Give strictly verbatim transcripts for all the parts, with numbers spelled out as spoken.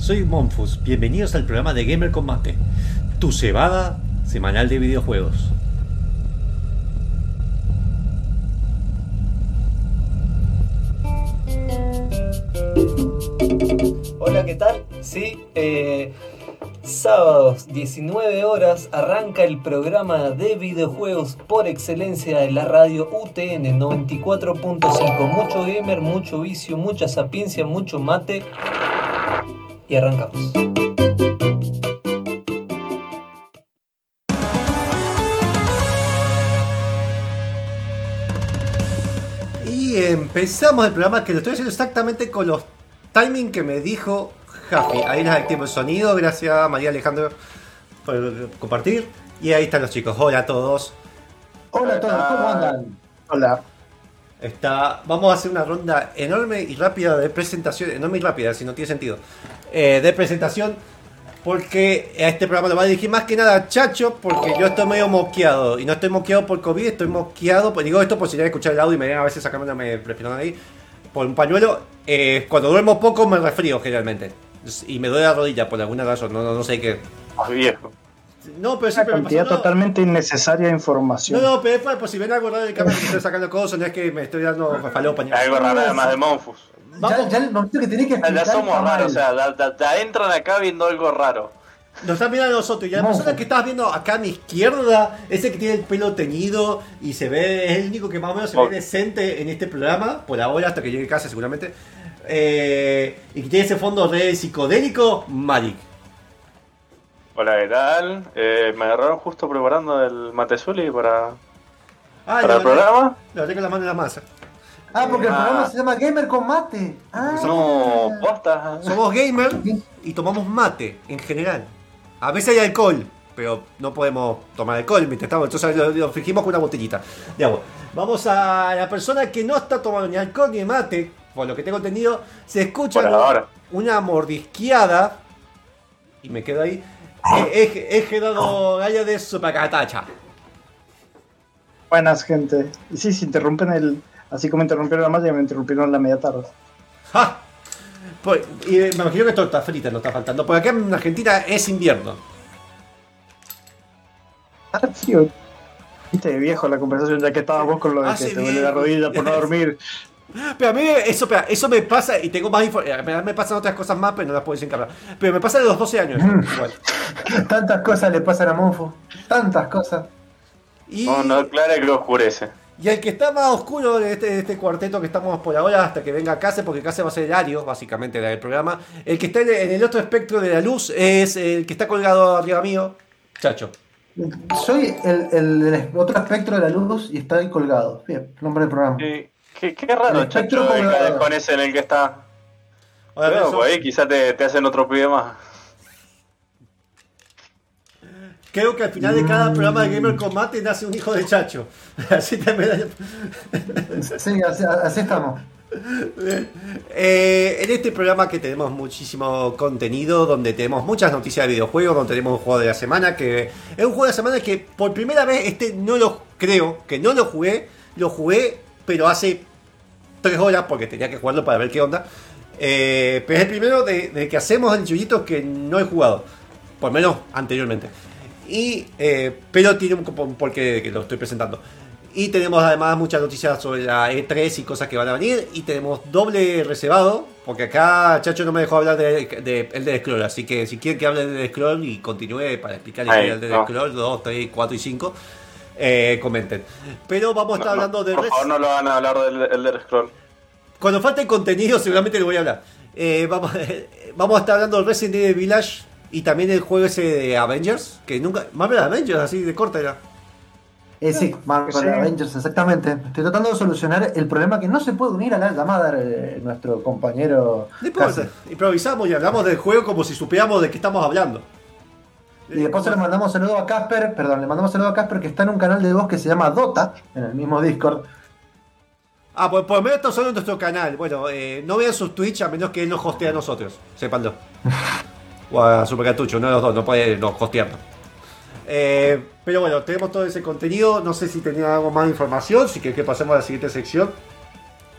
soy Monfus. Bienvenidos al programa de Gamer con Mate, tu cebada semanal de videojuegos. Hola, ¿qué tal? Sí, eh, sábados, diecinueve horas, arranca el programa de videojuegos por excelencia de la radio U T N noventa y cuatro punto cinco. Mucho gamer, mucho vicio, mucha sapiencia, mucho mate. Y arrancamos. Y empezamos el programa, que lo estoy haciendo exactamente con los timing que me dijo Javi. Ahí les activo el sonido. Gracias a María Alejandro por compartir. Y ahí están los chicos. Hola a todos. Hola a todos, ¿cómo andan? Hola. Está, vamos a hacer una ronda enorme y rápida de presentación. Enorme y rápida, si no tiene sentido. Eh, de presentación. Porque a este programa lo va a dirigir más que nada Chacho. Porque yo estoy medio mosqueado. Y no estoy mosqueado por COVID, estoy mosqueado. Pues digo esto por si ya escuchar el audio y me ven a veces sacarme una respiración ahí. Por un pañuelo. Eh, cuando duermo poco me resfrío generalmente. Y me duele la rodilla por alguna razón. No, no, no sé qué. Más viejo. No, pero Una siempre me cantidad pasó, no. totalmente innecesaria de información. No, no, pero es para, pues, si ven algo raro del cámara que estoy sacando cosas, no es que me estoy dando falopa. Algo raro además de Monfus. Vamos. Ya, ya el momento que tenés que Ya, explicar ya somos está mal. raros, o sea, da- da- da- entran acá viendo algo raro. Nos están mirando a nosotros. Y la No. persona que estás viendo acá a mi izquierda, ese que tiene el pelo teñido y se ve, es el único que más o menos se ve Ok. decente en este programa, por ahora, hasta que llegue a casa seguramente. Eh, y que tiene ese fondo re psicodélico, Malik. Hola, ¿qué tal? Eh, me agarraron justo preparando el matezuli para, Ah, para el programa. Lo tengo la mano en la masa. Ah, porque el Ah. programa se llama Gamer con Mate. Ah. No, posta. Somos gamer y tomamos mate en general. A veces hay alcohol, pero no podemos tomar alcohol mientras estamos. Entonces lo, lo fingimos con una botellita de agua. Vamos a la persona que no está tomando ni alcohol ni mate, por lo que tengo entendido. Se escucha Por ¿no? ahora. una mordisqueada. Y me quedo ahí. Es, es, es Gerardo Gaya de Sopacatacha. Buenas, gente. Y sí, se interrumpen el... Así como interrumpieron la malla, me interrumpieron la media tarde. ¡Ja! Pues, y me imagino que torta frita nos está faltando. Porque acá en Argentina es invierno. Ah, tío. Viste, viejo, la conversación, ya que estabas vos con lo de Hace que te duele bien. la rodilla por no dormir. Pero a mí eso, espera, eso me pasa y tengo más información. Me pasan otras cosas más, pero no las puedo decir en cámara. Pero me pasa de los doce años. Igual. Tantas cosas le pasan a Monfo. Tantas cosas. Y, No, no, claro que lo oscurece. y el que está más oscuro de este, de este cuarteto que estamos por ahora, hasta que venga Case, porque Case va a ser el Ario, básicamente, del programa. El que está en, en el otro espectro de la luz es el que está colgado arriba mío, Chacho. Soy el, el, el otro espectro de la luz y está ahí colgado. Bien, nombre del programa. Qué, qué, qué raro, El espectro Chacho, el colgado. callejón ese en el que está. Ahora, Pero pero por eso- ahí quizás te, te hacen otro pibe más. creo que al final de cada programa de Gamer Combate nace un hijo de Chacho. Así también. Sí, así, así estamos. Eh, en este programa que tenemos muchísimo contenido, donde tenemos muchas noticias de videojuegos, donde tenemos un juego de la semana, que es un juego de la semana que por primera vez este no lo creo, que no lo jugué, lo jugué pero hace tres horas porque tenía que jugarlo para ver qué onda. Eh, pero es el primero de, de que hacemos el Chuyito que no he jugado, por lo menos anteriormente. Y, eh, pero tiene un, un porqué que lo estoy presentando. Y tenemos además muchas noticias sobre la E tres y cosas que van a venir. Y tenemos doble reservado, porque acá Chacho no me dejó hablar de, de Elder Scrolls. Así que si quieren que hable de Elder Scrolls y continúe para explicar el Ay, Elder no. Scrolls dos, tres, cuatro y cinco, eh, comenten. Pero vamos a estar No, hablando no, de por Res- favor, no lo van a hablar del Elder Scroll. Cuando falte contenido seguramente le voy a hablar. Eh, vamos, vamos a estar hablando del Resident Evil Village y también el juego ese de Avengers, que nunca... Marvel Avengers, así de corta era. Eh, sí, Marvel Sí. Avengers, exactamente. Estoy tratando de solucionar el problema que no se puede unir a la llamada eh, nuestro compañero. No importa, Casi. improvisamos y hablamos del juego como si supiéramos de qué estamos hablando. Y después le mandamos saludo a Casper, perdón, le mandamos saludo a Casper que está en un canal de voz que se llama Dota, en el mismo Discord. Ah, pues por lo menos estos son en nuestro canal. Bueno, eh, no vean sus Twitch a menos que él nos hostea a nosotros, sépanlo. O a Supercartucho, no los dos, no puede no, hostearnos. Eh, pero bueno, tenemos todo ese contenido. No sé si tenía algo más de información. Si querés que pasemos a la siguiente sección.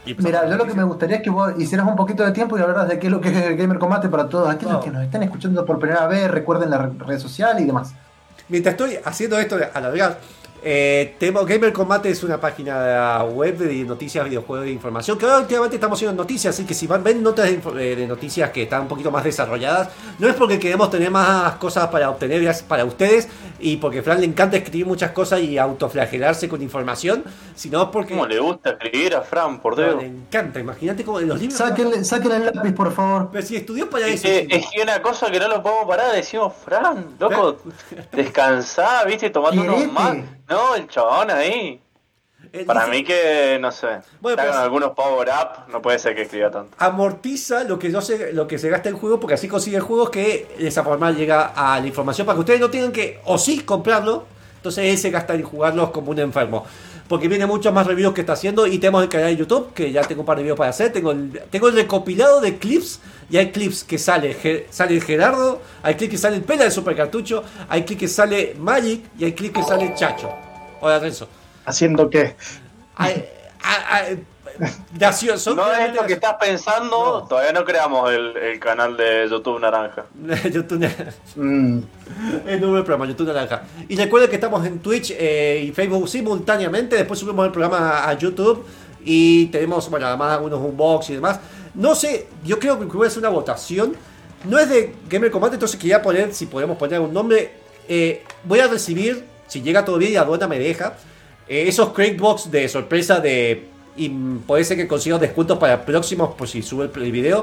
Y empezamos Mira, con yo lo que me noticias. gustaría es que vos hicieras un poquito de tiempo y hablaras de qué es lo que es Gamer Combate para todos aquellos Wow. que nos estén escuchando por primera vez, recuerden la re- red social y demás. Mientras estoy haciendo esto de alargar, eh, tenemos Gamer Combate es una página web de noticias, videojuegos e información. Que ahora últimamente estamos haciendo noticias, así que si van, ven notas de, info- eh, de noticias que están un poquito más desarrolladas, no es porque queremos tener más cosas para obtener ya para ustedes y porque a Fran le encanta escribir muchas cosas y autoflagelarse con información, sino porque ¿Cómo le gusta escribir a Fran, por no, Dios? le encanta. Imagínate como en los libros. Sáquenle, sáquenle el lápiz, por favor. Pero si estudió para Es eso. que, chico. es que una cosa que no lo podemos parar, decimos, Fran, loco, descansá, viste, tomate unos Querete. más. No, el chabón ahí. Él Para dice- mí que, no sé, Bueno, está pero con si- algunos power up, no puede ser que escriba tanto. amortiza lo que no se, lo que se gasta el juego, porque así consigue el juego que de esa forma llega a la información para que ustedes no tengan que o sí comprarlo, entonces él se gasta en jugarlos como un enfermo. Porque viene muchos más reviews que está haciendo y tenemos el canal de YouTube, que ya tengo un par de videos para hacer, tengo el, tengo el recopilado de clips y hay clips que sale, Ge- sale el Gerardo, hay clips que sale el Pela de Super Cartucho, hay clips que sale Magic y hay clips que sale Chacho. Hola Renzo. ¿Haciendo qué? Ay, ay, ay, gracioso. No es lo que estás pensando, No. todavía no creamos el, el canal de YouTube Naranja. YouTube. Mm, El nuevo programa, YouTube Naranja. Y recuerden que estamos en Twitch eh, y Facebook simultáneamente. Después subimos el programa a YouTube. Y tenemos, bueno, además algunos unbox y demás. No sé, yo creo que voy a hacer una votación. No es de Gamer Combate, entonces quería poner, si podemos poner un nombre. Eh, voy a recibir, si llega todo bien y la aduana me deja, eh, esos Crackbox de sorpresa de. Y puede ser que consiga descuentos para próximos, por si sube el, el video.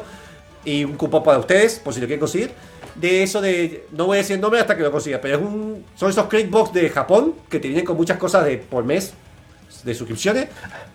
Y un cupón para ustedes, por si lo quieren conseguir. De eso de. No voy a decir el nombre hasta que lo consiga, pero es un, son esos Crackbox de Japón que te vienen con muchas cosas de por mes de suscripciones.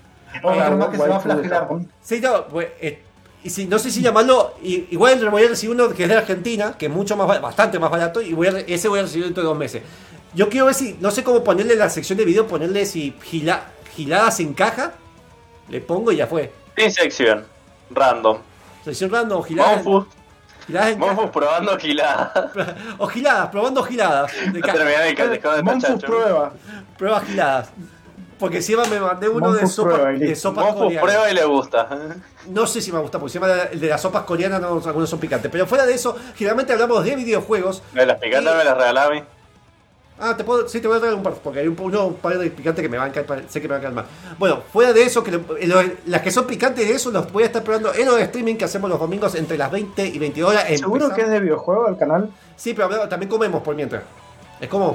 Otro más que se va a waifu de flagelar. Japón. Sí, no, pues, eh, y si, no sé si llamarlo. y- igual voy a recibir uno que es de Argentina, que es mucho más ba- bastante más barato. Y voy a, ese voy a recibir dentro de dos meses. Yo quiero ver si. No sé cómo ponerle la sección de video, ponerle si gila, giladas en caja. Le pongo y ya fue. Sin sección, random. Sección random o giladas. Monfus, giladas en Monfus caja. probando gilada. O giladas, probando giladas. De No caja. terminé de callejón de Monfus Tachacho. prueba. Pruebas giladas. Porque encima me mandé uno de Monfus sopa, prueba y de listo. sopas Monfus coreanas. prueba y le gusta. No sé si me gusta, porque encima el de las sopas coreanas no, algunos son picantes. Pero fuera de eso, generalmente hablamos de videojuegos. Me las picantes Y- me las regalaba a mí. Ah, te puedo, sí, te voy a traer un par, porque hay un, uno, un par de picantes que me van a caer, sé que me van a caer mal. Bueno, fuera de eso, que lo- lo- las que son picantes de eso, los voy a estar probando en los streaming que hacemos los domingos entre las veinte y veintidós horas. ¿Seguro Empezamos- que es de videojuego el canal? Sí, pero hablamos- también comemos por mientras. Es como...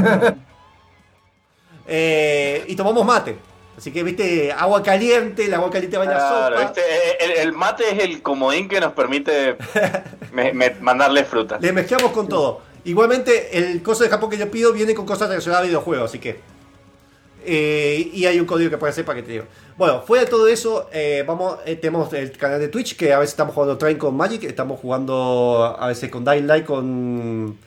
Eh, y tomamos mate. Así que, viste, agua caliente, el agua caliente va en la Claro, sopa. ¿viste? El, el mate es el comodín que nos permite me- me- mandarle fruta. Le mezclamos con todo. Igualmente, el coso de Japón que yo pido viene con cosas relacionadas a videojuegos, así que. Eh, y hay un código que puedes hacer para que te diga. Bueno, fuera de todo eso, eh, vamos, eh, tenemos el canal de Twitch, que a veces estamos jugando Train con Magic, estamos jugando a veces con Dying Light con.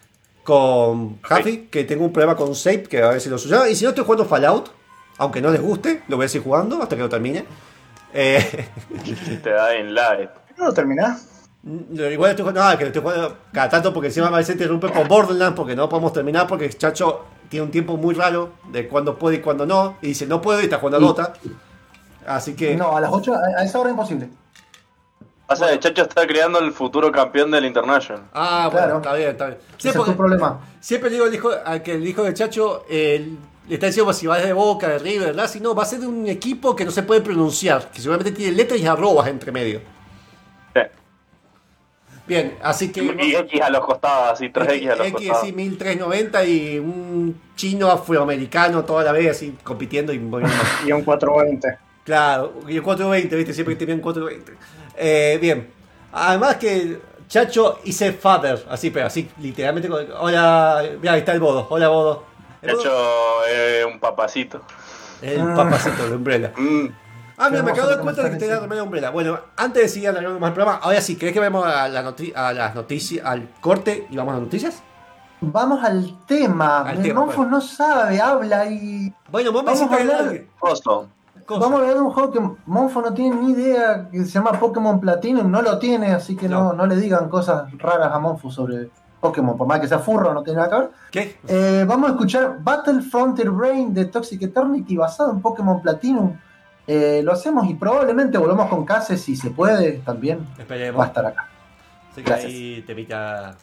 Con Huffy, que tengo un problema con Save, que a veces lo suyo. Y si no, estoy jugando Fallout, aunque no les guste, lo voy a seguir jugando hasta que lo termine. Eh, Te da en live. ¿No lo terminás? Lo- Igual estoy jugando, ah, que lo estoy jugando cada tanto porque encima a veces interrumpe por Borderlands porque no podemos terminar porque el Chacho tiene un tiempo muy raro de cuándo puede y cuándo no. Y dice no puedo y está jugando a Dota. Así que. No, a las ocho, a a esa hora imposible. Pasa que Chacho está creando el futuro campeón del International. Ah, bueno, Claro. está bien, está bien. Sí, Ese es porque tu problema. siempre digo al hijo, a que el hijo de Chacho eh, le está diciendo si va de Boca, de River, ¿verdad? Si no, va a ser de un equipo que no se puede pronunciar, que seguramente tiene letras y arrobas entre medio. Sí. Bien, así que. Y X a los costados, así, tres X a los X, costados. sí, mil trescientos noventa y un chino afroamericano toda la vez así compitiendo y moviendo. Y un cuatrocientos veinte. Claro, y el cuatrocientos veinte, viste, siempre que tenían cuatrocientos veinte. Eh, bien, además que Chacho hice father, así, pero así, literalmente. con- Hola, mira, ahí está el Bodo, hola Bodo. El Bodo- Chacho es un papacito. el papacito de Umbrella. Mm. Ah, mira, me acabo de dar Qué cuenta de que hermoso tenía la remera de Umbrella. Bueno, antes de seguir alargando más el programa, ahora sí, ¿querés que vayamos a, la noti- a las noticias, al corte y vamos a las noticias? Vamos al tema. Al El tema, Monfus bueno. no sabe, habla y. Bueno, vos me Vamos hiciste a hablar- algo- Oso. cosa. Vamos a hablar de un juego que Monfus no tiene ni idea, que se llama Pokémon Platinum, no lo tiene, así que no, No. no le digan cosas raras a Monfus sobre Pokémon, por más que sea furro, no tiene nada que ver. ¿Qué? Eh, vamos a escuchar Battle Frontier Brain de Toxic Eternity basado en Pokémon Platinum. Eh, lo hacemos y probablemente volvamos con Case si se puede también. Esperemos. Va a estar acá. Así que Gracias. ahí te pica.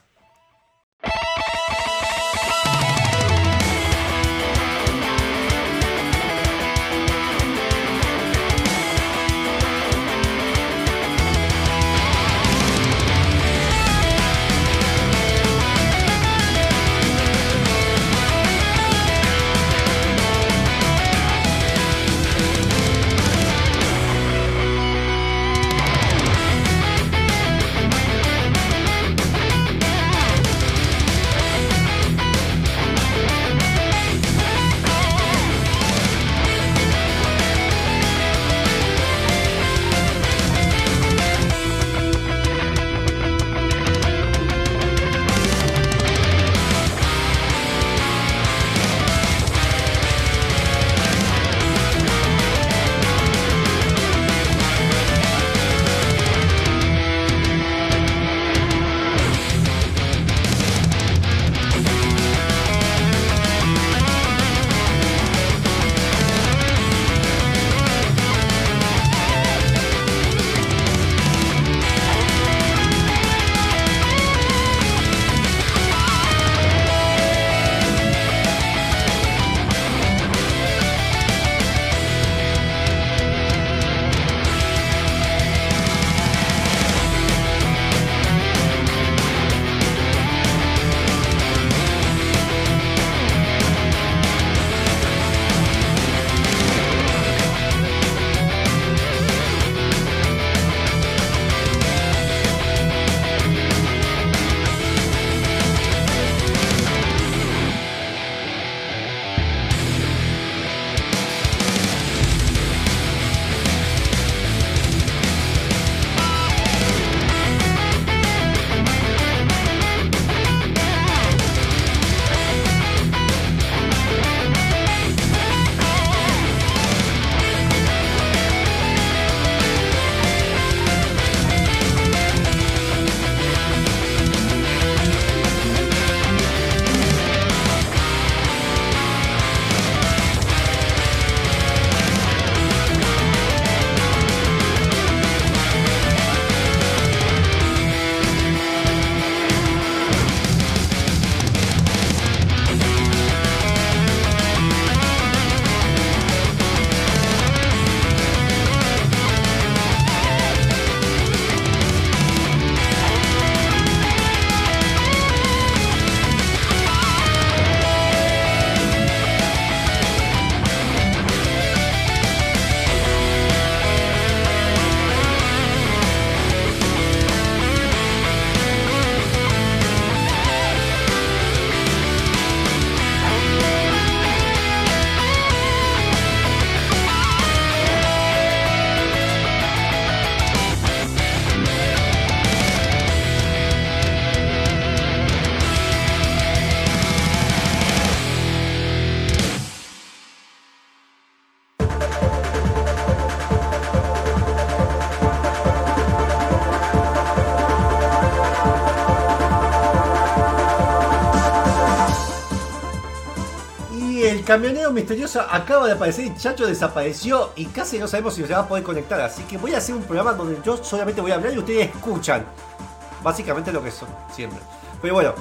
El camionero misterioso acaba de aparecer y Chacho desapareció y casi no sabemos si se va a poder conectar. Así que voy a hacer un programa donde yo solamente voy a hablar y ustedes escuchan. Básicamente lo que son, siempre. Pero bueno.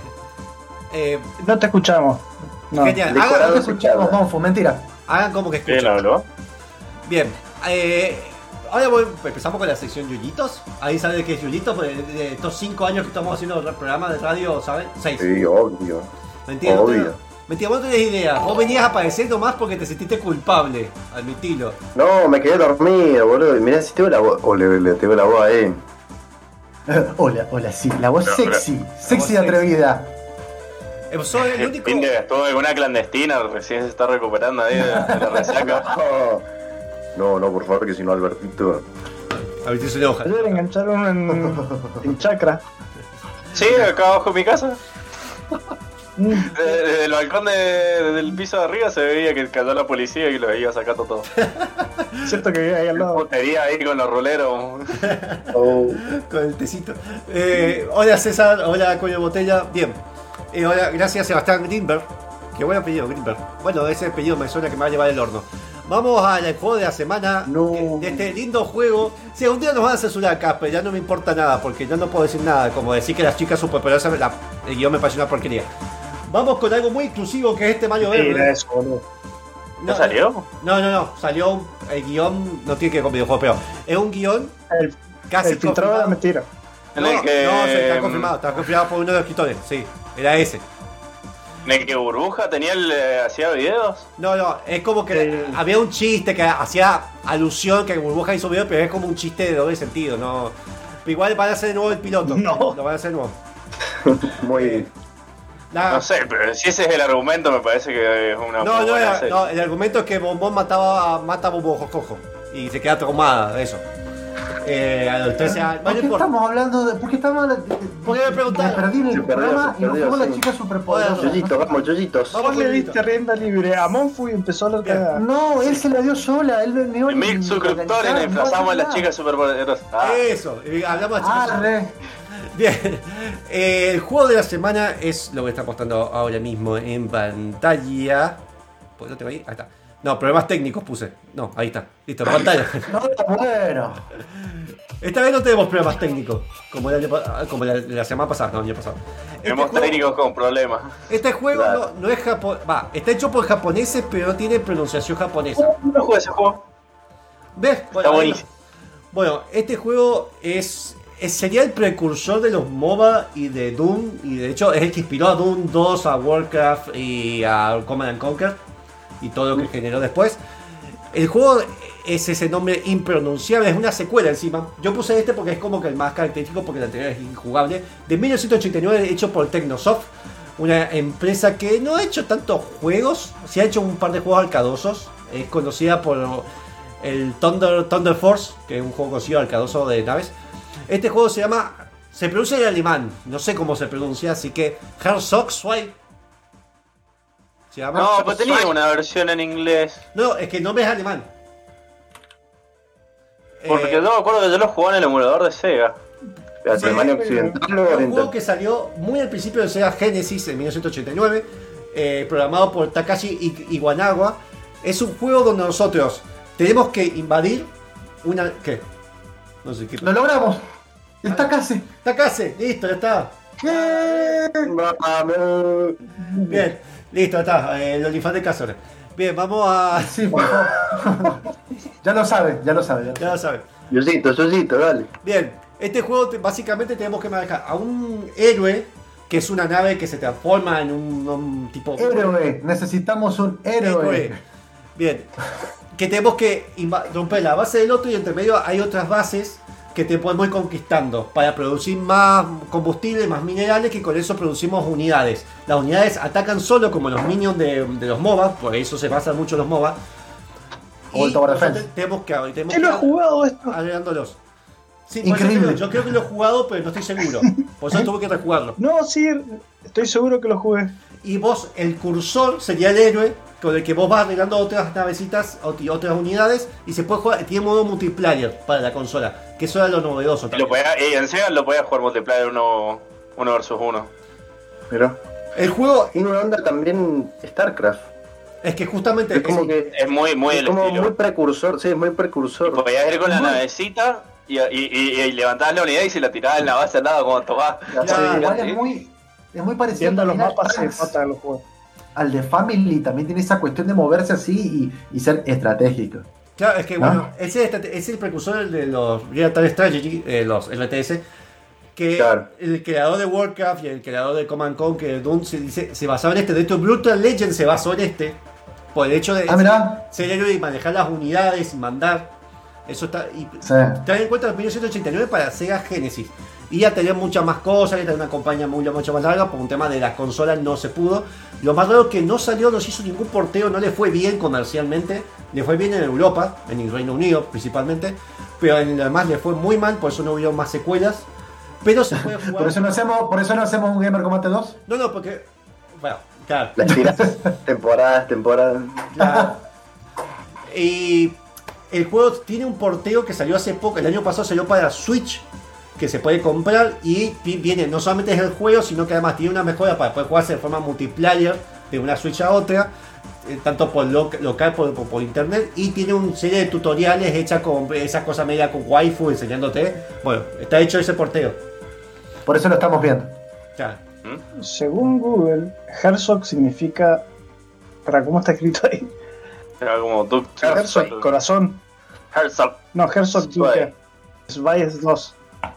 Eh, No te escuchamos. No. Genial. Decorado Hagan, te escuchamos, Monfu, mentira. hagan como que ¿Quién escuchan. habló? Bien. Eh, ahora voy- empezamos con la sección Yuyitos. Ahí saben qué es Yuyitos. De, de estos cinco años que estamos haciendo el programa de radio, ¿saben? Seis. Sí, obvio. Mentira, no Obvio. tenés- mentira, vos no tenés idea. Vos venías apareciendo más porque te sentiste culpable. Admitilo. No, me quedé dormido, boludo. Y mirá si tengo la voz. Oh, le, le tengo la voz ahí. Hola, hola, sí, la voz Pero, sexy, sexy y sexy. atrevida. Eh, soy el único. Finde estuvo en una clandestina, recién se está recuperando ahí de, de la resaca. No, no, por favor, que si no, Albertito. A ver si se enoja. Ayer engancharon en, en chakra. Sí, acá abajo de mi casa. Mm. Desde, desde el balcón de, desde el piso de arriba se veía que cayó la policía y lo iba sacando todo. Cierto que ahí al lado. Putería ahí con los ruleros. Oh. Con el tecito. Eh, hola César, hola Cuello Botella. Bien. Eh, hola, gracias Sebastián Greenberg. Qué buen apellido, Greenberg. Bueno, ese apellido me suena que me va a llevar el horno. Vamos al juego de la semana. No. que- De este lindo juego. Si algún día nos van a censurar acá, pero ya no me importa nada, porque ya no puedo decir nada. Como decir que las chicas superpoderosas, la- el guión me pareció una porquería. Vamos con algo muy exclusivo que es este Mario Era Verde. eso, boludo. ¿No salió? No, no, no. Salió un- el guión, no tiene que ver con videojuegos, pero es un guión El, casi el filtrado era confirmado. mentira. En No, el que. no, sí, está confirmado. Está confirmado por uno de los escritores. Sí, era ese. En el que Burbuja tenía el, eh, hacía videos. No, no, es como que Sí. había un chiste que hacía alusión que Burbuja hizo video, pero es como un chiste de doble sentido, ¿no? Pero igual van a hacer de nuevo el piloto. No. Lo van a hacer de nuevo. Muy. La- No sé, pero si ese es el argumento, me parece que es una. no, muy no, buena era- serie. no, el argumento es que Bombón mataba a, mata a Bobo Jojojo y se queda traumada de eso. Eh, a los trece años. ¿Por Bueno, qué no importa. estamos hablando de.? ¿Por qué estamos hablando de.? ¿Por qué me preguntaron? Me perdí en el Se perdió, programa se y nos perdió, fuimos sí. las chicas superpoderosas. Yoyitos, vamos, yoyitos. Vamos Vos con le el diste rienda libre a Monfu y empezó a la Bien. cagada. No, él se la dio sola. Él no Mil suscriptores, nos disfrazamos a las chicas superpoderosas. Ah, Eso, eh, hablamos de Ah, chicas. re. Bien, eh, el juego de la semana es lo que está mostrando ahora mismo en pantalla. Pues lo tengo ahí, ahí está. No, problemas técnicos puse. No, ahí está, listo, en pantalla. No, bueno. Esta vez no tenemos problemas técnicos, como, el año pa- como la, la semana pasada, no, el año pasado. Este tenemos juego, técnicos con problemas. este juego Claro. no, no es japonés, va, está hecho por japoneses, pero no tiene pronunciación japonesa. No juego ese juego. ¿Ves? Está ahí- buenísimo. Bueno, este juego es, es- sería el precursor de los MOBA y de Doom. Y de hecho es el que inspiró a Doom dos, a Warcraft y a Command and Conquer. Y todo lo que generó después. El juego es ese nombre impronunciable, es una secuela encima. Yo puse este porque es como que el más característico, porque el anterior es injugable. De mil novecientos ochenta y nueve, hecho por Technosoft. Una empresa que no ha hecho tantos juegos. Sí ha hecho un par de juegos arcadosos. Es conocida por el Thunder, Thunder Force, que es un juego conocido arcadoso de naves. Este juego se llama... Se pronuncia en alemán. No sé cómo se pronuncia, así que... Herzog zwei. Se llama... No, pues tenía una versión en inglés. No, es que el nombre es alemán. Porque Eh, yo me acuerdo que yo lo jugaba en el emulador de Sega. ¿La Sí, Alemania occidental o Es un juego oriental? que salió muy al principio de Sega Genesis en mil novecientos ochenta y nueve, eh, programado por Takashi I- Iwanawa. Es un juego donde nosotros tenemos que invadir una... ¿Qué? No sé qué... Lo logramos. Está casi. Takashi, listo, ya está. Vamos. Bien, listo, ya está. Eh, el olifante de casa ahora. Bien, vamos a... Sí, por favor. Ya lo sabe, ya lo sabe. Ya lo Ya sabe. lo saben. Yoyito, yoyito, dale. Bien, este juego te- básicamente tenemos que manejar a un héroe, que es una nave que se transforma en un, un tipo... Héroe, necesitamos un héroe. Héroe. Bien, que tenemos que inva- romper la base del otro y entre medio hay otras bases que te podemos ir conquistando para producir más combustible, más minerales, que con eso producimos unidades. Las unidades atacan solo como los minions de, de los MOBA, por eso se basan mucho los MOBA. O el Y Tower nosotros Defense. tenemos que, tenemos ¿Quién lo ha que jugado esto? agregándolos. Sí, por eso Increíble. te digo, yo creo que lo he jugado, pero no estoy seguro. Por eso tuve que rejugarlo. No, sí, estoy seguro que lo jugué. Y vos, el cursor sería el héroe con el que vos vas arreglando otras navecitas y otras unidades. Y se puede jugar, tiene modo multiplayer para la consola, que eso era lo novedoso Y, lo también. podía, y en Sega lo podía jugar multiplayer uno, uno versus uno. Pero El juego tiene una onda también StarCraft. es que justamente Es como es- que. Es muy, muy Es el como estilo. muy precursor, sí, es muy Y precursor. podías ir con la Muy- navecita y, y, y, y levantabas la unidad y si la tirabas en la base al lado como tomás. Claro, Igual ¿sí? es muy, es muy parecido Viendo los también al mapas se Tanks, nota en los juegos. al de Family. También tiene esa cuestión de moverse así y, y ser estratégico. Claro, es que ¿No? bueno, ese es, es el precursor de los Real Time Strategy, eh, los R T S, que Claro. el creador de Warcraft y el creador de Command Conquer, Doom, se, dice, se basaba en este. De hecho, Brutal Legend se basó en este, por el hecho de Ah, mirá. ser héroe y manejar las unidades y mandar. Eso está. Y Sí. ten en cuenta mil novecientos ochenta y nueve para Sega Genesis. Y ya tenía muchas más cosas, ya tenía una campaña muy, mucho más larga, por un tema de las consolas no se pudo. Lo más raro es que no salió, no se hizo ningún porteo, no le fue bien comercialmente. Le fue bien en Europa, en el Reino Unido principalmente, pero en lo demás le fue muy mal, por eso no hubo más secuelas. Pero se puede jugar. Por eso no hacemos, por eso no hacemos un Gamer Combate dos. No, no, porque. Bueno, claro. Las tiras, temporadas, temporadas. Claro. Y el juego tiene un porteo que salió hace poco, el año pasado salió para Switch, que se puede comprar y vi- viene, no solamente es el juego, sino que además tiene una mejora para poder jugarse de forma multiplayer de una Switch a otra. eh, tanto por lo, local como por, por internet, y tiene una serie de tutoriales hechas con esas cosas media con waifu enseñándote. Bueno, está hecho ese porteo. Por eso lo estamos viendo. Claro. Según Google, Herzog significa... ¿Para cómo está escrito ahí? Era como Duke Herzog, corazón. Herzog. No, Herzog Zwei. Zwei es dos.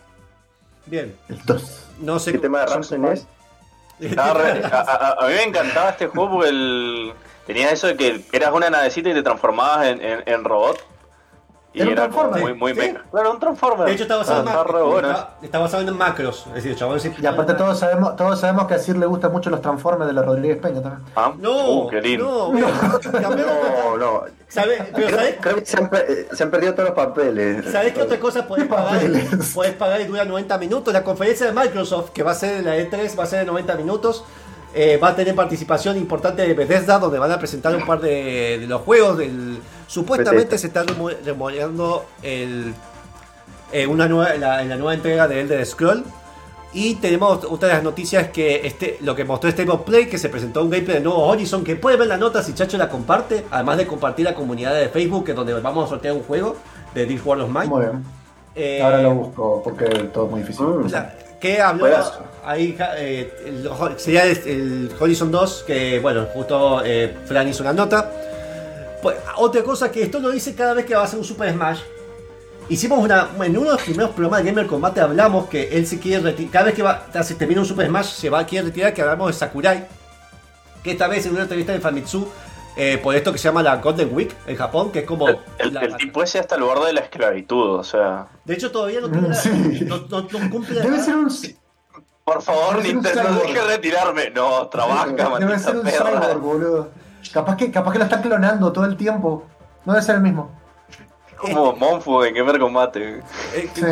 Bien. El dos. No sé ¿Qué tema de Ramsen es? Estaba re- a, a- a mí me encantaba este juego porque el, tenía eso de que eras una navecita y te transformabas en, en, en robot. Y Era un era como Transformer. muy, muy Sí. mecha. Claro, un Transformer. De hecho, está basado, Ah, en está macros, re bueno. está, está basado en macros. Es decir, el chabón se- Y aparte todos sabemos, todos sabemos que a Sir le gustan mucho los Transformers de la Rodríguez Peña también. Ah, No, uh, qué lindo. no, mira, cambiemos- No, no. ¿Sabe- Pero ¿sabes? Creo que se han, per- eh, se han perdido todos los papeles. ¿Sabés qué otra cosa podés pagar? Papeles. Podés pagar y dura noventa minutos. La conferencia de Microsoft, que va a ser en la E tres, va a ser de noventa minutos. Eh, va a tener participación importante de Bethesda, donde van a presentar un par de, de los juegos. Del, supuestamente Bethesda. se está rumo- rumoreando el, eh, una nueva, la, la nueva entrega de Elder Scroll. Y tenemos otra de las noticias que este, lo que mostró State of Play, que se presentó un gameplay del nuevo Horizon, que puede ver la nota si Chacho la comparte, además de compartir la comunidad de Facebook, que es donde vamos a sortear un juego de This World of Mine. Muy bien. Eh, Ahora lo busco porque todo es muy difícil. Mm. la- que habló Juegazo. ahí ja- eh, el- sería el, el Horizon dos, que bueno, justo eh, Fran hizo una nota. Pues, otra cosa que esto lo dice cada vez que va a hacer un Super Smash. Hicimos una, en uno de los primeros programas de Gamer Combate hablamos que él se quiere retirar, cada vez que va, se termina un Super Smash se va a quiere retirar, que hablamos de Sakurai, que esta vez en una entrevista de Famitsu, eh, por esto que se llama la Golden Week en Japón, que es como El, el- la- el tipo ese hasta el borde de la esclavitud, o sea. de hecho todavía no tiene la- Sí. no, no- no cumple la Debe edad. ser un, Por favor, Debe ser un Nintendo, cyborg. deje de retirarme. No, trabaja, debe maldita ser un perra. cyborg, boludo. Capaz que, capaz que lo están clonando todo el tiempo. No debe ser el mismo. Como Monfu en Gamer Combate. Eh, Sí.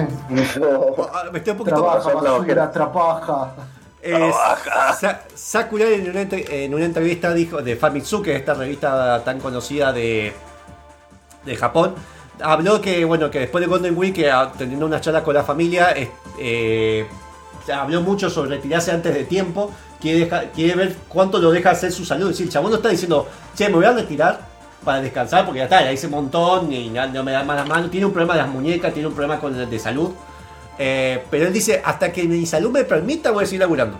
ah, me estoy un poquito Trabaja, pasando la basura, ojera. trabaja. Eh, Trabaja. Sa- Sakurai en una, entre- en una entrevista dijo de Famitsu, que es esta revista tan conocida de, de Japón, habló que bueno que después de Golden Week, que, ah, teniendo una charla con la familia, es- eh, habló mucho sobre retirarse antes de tiempo, quiere, deja- quiere ver cuánto lo deja hacer su salud. Es decir, el chabón no está diciendo, che, me voy a retirar para descansar porque ya está, ya hice un montón y no, no me da malas manos, tiene un problema de las muñecas, tiene un problema con el de salud. Eh, pero él dice, hasta que mi salud me permita voy a seguir laburando.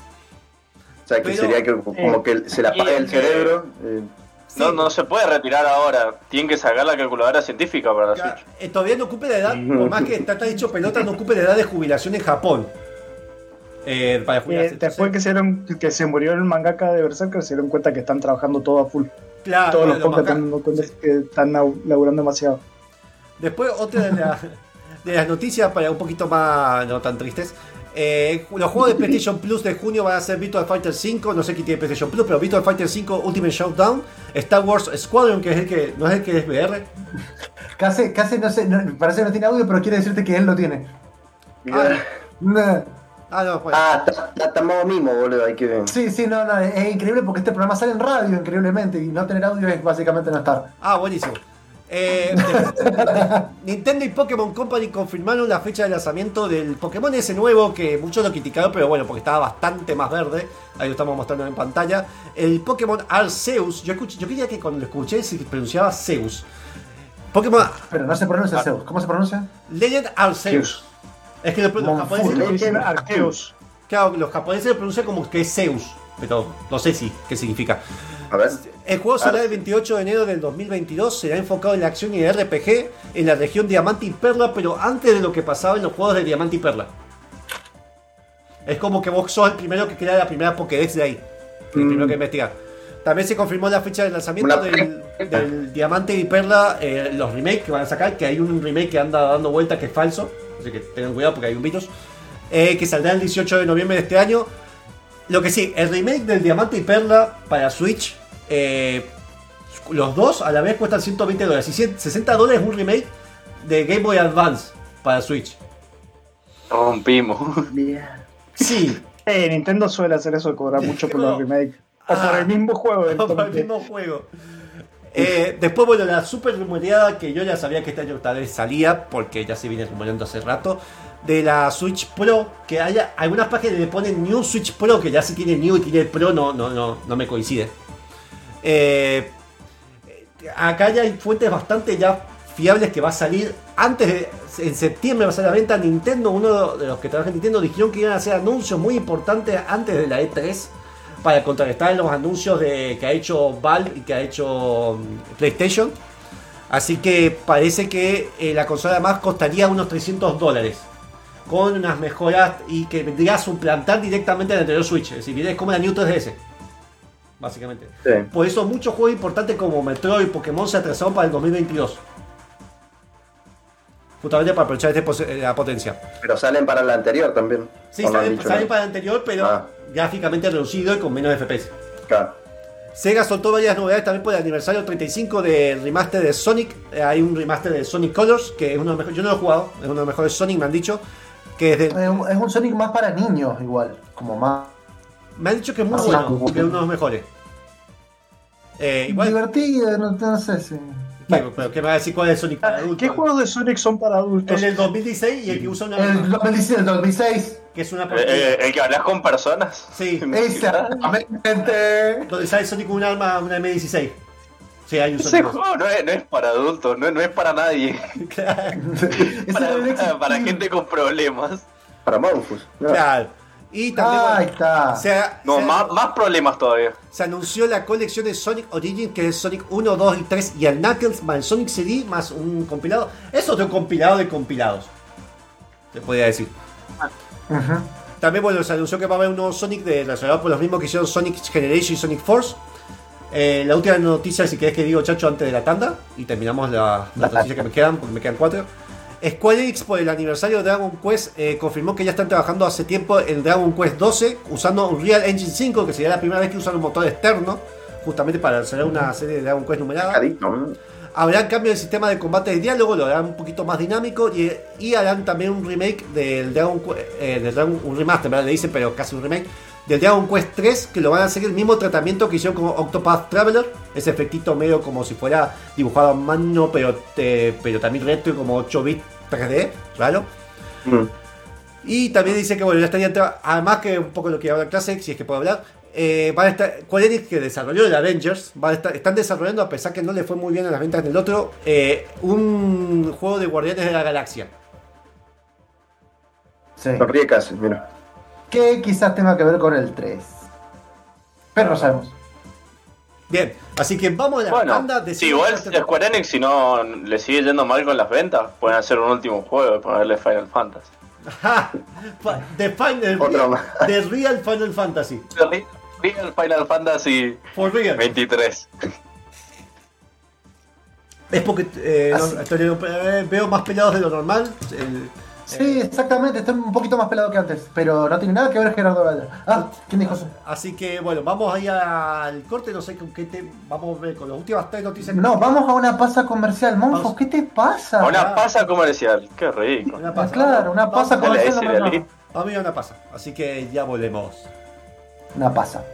O sea, que Pero- sería que como que se la apaga el cerebro. eh, No, no se puede retirar ahora. Tienen que sacar la calculadora científica para la Ya, Switch. eh, todavía no ocupe la edad, por más que está, está dicho pelota, no ocupe la edad de jubilación en Japón. Eh, para Eh, jubilarse. después que se, dieron, que se murió el mangaka de Berserker, se dieron cuenta que están trabajando todo a full. Claro, Todos los los podcasts manga- están dando cuenta que están lau- laburando demasiado. Después, otra de, la- de las noticias para un poquito más no tan tristes. Eh, los juegos de PlayStation Plus de junio van a ser Virtua Fighter cinco, no sé quién tiene PlayStation Plus, pero Virtua Fighter cinco Ultimate Showdown, Star Wars Squadron, que es el que no es el que es V R. Casi, casi no sé, no- parece que no tiene audio, pero quiere decirte que él lo tiene. Ah, Nah. ah, no, pues. Ah, está- está está modo mimo, boludo. Hay que. Sí, sí, no, no, es increíble porque este programa sale en radio, increíblemente, y no tener audio es básicamente no estar. Ah, buenísimo. Eh, Nintendo y Pokémon Company confirmaron la fecha de lanzamiento del Pokémon ese nuevo que muchos lo criticaron, pero bueno, porque estaba bastante más verde. Ahí lo estamos mostrando en pantalla. El Pokémon Arceus. Yo, escuché, yo quería que cuando lo escuché se pronunciaba Zeus. Pokémon Pero no se pronuncia Zeus. ¿Cómo se pronuncia? Legend Arceus. Es que lo- los Monfort. japoneses, lo- Dicen Arceus. claro, los japoneses lo pronuncian como que es Zeus, pero no sé si qué significa. A ver. El juego será el veintiocho de enero del dos mil veintidós, será enfocado en la acción y el R P G en la región Diamante y Perla, pero antes de lo que pasaba en los juegos de Diamante y Perla. Es como que vos sos el primero que crea la primera Pokédex de ahí, el Mm. primero que investigar. También se confirmó la fecha de lanzamiento Una del, del Diamante y Perla, eh, los remakes que van a sacar, que hay un remake que anda dando vueltas que es falso, así que tengan cuidado porque hay un virus, eh, que saldrá el dieciocho de noviembre de este año. Lo que sí, el remake del Diamante y Perla para Switch, eh, los dos a la vez cuestan ciento veinte dólares. Y sesenta dólares es un remake de Game Boy Advance para Switch. Rompimos. Sí, Eh, Nintendo suele hacer eso de cobrar mucho por los remakes. O por Ah. el mismo juego. para el directamente. mismo juego. Eh, después, bueno, la super rumoreada que yo ya sabía que este año tal vez salía, porque ya se viene rumoreando hace rato, de la Switch Pro, que haya algunas páginas le ponen New Switch Pro, que ya si tiene New y tiene Pro no, no, no, no me coincide. Eh, acá ya hay fuentes bastante ya fiables que va a salir antes de, en septiembre va a salir a la venta. Nintendo, uno de los que trabaja en Nintendo, dijeron que iban a hacer anuncios muy importantes antes de la E tres para contrarrestar los anuncios de, que ha hecho Valve y que ha hecho PlayStation. Así que parece que eh, la consola además costaría unos trescientos dólares. Con unas mejoras y que vendría a suplantar directamente el anterior Switch. Es decir, es como la New tres D S. Básicamente. Sí. Por eso muchos juegos importantes como Metroid y Pokémon se atrasaron para el dos mil veintidós. Justamente para aprovechar este, la potencia. Pero salen para la anterior también. Sí, ¿O no han salen, dicho salen nada? para el anterior, pero Ah. gráficamente reducido y con menos F P S. Claro. Sega soltó varias novedades también por el aniversario treinta y cinco del remaster de Sonic. Eh, Hay un remaster de Sonic Colors, que es uno de los mejores. Yo no lo he jugado, es uno de los mejores Sonic, me han dicho. Que es de, Es un, es un Sonic más para niños, igual. Como más. me han dicho que es muy Ah, bueno, como que que- es uno de los mejores. Eh, igual, Divertido, no, no sé si. ¿qué, pero ¿qué me va a decir cuál es el Sonic para Ah, adultos? ¿Qué juegos de Sonic son para adultos? El del dos mil dieciséis y el que usa una. El dos mil dieciséis, el dos mil seis. Que es una Eh, porquería. eh, el que hablas con personas. Sí, Exactamente. donde sale Sonic con un arma, una M dieciséis. Sí, hay un Ese Sonic. juego no es, no es para adultos, no, no es para nadie. Claro. Ese Para, debe existir. para gente con problemas. Para Monfus. ¿no? Claro. Y también Ah, ahí bueno, está. se, ha- No, se ha- más, más problemas todavía. se anunció la colección de Sonic Origins, que es Sonic uno, dos y tres, y el Knuckles más el Sonic C D más un compilado. Es otro compilado de compilados, te podría decir. Ujú. También bueno, se anunció que va a haber un nuevo Sonic de, desarrollado por los mismos que hicieron Sonic Generation y Sonic Force. Eh, la última noticia, si querés que digo, chacho, antes de la tanda, y terminamos la- las noticias que me quedan, porque me quedan cuatro. Square Enix, por el aniversario de Dragon Quest, eh, confirmó que ya están trabajando hace tiempo en Dragon Quest doce usando Unreal Engine cinco, que sería la primera vez que usan un motor externo, justamente para hacer una serie de Dragon Quest numerada. Adicto, ¿no? Habrán cambio del sistema de combate de diálogo, lo harán un poquito más dinámico y, y harán también un remake del Dragon Quest, eh, del Dragon- un remaster, ¿verdad? Le dicen, pero casi un remake, del Dragon Quest tres, que lo van a hacer el mismo tratamiento que hicieron con Octopath Traveler, ese efectito medio como si fuera dibujado a mano, pero, eh, pero también retro, como ocho bits tres D, claro. Mm. Y también dice que bueno, ya estarían tra- además que un poco lo que habla Classic, si es que puedo hablar, eh, van a estar, Square Enix, que desarrolló el Avengers, van a estar, están desarrollando, a pesar que no le fue muy bien en las ventas del otro, eh, un juego de Guardianes de la Galaxia. Sí. Sonríe casi, mira. Que quizás tenga que ver con el tres. Pero no sabemos. Bien, así que vamos a la Bueno, tanda de si igual Square Enix, si no le sigue yendo mal con las ventas, pueden hacer un último juego y ponerle Final Fantasy. Ajá, fa- The Final, Otro más. The Real Final Fantasy. Real Final Fantasy For real. veintitrés. Es porque eh, no, Así. estoy- eh, veo más pelados de lo normal. el- Sí, exactamente, está un poquito más pelado que antes, pero no tiene nada que ver Gerardo Valla. Ah, ¿quién dijo eso? Así que bueno, vamos ahí al corte, no sé con qué te vamos a ver con las últimas tres noticias. que- No, vamos a una pasa comercial. Monfos, Vamos. ¿qué te pasa? Una pasa comercial, qué rico. Una Ah, pasa. claro, una pasa Vamos- Dale, comercial. ese, no, no, dale. no. Vamos a ir a una pasa. Así que ya volvemos. Una pasa.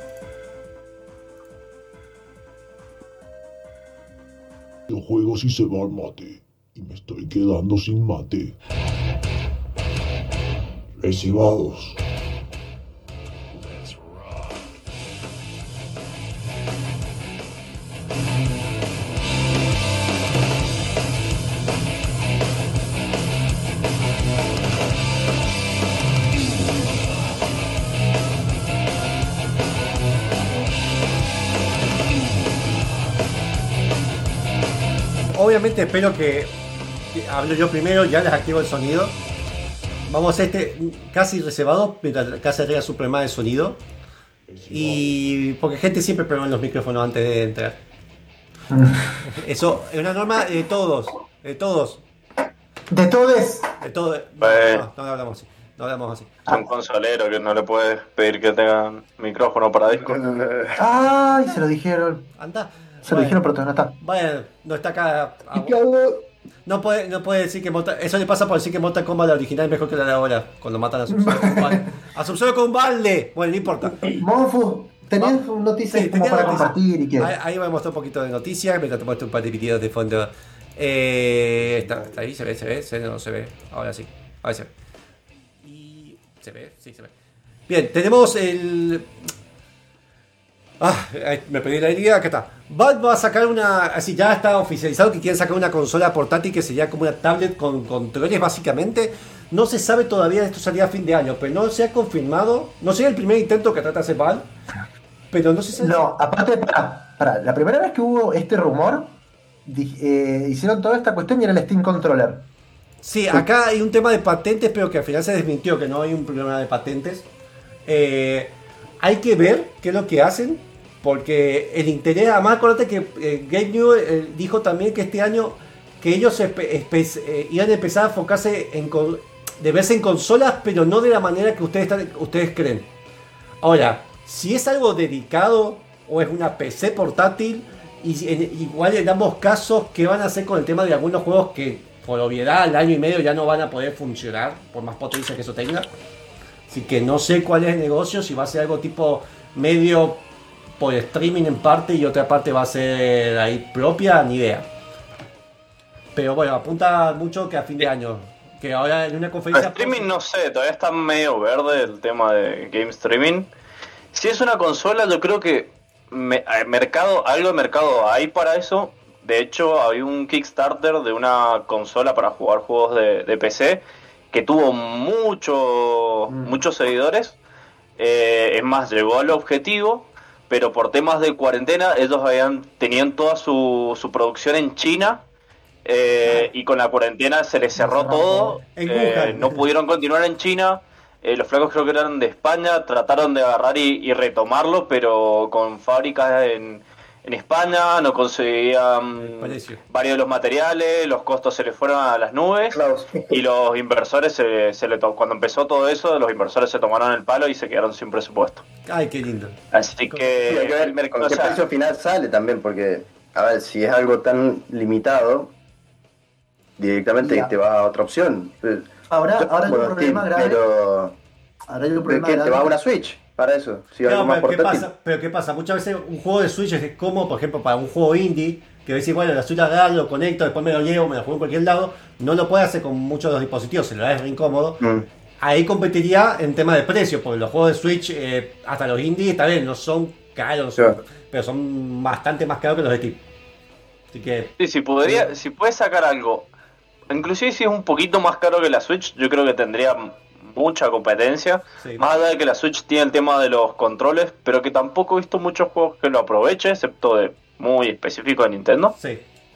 Yo juego si se va al mate y me estoy quedando sin mate. Recibados. Obviamente espero que, que hablo yo primero, ya les activo el sonido. Vamos a este casi reservado mientras casi arregla su problema de sonido. Y porque gente siempre prueba los micrófonos antes de entrar. Eso es una norma de todos, de todos, De todes. de todos. Eh. No, no, no hablamos así, no hablamos así. Son consoleros que no le puedes pedir que tengan micrófono para disco. Ay, se lo dijeron. Anda. Se lo dijeron, pero todavía no está. Bueno, no está acá. Y cagó. No puede, no puede decir que Mortal, eso le pasa por decir que Mortal Kombat la original es mejor que la de ahora, cuando matan a Sub-Zero con un balde. A Sub-Zero con un balde. Bueno, no importa. Monfus, tenías noticias Sí, como tenía para noticias. compartir y que. Ahí, ahí voy a mostrar un poquito de noticias, mientras te muestro un par de videos de fondo. Eh, está, está ahí, se ve, se ve, se ve, no se ve. Ahora sí, ahora se ve. Y se ve, sí, se ve. Bien, tenemos el... Ah, ahí me perdí la idea, acá está. Valve va a sacar una, así ya está oficializado que quieren sacar una consola portátil que sería como una tablet con controles básicamente. No se sabe todavía, esto salía a fin de año, pero no se ha confirmado. No sería el primer intento que trata de hacer Valve, pero no se sabe. No, aparte, para, para, la primera vez que hubo este rumor, di- eh, hicieron toda esta cuestión y era el Steam Controller. Sí, acá hay un tema de patentes, pero que al final se desmintió que no hay un problema de patentes. Eh, hay que ver qué es lo que hacen. Porque el interés, además acuérdate que eh, Gabe Newell eh, dijo también que este año que ellos espe- espe- eh, iban a empezar a enfocarse en con- de verse en consolas, pero no de la manera que ustedes, están, ustedes creen. Ahora, si es algo dedicado o es una P C portátil, y en- igual en ambos casos, ¿qué van a hacer con el tema de algunos juegos que por obviedad al año y medio ya no van a poder funcionar, por más potencia que eso tenga? Así que no sé cuál es el negocio, si va a ser algo tipo medio por streaming en parte y otra parte va a ser ahí propia, ni idea. Pero bueno, apunta mucho que a fin de año, que ahora en una El conferencia... streaming no sé, todavía está medio verde el tema de game streaming. Si es una consola, yo creo que me, eh, mercado, algo de mercado hay para eso. De hecho, hay un Kickstarter de una consola para jugar juegos de, de P C que tuvo mucho, Mm. muchos seguidores. Eh, es más, llegó al objetivo, pero por temas de cuarentena ellos habían tenían toda su, su producción en China. Eh, y con la cuarentena se les cerró cerró todo, todo. En eh, Wuhan. no pudieron continuar en China. Eh, los flacos creo que eran de España, trataron de agarrar y, y retomarlo, pero con fábricas en, en España no conseguían Precio. varios de los materiales, los costos se les fueron a las nubes. Klaus. Y los inversores, se, se le to- cuando empezó todo eso, los inversores se tomaron el palo y se quedaron sin presupuesto. Ay, qué lindo. Así que Sí, hay que ver el mercado, con qué o sea, precio final sale también, porque, a ver, si es algo tan limitado, directamente Ya. te va a otra opción. Ahora, ahora hay un Bueno, problema Steam, grave. Pero, Ahora hay un ¿pero problema qué? ¿Te grave. va a una Switch para eso? Si Claro, algo más pero, ¿qué portátil. pasa? pero ¿qué pasa? Muchas veces un juego de Switch es como, por ejemplo, para un juego indie, que decís, bueno, la Switch la agarro, lo conecto, después me lo llevo, me lo juego en cualquier lado. No lo puede hacer con muchos de los dispositivos, se lo da es re incómodo. Mm. Ahí competiría en tema de precio, porque los juegos de Switch, eh, hasta los indies, está bien, no son caros, Claro. pero son bastante más caros que los de Steam. Así que, sí, si podría, si puedes sacar algo, inclusive si es un poquito más caro que la Switch, yo creo que tendría m- mucha competencia. sí. Más allá de que la Switch tiene el tema de los controles, pero que tampoco he visto muchos juegos que lo aproveche, excepto de muy específico de Nintendo. Sí.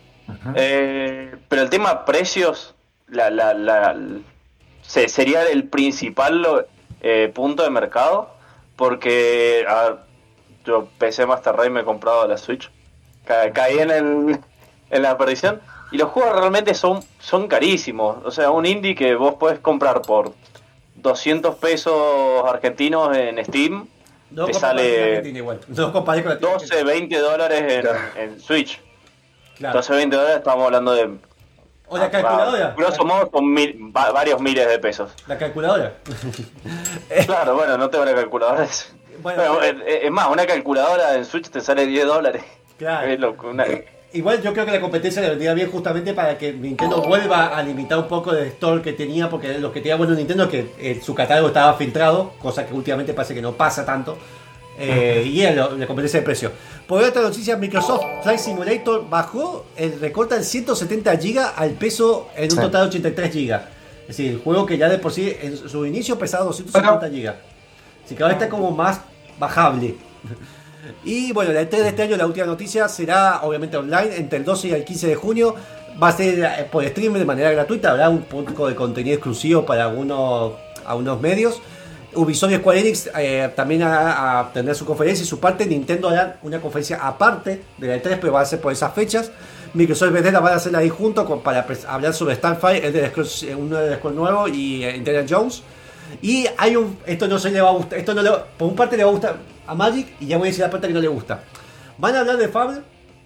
Eh, pero el tema precios, la, la, la, se- sería el principal lo- eh, punto de mercado, porque a ver, yo P C Master Race me he comprado la Switch, Ca- caí en, el, en la perdición, y los juegos realmente son, son carísimos. O sea, un indie que vos podés comprar por doscientos pesos argentinos en Steam, No te comparé con la sale Argentina igual. No comparé con la doce, veinte dólares en, Claro. en Switch. Claro. doce, veinte dólares, estamos hablando de... O la calculadora. Ah, grosso modo son mil- va- varios miles de pesos. La calculadora. Claro, bueno, no tengo una calculadora. Es, Bueno, bueno, pero- es, es más, una calculadora en Switch te sale diez dólares. Claro. Es loco, una- Igual yo creo que la competencia le vendría bien justamente para que Nintendo vuelva a limitar un poco del store que tenía, porque los que tenía bueno Nintendo que eh, su catálogo estaba filtrado, cosa que últimamente parece que no pasa tanto. Eh, y era lo- la competencia de precio. Por otra noticia, Microsoft Flight Simulator bajó el recorta el ciento setenta gigas al peso en un Sí. total de ochenta y tres gigas. Es decir, el juego que ya de por sí en su inicio pesaba doscientos cincuenta gigas. Así que ahora está como más bajable. Y bueno, la E tres de este año, la última noticia, será obviamente online entre el doce y el quince de junio. Va a ser eh, por stream de manera gratuita. Habrá un poco de contenido exclusivo para algunos, algunos medios. Ubisoft y Square Enix eh, también a, a tener su conferencia y su parte. Nintendo hará una conferencia aparte de la E tres, pero va a ser por esas fechas. Microsoft y Bethesda van a hacerla ahí junto con, para pres- hablar sobre Starfire, el de Scrolls- eh, uno de Scrolls nuevo y eh, Indiana Jones. Y hay un. Esto no se le va a gustar. Esto no le, por un parte le va a gustar a Magic y ya voy a decir la parte que no le gusta. Van a hablar de Fable,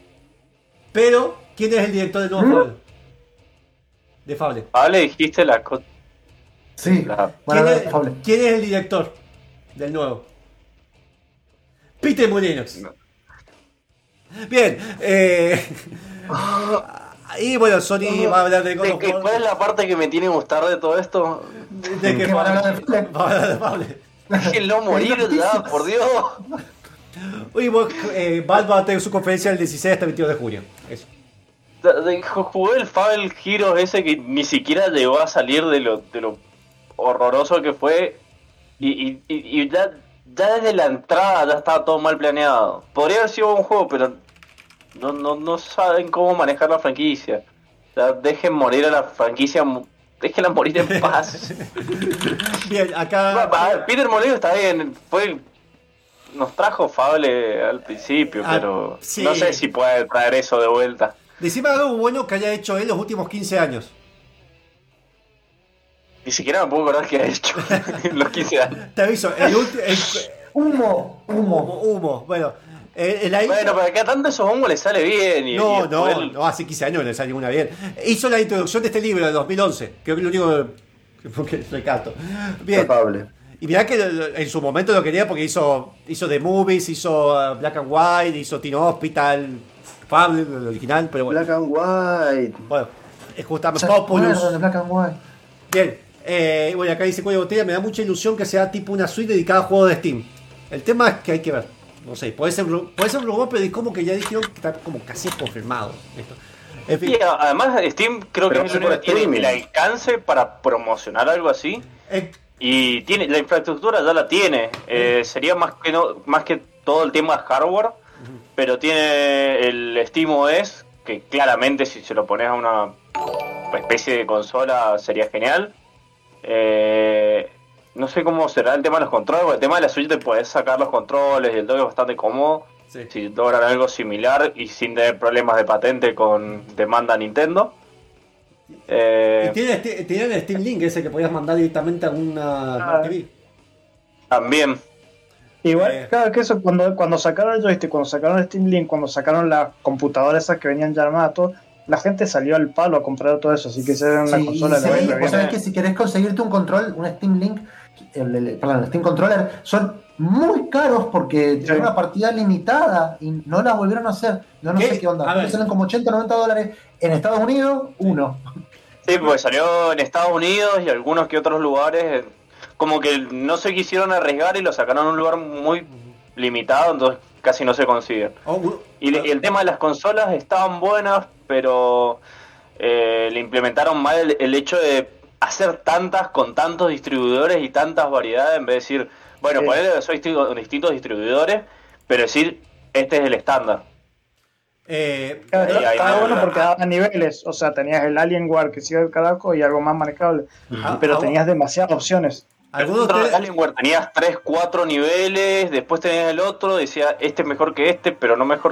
pero ¿quién es el director del nuevo Fable? De Fable. Ah, le dijiste la cosa. Sí, La- bueno, ¿Quién, a ver, es, Fable. quién es el director del nuevo? Peter Molyneux. Bien. Eh, y bueno, Sony va a hablar de God ¿De of qué- War. ¿Cuál es la parte que me tiene que gustar de todo esto? De, de que ¿Qué van a Fable- hablar de Fable? va a hablar de Fable. Déjenlo morir ya, por Dios. Y vos, eh, Valve va a tener su conferencia del dieciséis hasta el veintidós de junio. Eso. De- de- Jugué el Fable Heroes ese que ni siquiera llegó a salir de lo, de lo horroroso que fue. Y, y, y y ya, ya desde la entrada ya estaba todo mal planeado. Podría haber sido un juego, pero no, no, no saben cómo manejar la franquicia. O sea, dejen morir a la franquicia, mu- déjenla morir en paz. Bien, acá. Va- va, Peter Molyneux está bien, fue nos trajo Fable al principio, Ah, pero sí. no sé si puede traer eso de vuelta. Decime algo bueno que haya hecho él los últimos quince años. Ni siquiera me puedo acordar qué ha hecho en los quince años. Te aviso, el último. Humo, Humo, humo. humo. Bueno, el, el ahí- Bueno, pero acá tanto esos hongos le sale bien. Y, No, y no, después- no, hace quince años no le salió una bien. Hizo la introducción de este libro de dos mil once. Creo que es lo único que, porque recato. Bien. Afable. Y mirá que en su momento lo quería porque hizo hizo The Movies, hizo uh, Black and White, hizo Teen Hospital, Fable, el original, pero bueno. Black and White. Bueno, es justamente ¿Se acuerdan Populous. de Black and White? Bien, eh, bueno, acá dice Cuello de Botella, me da mucha ilusión que sea tipo una suite dedicada a juegos de Steam. El tema es que hay que ver. No sé, puede ser, un ru- puede ser un rumor, pero es como que ya dijeron que está como casi confirmado esto. En fin, Y a- además Steam creo Pero que es va el a único ser que por tiene el streaming. alcance para promocionar algo así. eh, Y tiene la infraestructura ya la tiene. Eh, sería más que no, más que todo el tema de hardware, pero tiene el SteamOS, que claramente si se lo pones a una especie de consola sería genial. Eh, no sé cómo será el tema de los controles, porque el tema de la Switch te puedes sacar los controles y el dock es bastante cómodo. sí. Si logran algo similar y sin tener problemas de patente con demanda a Nintendo. Eh, Y tiene, este- tiene el Steam Link ese que podías mandar directamente a una Smart T V. también. Igual, Eh. claro que eso, cuando, cuando sacaron el joystick, cuando sacaron el Steam Link, cuando sacaron las computadoras esas que venían ya armadas, todo, la gente salió al palo a comprar todo eso, así que esa era una Sí, consola y de sí, la vos viene. sabés que si querés conseguirte un control, un Steam Link, el, el- perdón, el Steam Controller, son muy caros porque Sí. tienen una partida limitada y no la volvieron a hacer. Yo no ¿Qué? sé qué onda. A ver. Salen como ochenta, noventa dólares. En Estados Unidos, uno. Sí, porque salió en Estados Unidos y algunos que otros lugares. eh, Como que no se quisieron arriesgar y lo sacaron a un lugar muy limitado, entonces casi no se consiguen. Oh, uh, Y, le- y el tema de las consolas estaban buenas, pero eh, le implementaron mal el, el hecho de hacer tantas con tantos distribuidores y tantas variedades en vez de decir, bueno, Sí. ponerle soy distintos, distintos distribuidores, pero decir, este es el estándar. eh, Claro, Y ahí estaba no- bueno porque daba niveles, o sea, tenías el Alienware que sigue el carajo y algo más manejable, ah, pero ah, tenías demasiadas opciones. ¿Alguno de Dentro de ustedes- Alienware tenías tres, cuatro niveles, después tenías el otro, decía, este es mejor que este, pero no mejor.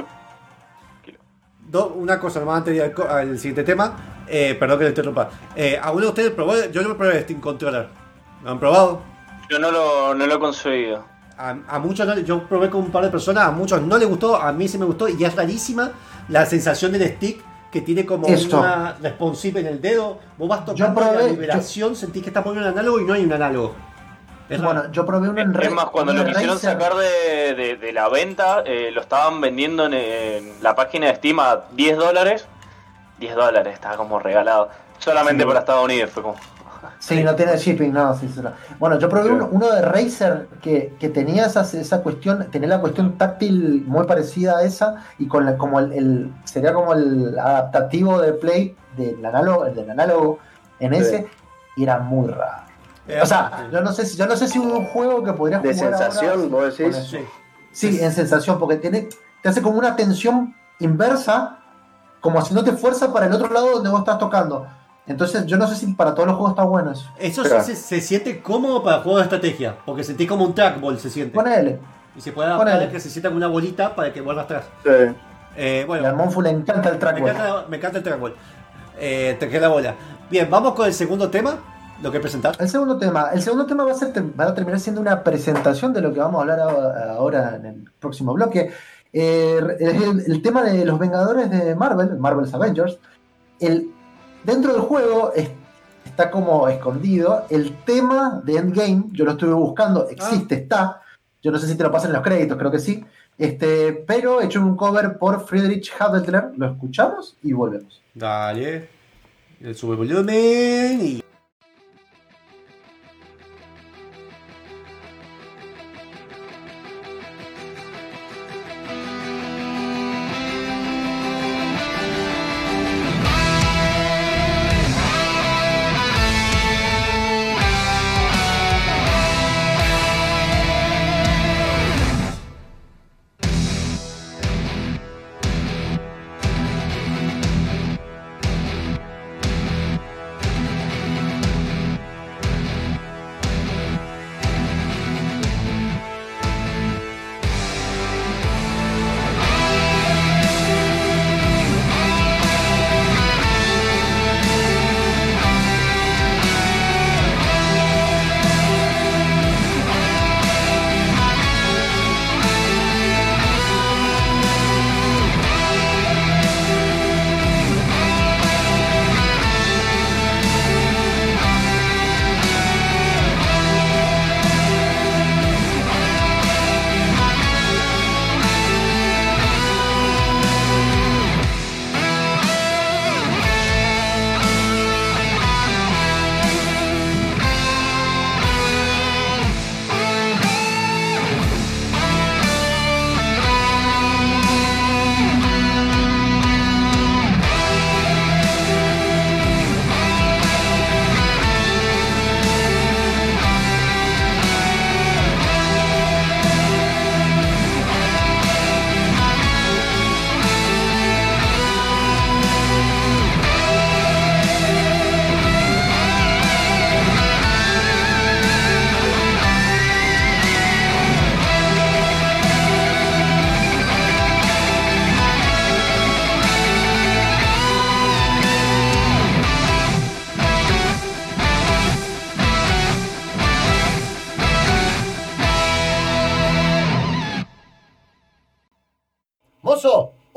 do- una cosa nomás antes de ir al, co- al siguiente tema. Eh, perdón que le interrumpa. Eh, ¿Alguno de ustedes probó? Yo no probé el Steam Controller. ¿Lo han probado? Yo no lo, no lo he conseguido. A, a muchos no, yo probé con un par de personas, a muchos no les gustó, a mí sí me gustó y es rarísima la sensación del stick que tiene como Esto. una responsive en el dedo. Vos vas tocando probé- la vibración, sentís que está poniendo un análogo y no hay un análogo. Es raro. Bueno, yo probé uno en Es Re- más, cuando uno lo en quisieron Razer. sacar de, de- de la venta, eh, lo estaban vendiendo en, en la página de Steam a diez dólares. diez dólares, estaba como regalado. Solamente Sí. para Estados Unidos, fue como... Sí, no tiene shipping, no, sí, sí, no. Bueno, yo probé uno, uno de Razer que, que tenía esa, esa cuestión, tenía la cuestión táctil muy parecida a esa y con la, como el, el- sería como el adaptativo de Play del análogo, del análogo en Sí. ese y era muy raro. Eh, O sea, yo no sé si yo no sé si hubo un juego que podría De jugar sensación, ahora vos con decís. eso. sí. Sí, en sensación, porque tiene, te hace como una tensión inversa, como haciéndote fuerza para el otro lado donde vos estás tocando. Entonces, yo no sé si para todos los juegos está bueno eso. Eso sí Claro. se, se siente cómodo para juegos de estrategia, porque sentís como un trackball se siente. Ponele. Y se puede adaptar ponele. a que se sienta como una bolita para que vuelva atrás. Sí. Eh, Y bueno, al Monfu le encanta el me trackball. encanta, me encanta el trackball. Eh, te queda la bola. Bien, vamos con el segundo tema, lo que presentar. El segundo tema, el segundo tema va a, ser, va a terminar siendo una presentación de lo que vamos a hablar ahora, ahora en el próximo bloque. Eh, es el, el tema de los Vengadores de Marvel, Marvel's Avengers. El, dentro del juego es- está como escondido el tema de Endgame. Yo lo estuve buscando, existe, está. Yo no sé si te lo pasan en los créditos, creo que sí. Este, pero he hecho un cover por Friedrich Habertler. Lo escuchamos y volvemos. Dale. El sube volumen y.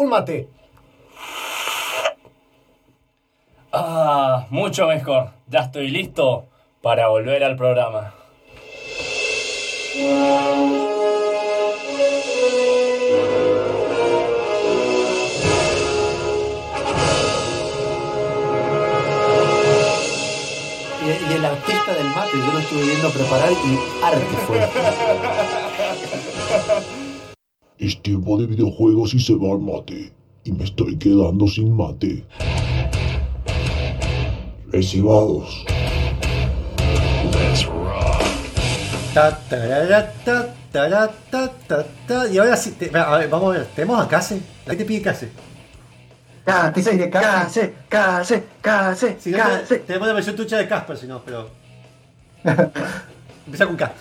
mate. Ah, mucho mejor. Ya estoy listo para volver al programa. Y, y el artista del mate, yo lo estuve viendo preparar y arte fue. Es tiempo de videojuegos y se va el mate. Y me estoy quedando sin mate. Recibados. Ta, tarara, ta, tarara, ta, ta, ta. Y ahora sí, te- a ver, vamos a ver, tenemos a Case. La gente pide Case. Case, de case. Case, case, Si no, case, te- tenemos la versión tucha de Casper, si no, pero. Empieza con K.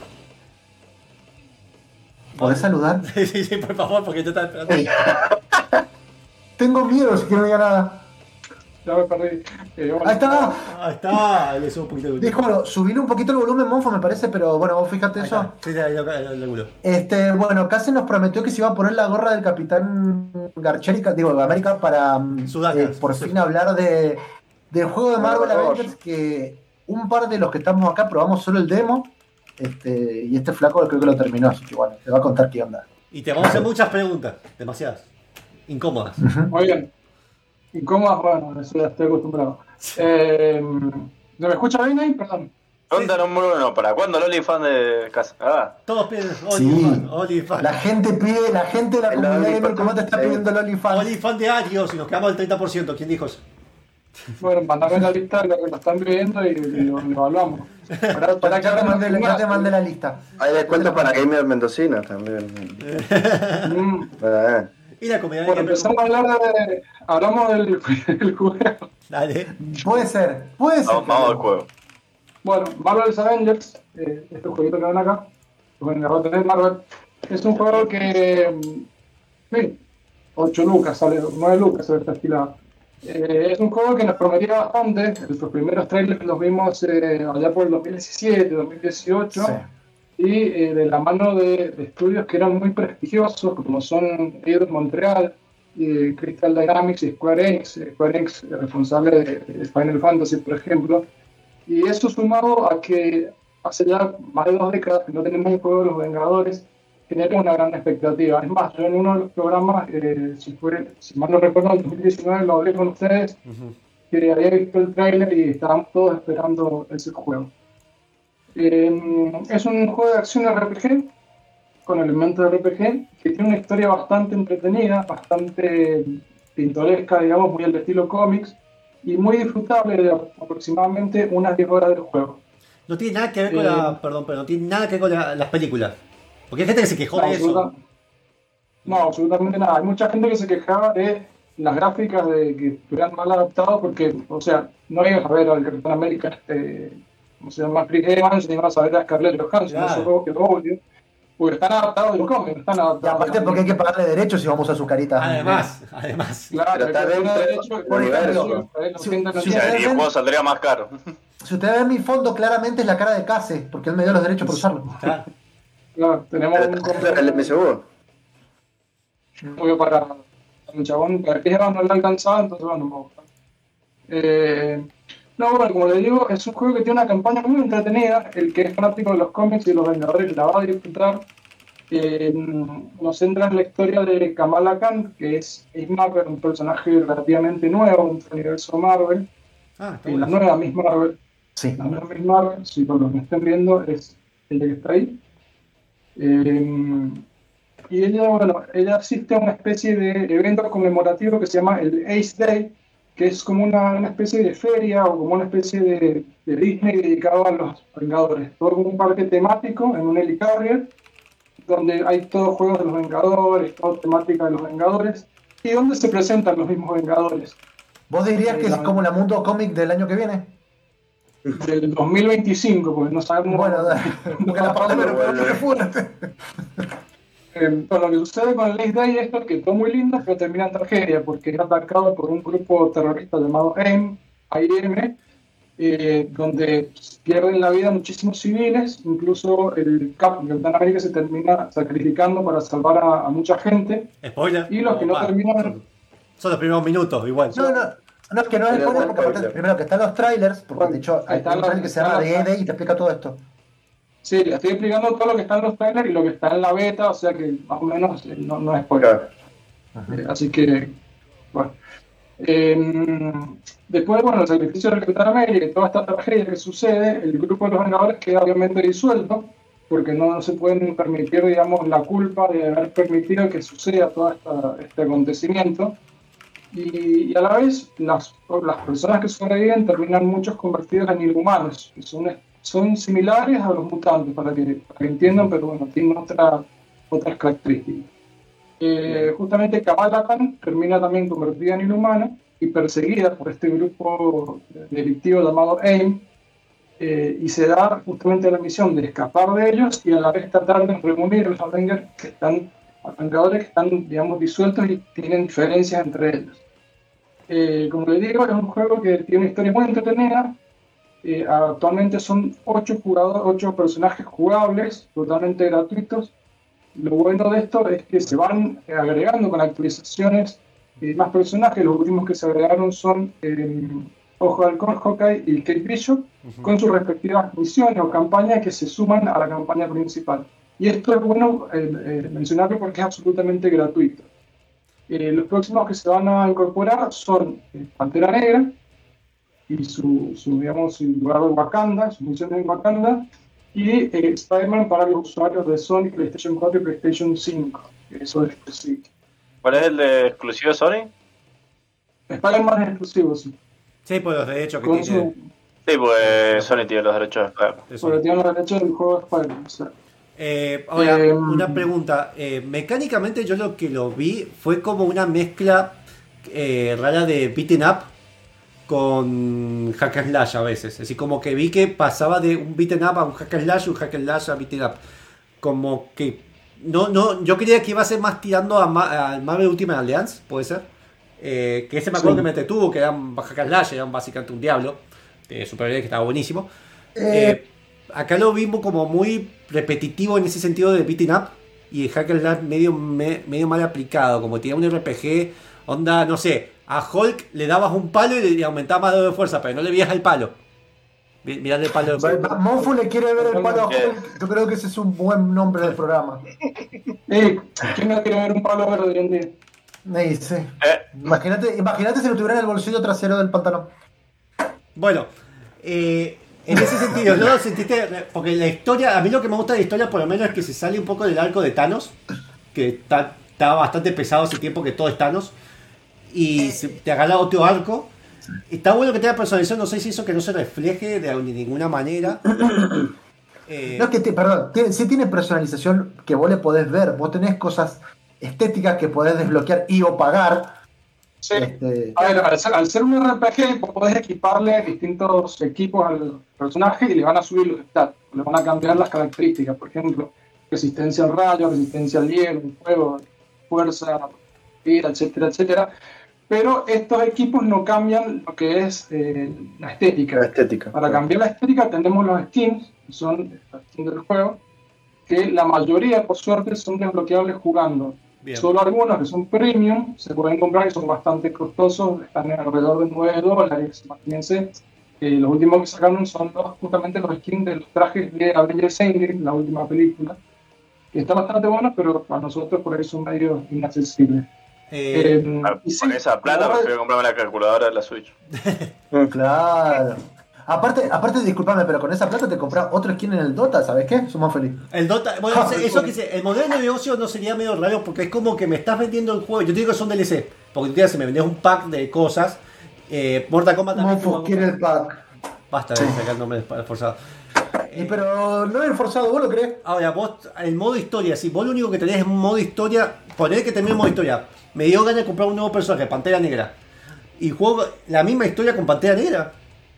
¿Podés saludar? Sí, sí, sí, por favor, porque yo estaba esperando. Tengo miedo si que no diga nada. Ya me perdí. Eh, bueno, Ahí está. Ahí está, le subo un poquito de Dijo, bueno, subile un poquito el volumen, Monfo, me parece, pero bueno, vos fíjate Ahí eso. está. Sí, ya, lo, lo, lo, lo. Este, bueno, casi nos prometió que se iba a poner la gorra del Capitán Garcherica, digo, de América, para mm, Sudaca, eh, por sí. fin hablar de del juego de Marvel Por favor. Avengers, que un par de los que estamos acá probamos solo el demo, este, y este flaco creo que lo terminó, así que bueno, te va a contar qué onda. Y te vamos a hacer muchas preguntas, demasiadas. Incómodas. muy bien. ¿Cómo? Bueno, eso ya estoy acostumbrado. Eh, ¿No me escucha bien ahí? Perdón. Pregunta número uno, ¿para cuándo el OnlyFans de casa? Ah, Todos piden Sí. OnlyFans, OnlyFans. La gente pide, la gente de la El comunidad OnlyFans, gamer común te está sí. pidiendo el OnlyFans. OnlyFans de Arios y nos quedamos al treinta por ciento. ¿Quién dijo eso? Bueno, mandame la lista de lo que lo están pidiendo y, y lo, lo evaluamos. Para, Para que ya ahora te no mande, tengo ya te más. mande la lista. Hay descuento para Gamer Mendocina también. Mm, Eh, Y la comunidad Bueno, de empezamos a hablar de... Hablamos del, del juego. Dale. Puede ser, puede ser. vamos, vamos al juego. Bueno, Marvel's Avengers, eh, este jueguito que ven acá, bueno, la rota de Marvel, es un juego que, mm, sí, ocho lucas, sale, nueve lucas sale esta estilada. Eh, es un juego que nos prometía bastante, los primeros trailers los vimos eh, allá por el dos mil diecisiete, dos mil dieciocho, Sí. y eh, de la mano de, de estudios que eran muy prestigiosos, como son Eidos Montreal, y Crystal Dynamics y Square Enix, eh, Square Enix eh, responsable de, de Final Fantasy, por ejemplo. Y eso sumado a que hace ya más de dos décadas que no tenemos un juego de los Vengadores, genera una gran expectativa. Es más, yo en uno de los programas, eh, si, fue, si mal no recuerdo, en dos mil diecinueve lo hablé con ustedes, Ujú. que había visto el tráiler y estábamos todos esperando ese juego. Eh, es un juego de acción R P G, con elementos de R P G, que tiene una historia bastante entretenida, bastante pintoresca, digamos, muy al estilo cómics, y muy disfrutable de aproximadamente unas diez horas del juego. No tiene nada que ver con Eh. la. Perdón, pero no tiene nada que ver con la- las películas. Porque hay gente que se quejó No, de eso. absoluta- no, absolutamente nada. Hay mucha gente que se quejaba de las gráficas de que estuvieran mal adaptados porque, o sea, no ibas a ver al Capitán América, este, ¿cómo se llama? Chris Evans, ni ibas a ver a Scarlett Johansson, Claro. esos juegos que lo odio, porque están adaptados del cómic, están Y adaptados. aparte porque hay que pagarle derechos si vamos a su carita. Además, además. Claro, Pero está hay que dentro tener del derecho- universo. eh, la Sí, gente no sí, Y tiene- el juego saldría más caro. Si ustedes ven mi fondo, claramente es la cara de Case, porque él me dio los derechos por usarlo. Claro. Claro, tenemos Pero un está dentro del M C U. obvio para un chabón, para que no lo alcanzaba, entonces bueno, me gusta. Eh, no, bueno, como le digo, es un juego que tiene una campaña muy entretenida. El que es fanático de los cómics y los Vengadores la va a disfrutar. Eh, nos centra en la historia de Kamala Khan, que es Miss Marvel, un personaje relativamente nuevo en el universo Marvel, Ah, está y la bueno. nueva Miss Marvel. Sí. La nueva Miss Marvel, si por lo que estén viendo, es ella que está ahí. Eh, y ella, bueno, ella asiste a una especie de evento conmemorativo que se llama el Ace Day, que es como una, una especie de feria o como una especie de, de Disney dedicado a los Vengadores. Todo como un parque temático en un helicarrier, donde hay todos juegos de los Vengadores, toda temática de los Vengadores, y donde se presentan los mismos Vengadores. ¿Vos dirías que es como la Mundo Comic del año que viene? Del dos mil veinticinco, porque no sabemos... Bueno, porque la pandemia no bueno, no eh. fue. Eh, bueno, lo que sucede con el Ace Day es que todo muy lindo, pero termina en tragedia, porque es atacado por un grupo terrorista llamado AIM, A I M, eh, donde pierden la vida muchísimos civiles, incluso el Cap, el Capitán América, se termina sacrificando para salvar a, a mucha gente. Spoiler. Y los que no Opa. terminan... Son, son los primeros minutos, igual. No, no, no, es que no es Pero spoiler, no porque aparte, spoiler. primero que están los trailers, porque Bueno, de hecho hay está un la- trailer que se llama está The la- A-Day y te explica todo esto. Sí, le estoy explicando todo lo que está en los trailers y lo que está en la beta, o sea que más o menos eh, no, no es spoiler. Claro. Eh, así que, bueno. Eh, después, bueno, el sacrificio del Capitán América y toda esta tragedia que sucede, el grupo de los Vengadores queda obviamente disuelto, porque no, no se pueden permitir, digamos, la culpa de haber permitido que suceda todo esta, este acontecimiento. Y, y a la vez, las, las personas que sobreviven terminan muchos convertidos en inhumanos, que son, son similares a los mutantes, para que, para que entiendan, pero bueno, tienen otra, otras características. Eh, justamente Kamala Khan termina también convertida en inhumana y perseguida por este grupo delictivo llamado AIM, eh, y se da justamente la misión de escapar de ellos y a la vez tratar de reunir a los Avengers que están, Vengadores que están, digamos, disueltos y tienen diferencias entre ellos. Eh, como les digo, es un juego que tiene una historia muy entretenida. Eh, actualmente son ocho jugadores, ocho personajes jugables, totalmente gratuitos. Lo bueno de esto es que se van agregando con actualizaciones eh, más personajes. Los últimos que se agregaron son eh, Ojo de Halcón, Hawkeye y Kate Bishop, uh-huh, con sus respectivas misiones o campañas que se suman a la campaña principal. Y esto es bueno eh, eh, mencionarlo porque es absolutamente gratuito. Eh, los próximos que se van a incorporar son eh, Pantera Negra y su, su, digamos, su lugar de Wakanda, su misión en Wakanda, y eh, Spider-Man para los usuarios de Sony, PlayStation cuatro y PlayStation cinco. Eso es exclusivo. ¿Cuál es el de exclusivo de Sony? Spider-Man es exclusivo, sí. Sí, por los derechos que Con tiene. su, Sí, pues Sony tiene los derechos de Spider-Man. Eso. porque tiene los derechos del juego de Spider-Man. O sea. Eh, ahora, Eh, una pregunta. Eh, mecánicamente yo lo que lo vi fue como una mezcla eh, rara de beaten up con hack and slash a veces. Así como que vi que pasaba de un beaten up a un hack and slash, un hack and slash a beaten up. Como que no, no, yo creía que iba a ser más tirando a, Ma- a Marvel Ultimate Alliance, puede ser. Eh, que ese me acuerdo Sí. que me entretuvo, que eran hack and slash, eran básicamente un diablo de superhéroes que estaba buenísimo. Eh, Eh, acá lo vimos como muy repetitivo en ese sentido de beating up y el hack and slash medio, me- medio mal aplicado, como tenía un R P G, onda, no sé, a Hulk le dabas un palo y le aumentaba más de fuerza, pero no le veías el palo. Mi- Mirad el palo. Monfu le quiere ver el palo a Hulk. Yo creo que ese es un buen nombre del programa. Eh, ¿Quién no quiere ver un palo verde hoy en día? Me dice. Eh, Imagínate, imagínate si lo tuviera en el bolsillo trasero del pantalón. Bueno, eh, en ese sentido, ¿no lo sentiste? Porque la historia, a mí lo que me gusta de la historia por lo menos es que se sale un poco del arco de Thanos, que está, estaba bastante pesado hace tiempo que todo es Thanos, y se- te agarra otro arco. Está bueno que tenga personalización, no sé si eso que no se refleje de ninguna manera. Eh, No es que, te, perdón, tiene- sí tiene personalización que vos le podés ver. Vos tenés cosas estéticas que podés desbloquear y o pagar. Sí. Este, A ver, al ser, al ser un R P G, vos podés equiparle distintos equipos al personaje y le van a subir los stats, le van a cambiar las características, por ejemplo, resistencia al rayo, resistencia al hielo, fuego, fuerza, vida, etcétera, etcétera. Pero estos equipos no cambian lo que es eh, la estética. La estética. Para cambiar la estética tenemos los skins, que son las skins del juego, que la mayoría, por suerte, son desbloqueables jugando. bien. Solo algunos que son premium se pueden comprar y son bastante costosos, están alrededor de nueve dólares. Imagínense, eh, los últimos que sacaron son los, justamente los skins de los trajes de Avengers Endgame, la última película, que está bastante bueno, pero para nosotros por ahí son medio inaccesibles. Eh, Eh, ah, y sí, con esa plata como- prefiero comprarme la calculadora de la Switch. claro. Aparte, aparte, disculpame, pero con esa plata te compras otro skin en el Dota, ¿sabes qué? Somos felices. El Dota, bueno, eso- eso que se- el modelo de negocio no sería medio raro porque es como que me estás vendiendo el juego. Yo te digo que son D L C, porque tú tienes, si me vendés un pack de cosas, eh, Mortal Kombat también. Monfu como- quiere el pack. Basta de sacar nombres forzados. Y pero no es forzado, ¿vos lo crees? Ahora, vos, el modo historia, si vos lo único que tenés es un modo historia, poner que termine el modo historia. Me dio ganas de comprar un nuevo personaje, Pantera Negra. Y juego la misma historia con Pantera Negra.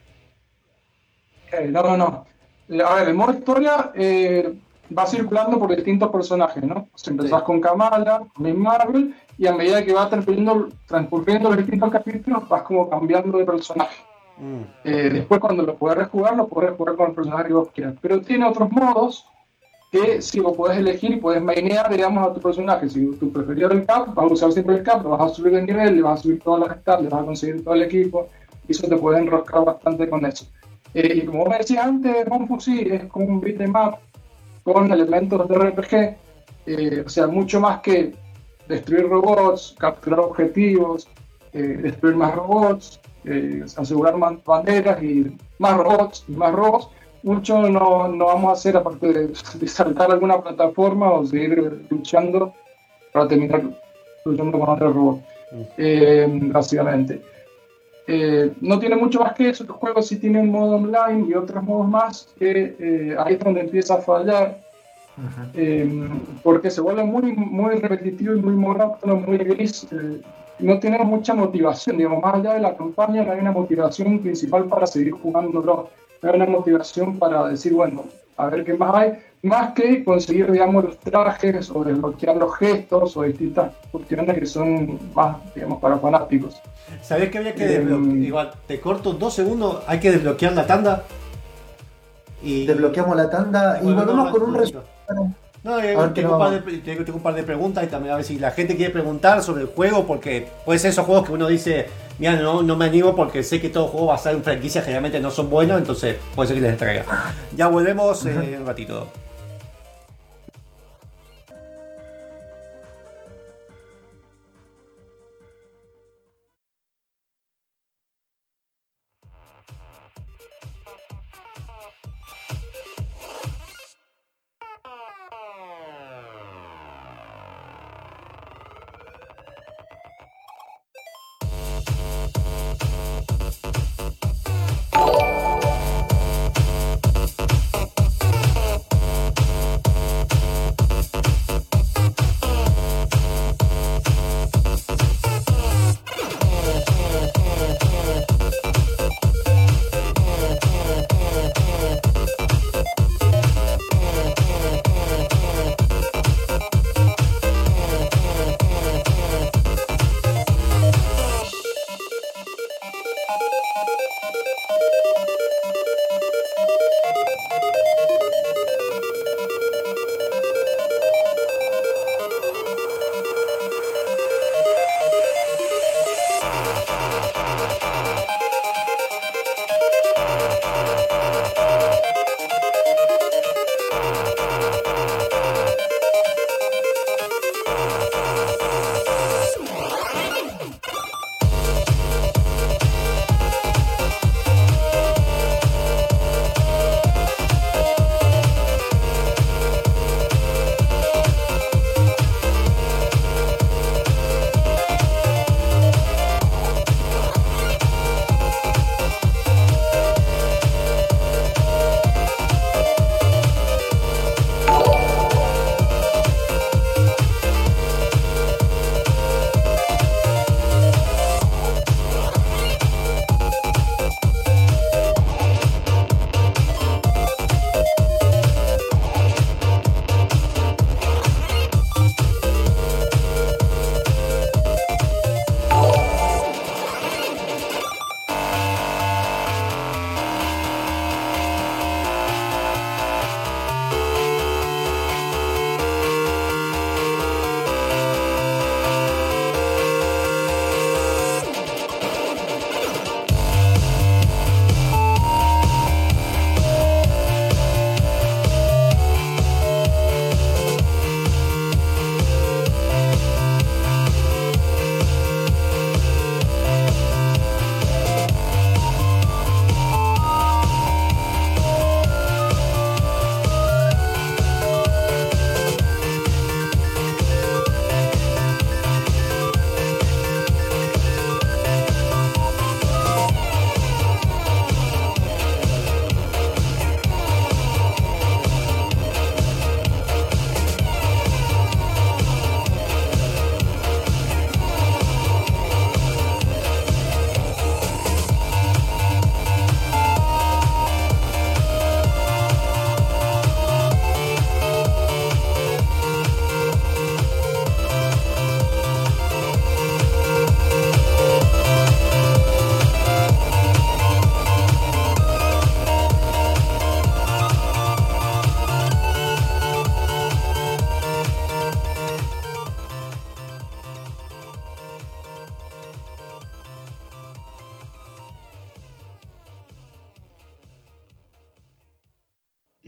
Eh, no, no, no. Eh, A ver, el modo historia eh, va circulando por distintos personajes, ¿no? O sea, empezás Sí. con Kamala, con Miss Marvel, y a medida que va transcurriendo, transcurriendo los distintos capítulos, vas como cambiando de personaje. Mm. Eh, después cuando lo puedes rejugar, lo puedes jugar con el personaje que vos quieras. Pero tiene otros modos que si vos podés elegir y podés mainear, digamos, a tu personaje. Si tu preferido es el cap, vas a usar siempre el cap, lo vas a subir de nivel, le vas a subir todas las stats, le vas a conseguir todo el equipo, y eso te puede enroscar bastante con eso. Eh, y como vos me decías antes, Monfu sí, es como un beat'em up con elementos de R P G, eh, o sea, mucho más que destruir robots, capturar objetivos, eh, destruir más robots, eh, asegurar más banderas y más robots y más robots. Mucho no, no vamos a hacer aparte de, de saltar alguna plataforma o seguir luchando para terminar luchando con otro robot, eh, básicamente. Eh, no tiene mucho más que eso. El juego sí tiene un modo online y otros modos más que eh, ahí es donde empieza a fallar, uh-huh. eh, porque se vuelve muy, muy repetitivo y muy monótono, muy gris. Eh, no tiene mucha motivación, digamos, más allá de la campaña no hay una motivación principal para seguir jugándolo. No hay una motivación para decir, bueno, a ver qué más hay, más que conseguir, digamos, los trajes o desbloquear los gestos o distintas cuestiones que son más, digamos, para fanáticos. ¿Sabés que había que desbloquear? Eh, Igual, te corto dos segundos, hay que desbloquear la tanda. Y desbloqueamos la tanda y, y volvemos con un resumen. No, eh, tengo, un par de, tengo un par de preguntas y también a ver si la gente quiere preguntar sobre el juego, porque puede ser esos juegos que uno dice, mira, no, no me animo porque sé que todo juego va a ser en franquicias, generalmente no son buenos, entonces puede ser que les traiga. Ya volvemos eh, un ratito.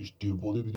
Es tiempo de video.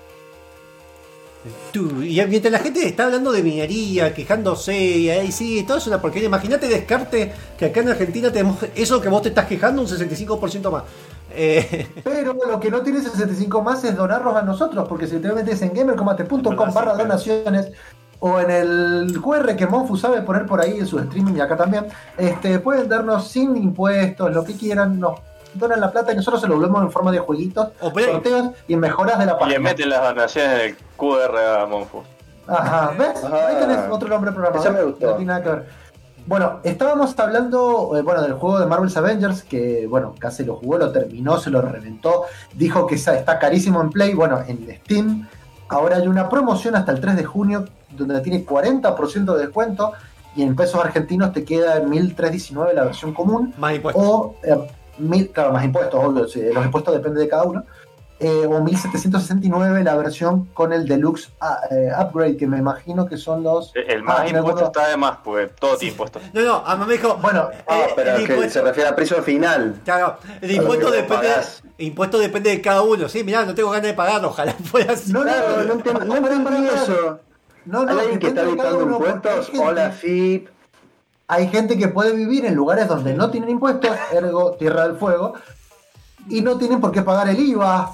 Tú, y mientras la gente está hablando de minería, quejándose, y ahí sí, todo es una porquería. Imagínate Descarte que acá en Argentina tenemos eso que vos te estás quejando un sesenta y cinco por ciento más. Eh... Pero lo que no tiene sesenta y cinco más es donarnos a nosotros, porque si te metes en gamercombate punto com barra donaciones o en el Q R que Monfu sabe poner por ahí en su streaming y acá también, este, pueden darnos sin impuestos, lo que quieran, nos donan la plata y nosotros se lo volvemos en forma de jueguitos, sorteos y mejoras de la Y página. le meten las donaciones en el Q R a Monfu. Ajá, ¿ves? Ajá. Ahí tenés otro nombre programado. Eso me gustó. No tiene nada que ver. Bueno, estábamos hablando eh, bueno, del juego de Marvel's Avengers, que bueno, casi lo jugó, lo terminó, se lo reventó, dijo que está, está carísimo en Play, bueno, en Steam. Ahora hay una promoción hasta el tres de junio, donde tiene cuarenta por ciento de descuento, y en pesos argentinos te queda en mil trescientos diecinueve la versión común. Más impuestos. O, eh, mil, claro, más impuestos, obvio, sí, los impuestos dependen de cada uno. Eh, o mil setecientos sesenta y nueve la versión con el Deluxe uh, eh, Upgrade, que me imagino que son los... El más Ah, impuesto bueno. está de más, porque todo tiene impuestos. No, no, a mí me dijo. Bueno, Ah, eh, pero el es que impuesto- se refiere al precio final. Claro, el A lo impuesto que vos depende, pagás. el impuesto depende de cada uno. Sí, mirá, no tengo ganas de pagarlo, ojalá fuera así. No, Claro, no entiendo, no entendí eso. No, no, ¿Hay alguien que depende está de cada evitando uno, porque hay impuestos? gente- Hola, F I P. Hay gente que puede vivir en lugares donde no tienen impuestos, ergo Tierra del Fuego, y no tienen por qué pagar el I V A.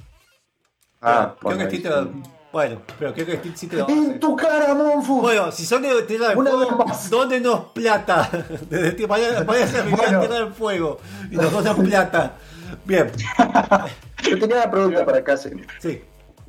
Ah, creo que bueno, Steve te ahí lo- Bueno, pero creo que Steve sí te lo va a hacer. ¡En tu cara, Monfu! Bueno, si son de Tierra del Una Fuego, vez más. dónenos plata. Desde que vaya, vaya a ser Bueno. Tierra del Fuego y nos donan plata. Bien, Yo tenía una pregunta para acá. sí. sí.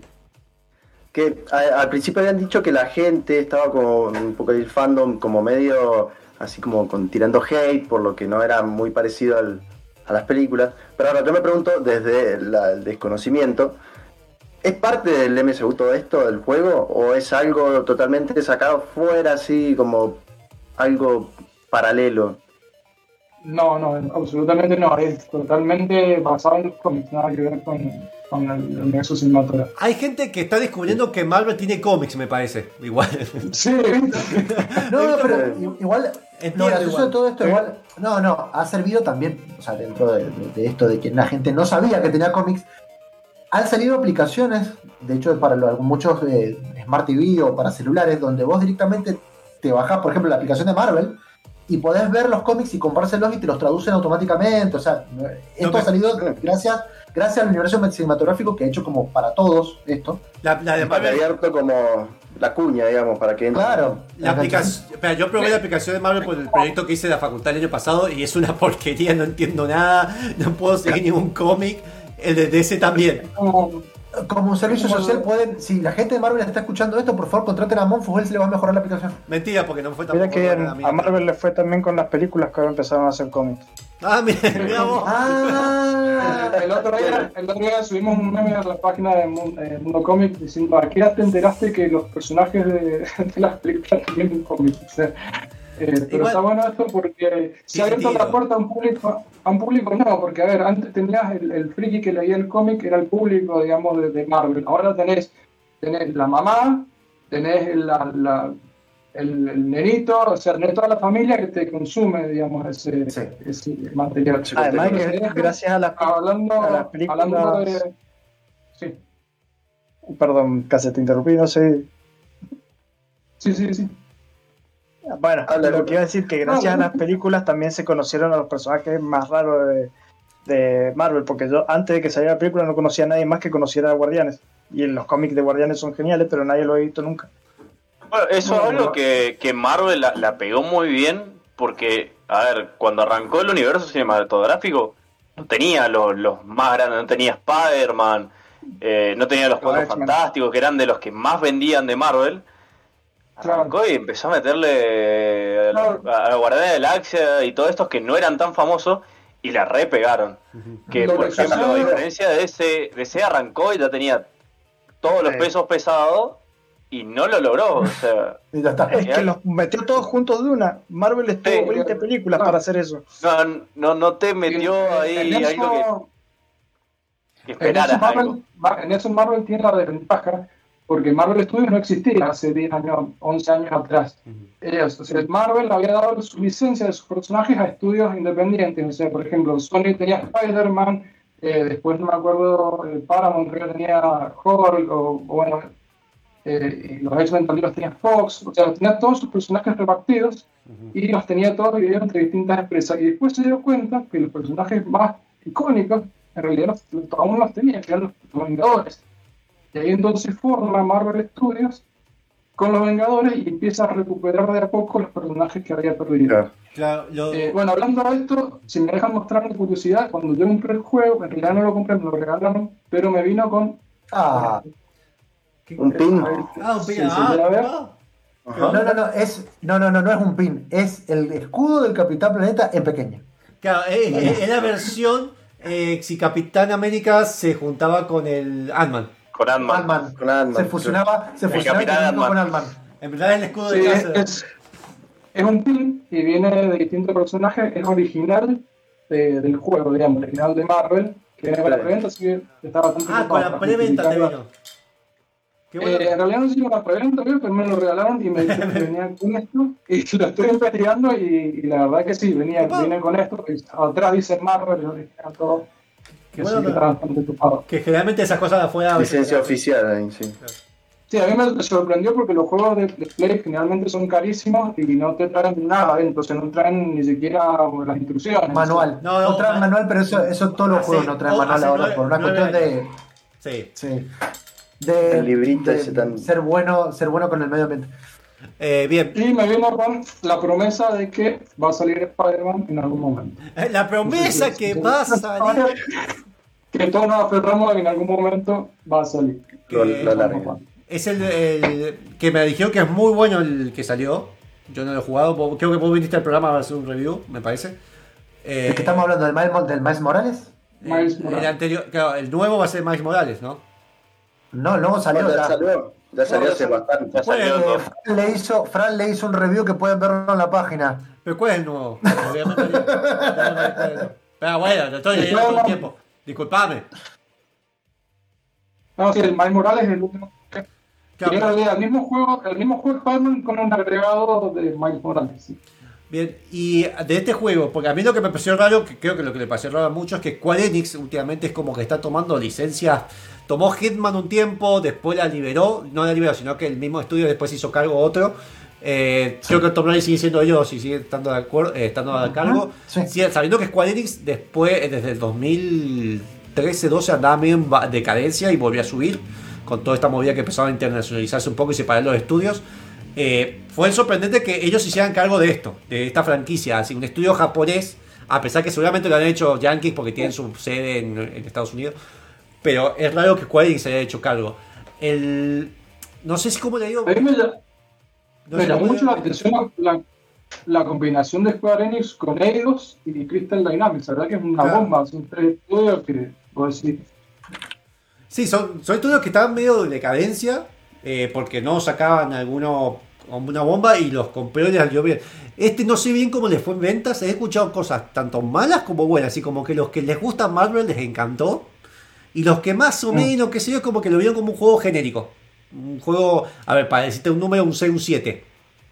Que a- al principio habían dicho que la gente estaba como un poco del fandom como medio así como con, tirando hate por lo que no era muy parecido al- a las películas. Pero ahora yo me pregunto desde la- el desconocimiento, ¿es parte del M C U todo esto del juego o es algo totalmente sacado fuera así como algo paralelo? No, no, absolutamente no. Es totalmente basado en los cómics, nada que ver con, con el universo cinematográfico. Hay gente que está descubriendo que Marvel tiene cómics, me parece. Igual. Sí, No, no, pero i- igual, Entiendo lo gracioso igual. de todo esto, igual, no, no, ha servido también, o sea, dentro de, de- de esto de que la gente no sabía que tenía cómics, han salido aplicaciones, de hecho, para lo- muchos eh, Smart T V o para celulares, donde vos directamente te bajás, por ejemplo, la aplicación de Marvel y podés ver los cómics y comprárselos y te los traducen automáticamente. O sea, esto No, ha salido gracias, gracias al universo cinematográfico que ha hecho como para todos esto. La, la de Para Marvel. abierto como la cuña, digamos, para que entre. Claro. La aplicación, espera, yo probé la aplicación de Marvel por el proyecto que hice de la facultad el año pasado y es una porquería, no entiendo nada, no puedo seguir ningún cómic. El de D C también. como, Como un servicio Como- social pueden, si la gente de Marvel está escuchando esto, por favor contraten a Monfus, él se le va a mejorar la aplicación. Mentira, porque no fue tan Mira que bien, a Marvel le fue también con las películas que ahora empezaron a hacer cómics. Ah, mira, mira vos. Ah, el, otro día, el otro día subimos un meme a la página de Mun- eh, Mundo Comic diciendo: ¿a qué edad te enteraste que los personajes de, de las películas tienen cómics? O sea, eh, pero Igual- está bueno esto porque se ha abierto sentido. la puerta a un público, a un público no, porque a ver, antes tenías el, el friki que leía el cómic, era el público, digamos, de, de Marvel. Ahora tenés, tenés la mamá, tenés la, la- el, el nenito, o sea, tenés toda la familia que te consume, digamos, ese, Sí. ese material. Además que Entonces, gracias a las, Hablando, a las películas... hablando de... Sí, Perdón, casi te interrumpí, no sé. sí, sí, sí. Bueno, Habla, lo Luca. que iba a decir que gracias a las películas también se conocieron a los personajes más raros de, de Marvel, porque yo antes de que saliera la película no conocía a nadie más que conociera a Guardianes. Y los cómics de Guardianes son geniales, pero nadie lo ha visto nunca. Bueno, eso No, es algo no. que, que Marvel la, la pegó muy bien porque, a ver, cuando arrancó el universo cinematográfico, no tenía los, los más grandes, no tenía Spider-Man, eh, no tenía los Cuatro X-Men. Fantásticos, que eran de los que más vendían de Marvel. Arrancó y empezó a meterle a la, a la Guardiana de la Galaxia y todos estos que no eran tan famosos y la re pegaron. Que, Lo por que ejemplo, a sucede- diferencia de ese, de ese arrancó y ya tenía todos los Sí. pesos pesados y no lo logró, o sea... y ya está. Es que los metió todos juntos de una. Marvel estuvo Sí. veinte películas No. para hacer eso. No, no, no te metió En- ahí en algo eso- que, que En eso, esperaras algo. Marvel, Ma- en eso Marvel tiene la desventaja, porque Marvel Studios no existía hace diez años, once años atrás. Ellos, o sea, Marvel había dado su licencia de sus personajes a estudios independientes. O sea, por ejemplo, Sony tenía Spider-Man, Eh, después no me acuerdo, eh, Paramount creo que tenía Hulk, o, o bueno, eh, y los X-Men también los tenía Fox, o sea, tenía todos sus personajes repartidos y los tenía todos divididos entre distintas empresas. Y después se dio cuenta que los personajes más icónicos en realidad los, aún los tenía, que eran los, los Vengadores. Y ahí entonces forma Marvel Studios con los Vengadores y empieza a recuperar de a poco los personajes que había perdido. Claro, lo... eh, bueno, hablando de esto, si me dejan mostrar mi curiosidad, cuando yo compré el juego, en realidad no lo compré, me lo regalaron, pero me vino con... Ah, un pin. Ah, un pin. Sí, Ah, sí, a ver. ah. no, no, no, es, no, no, no, no es un pin, es el escudo del Capitán Planeta en pequeño. Claro, es, es- es la versión eh, si Capitán América se juntaba con el Ant-Man. Con Ant-Man. Ant-Man. Con Ant-Man. Se fusionaba, se El fusionaba Capitán con Ant-Man. con Ant-Man. En verdad es el escudo de Sí, es, casa. es, es un pin y viene de distintos personajes, es original de- del juego, digamos, original de Marvel, que viene con la preventa, así que está bastante Ah, con la para preventa te justificarla. vino. Qué bueno. Eh, en realidad no sé si con la preventa, creo, pero me lo regalaron y me dijeron que venía con esto. Y lo estoy investigando y, y la verdad que sí, venía, Opa. viene con esto. Y atrás dice Marvel, es original todo. Que Bueno, sí, que no. está bastante ocupado. Que generalmente esas cosas de afuera. a veces- Licencia oficial ahí, sí. Sí, a mí me sorprendió porque los juegos de, de Play generalmente son carísimos y no te traen nada adentro, o sea, no traen ni siquiera las instrucciones. Manual. No, no, No, traen man- manual, pero eso, eso todos los Hace- juegos no traen oh, manual hace ahora nueve- por una nueve cuestión de, años. Sí. sí, de, El librito de ese tan- ser bueno, ser bueno con el medio ambiente. Eh, bien. Y me vino con la promesa de que va a salir Spider-Man en algún momento. La promesa que va a salir. Que todos nos aferramos a que en algún momento va a salir. Lo, Que- lo largo. Es el, el que me dijeron que es muy bueno el que salió. Yo no lo he jugado. vos- Creo que vos viniste al programa a hacer un review, me parece. Eh, ¿Es que estamos hablando del Miles, del Miles Morales? Miles el, Morales. el anterior, claro, el nuevo va a ser Miles Morales, ¿no? No, luego salió ya ya. salió. Ya salió hace bastante. Ya salió Eh, dos. Fran, le hizo, Fran le hizo un review que pueden verlo en la página. ¿Pero cuál es el nuevo? Obviamente yo- no, no, no, no. Pero bueno, lo estoy leyendo todo el tiempo. Disculpame. No, sí, el Miles Morales es el último. Claro, Y en realidad el mismo juego, el mismo juego Spider-Man con un agregado de Miles Morales. Sí. Bien, y de este juego, porque a mí lo que me pareció raro, que creo que lo que le pareció raro a muchos, es que Square Enix últimamente es como que está tomando licencias. Tomó Hitman un tiempo, después la liberó, no la liberó, sino que el mismo estudio después hizo cargo otro. Eh, Creo que Tom Raider sigue siendo ellos y sigue estando de acuerdo, eh, estando a cargo. Sí. Sí, sabiendo que Square Enix después, eh, desde el dos mil trece doce andaba medio en ba- decadencia y volvió a subir con toda esta movida que empezaba a internacionalizarse un poco y separar los estudios. Eh, fue sorprendente que ellos se hicieran cargo de esto, de esta franquicia, así un estudio japonés, a pesar que seguramente lo han hecho yankees porque tienen su sede en, en Estados Unidos, pero es raro que Square Enix se haya hecho cargo. El, no sé si cómo le digo. A mí me, ll- no me sé llamó cómo mucho le la digo. atención la, la combinación de Square Enix con Eidos y Crystal Dynamics. La verdad que es una Claro. bomba. Son tres estudios que, vos decís, Sí, son, son estudios que estaban medio de decadencia eh, porque no sacaban alguno como una bomba y los compró y les salió bien. Este no sé bien cómo les fue en ventas, he escuchado cosas tanto malas como buenas, así como que los que les gusta Marvel les encantó y los que más o menos, qué sé yo, como que lo vieron como un juego genérico. Un juego, a ver, para decirte un número, un seis, un siete.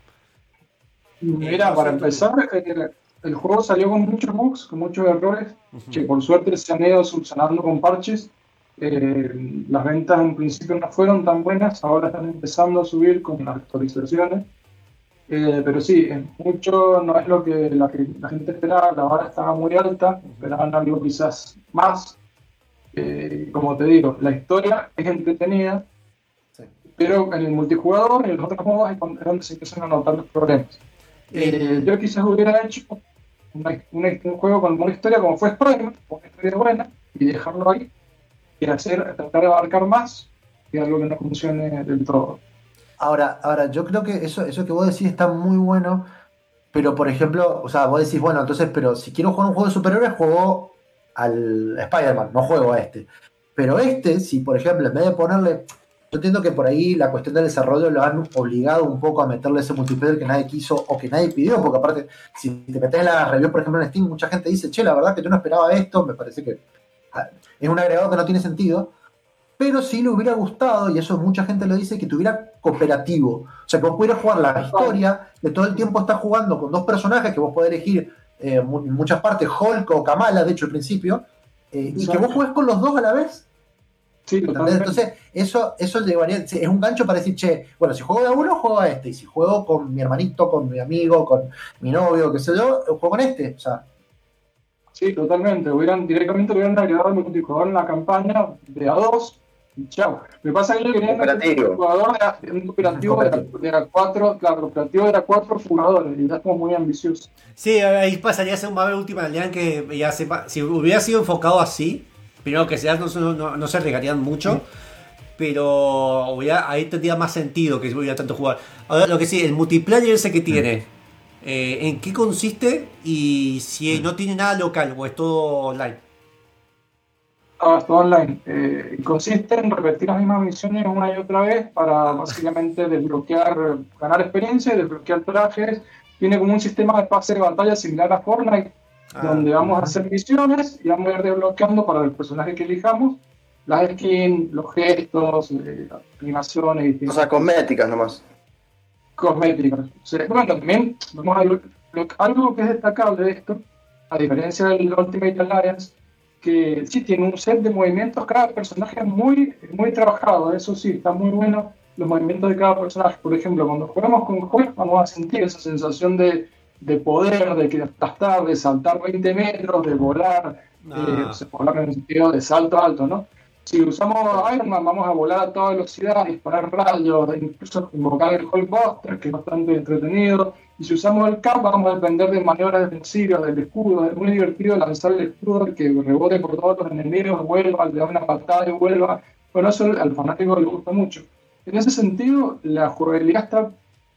Mira, para empezar, el, el juego salió con muchos bugs, con muchos errores, que por suerte se han ido subsanando con parches. Eh, las ventas en principio no fueron tan buenas, ahora están empezando a subir con las actualizaciones. Eh, pero sí, en mucho no es lo que la, que la gente esperaba, la vara estaba muy alta, esperaban algo quizás más. Eh, como te digo, la historia es entretenida, Sí. pero en el multijugador y en los otros modos es donde se empiezan a notar los problemas. Eh, yo quizás hubiera hecho una- una- un juego con una historia como fue Spider-Man, con una historia buena, y dejarlo ahí, y hacer, tratar de abarcar más, y algo que no funcione del todo. Ahora, ahora, yo creo que eso, eso que vos decís está muy bueno, pero por ejemplo, o sea, vos decís, bueno, entonces, pero si quiero jugar un juego de superhéroes, juego al Spider-Man, no juego a este. Pero este, si por ejemplo, en vez de ponerle, yo entiendo que por ahí la cuestión del desarrollo lo han obligado un poco a meterle ese multiplayer que nadie quiso o que nadie pidió, porque aparte, si te metes en la review, por ejemplo, en Steam, mucha gente dice, che, la verdad que yo no esperaba esto, me parece que ah, es un agregado que no tiene sentido. Pero sí le hubiera gustado, y eso mucha gente lo dice, que tuviera cooperativo. O sea, que vos pudieras jugar la historia, de todo el tiempo estás jugando con dos personajes que vos podés elegir eh, mu- en muchas partes, Hulk o Kamala, de hecho al principio, Eh, y que vos juegues con los dos a la vez. Sí, ¿Entendés? totalmente. Entonces, eso, eso llevaría, es un gancho para decir, che, bueno, si juego de a uno, juego a este, y si juego con mi hermanito, con mi amigo, con mi novio, qué sé yo, juego con este. O sea, Sí, totalmente. Hubieran, directamente hubieran agregado el multijugador en la campaña de a dos y chao. Me pasa que yo quería un Cooperativo. multijugador de a- un cooperativo de a, de a cuatro, claro, cooperativo de a cuatro jugadores, y ya es como muy ambicioso. Sí, ahí pasaría a ser un Marvel Ultimate Alliance que ya sepa. Si hubiera sido enfocado así, primero que sea, no, no, no, no se arriesgarían mucho. Pero hubiera, ahí tendría más sentido que hubiera tanto jugar. Ahora, lo que sí, el multiplayer ese que tiene, eh, ¿en qué consiste? Y si no tiene nada local o es todo online. Ah, es todo online. Eh, y consiste en repetir las mismas misiones una y otra vez para básicamente desbloquear, ganar experiencia y desbloquear trajes. Tiene como un sistema de pase de batalla similar a Fortnite, Ah, donde vamos a ajá. hacer misiones y vamos a ir desbloqueando para el personaje que elijamos las skins, los gestos, eh, las animaciones y O distintas sea, cosméticas nomás. cosméticas. O sea, bueno, también vamos a lo- lo- algo que es destacable de esto, a diferencia del Ultimate Alliance, que sí tiene un set de movimientos, cada personaje es muy, muy trabajado, eso sí, está muy bueno los movimientos de cada personaje. Por ejemplo, cuando jugamos con Hulk vamos a sentir esa sensación de, de poder, de que aplastar, de saltar veinte metros, de volar, eh, Ah. o sea, volar en el sentido de salto alto, ¿no? Si usamos Iron Man, vamos a volar a toda velocidad, disparar rayos, incluso invocar el Hulkbuster, que es bastante entretenido. Y si usamos el Cap, vamos a depender de maniobras defensivas, del escudo. Es muy divertido lanzar el escudo, que rebote por todos los enemigos, vuelva, le da una patada y vuelva. Bueno, eso al fanático le gusta mucho. En ese sentido, la jugabilidad está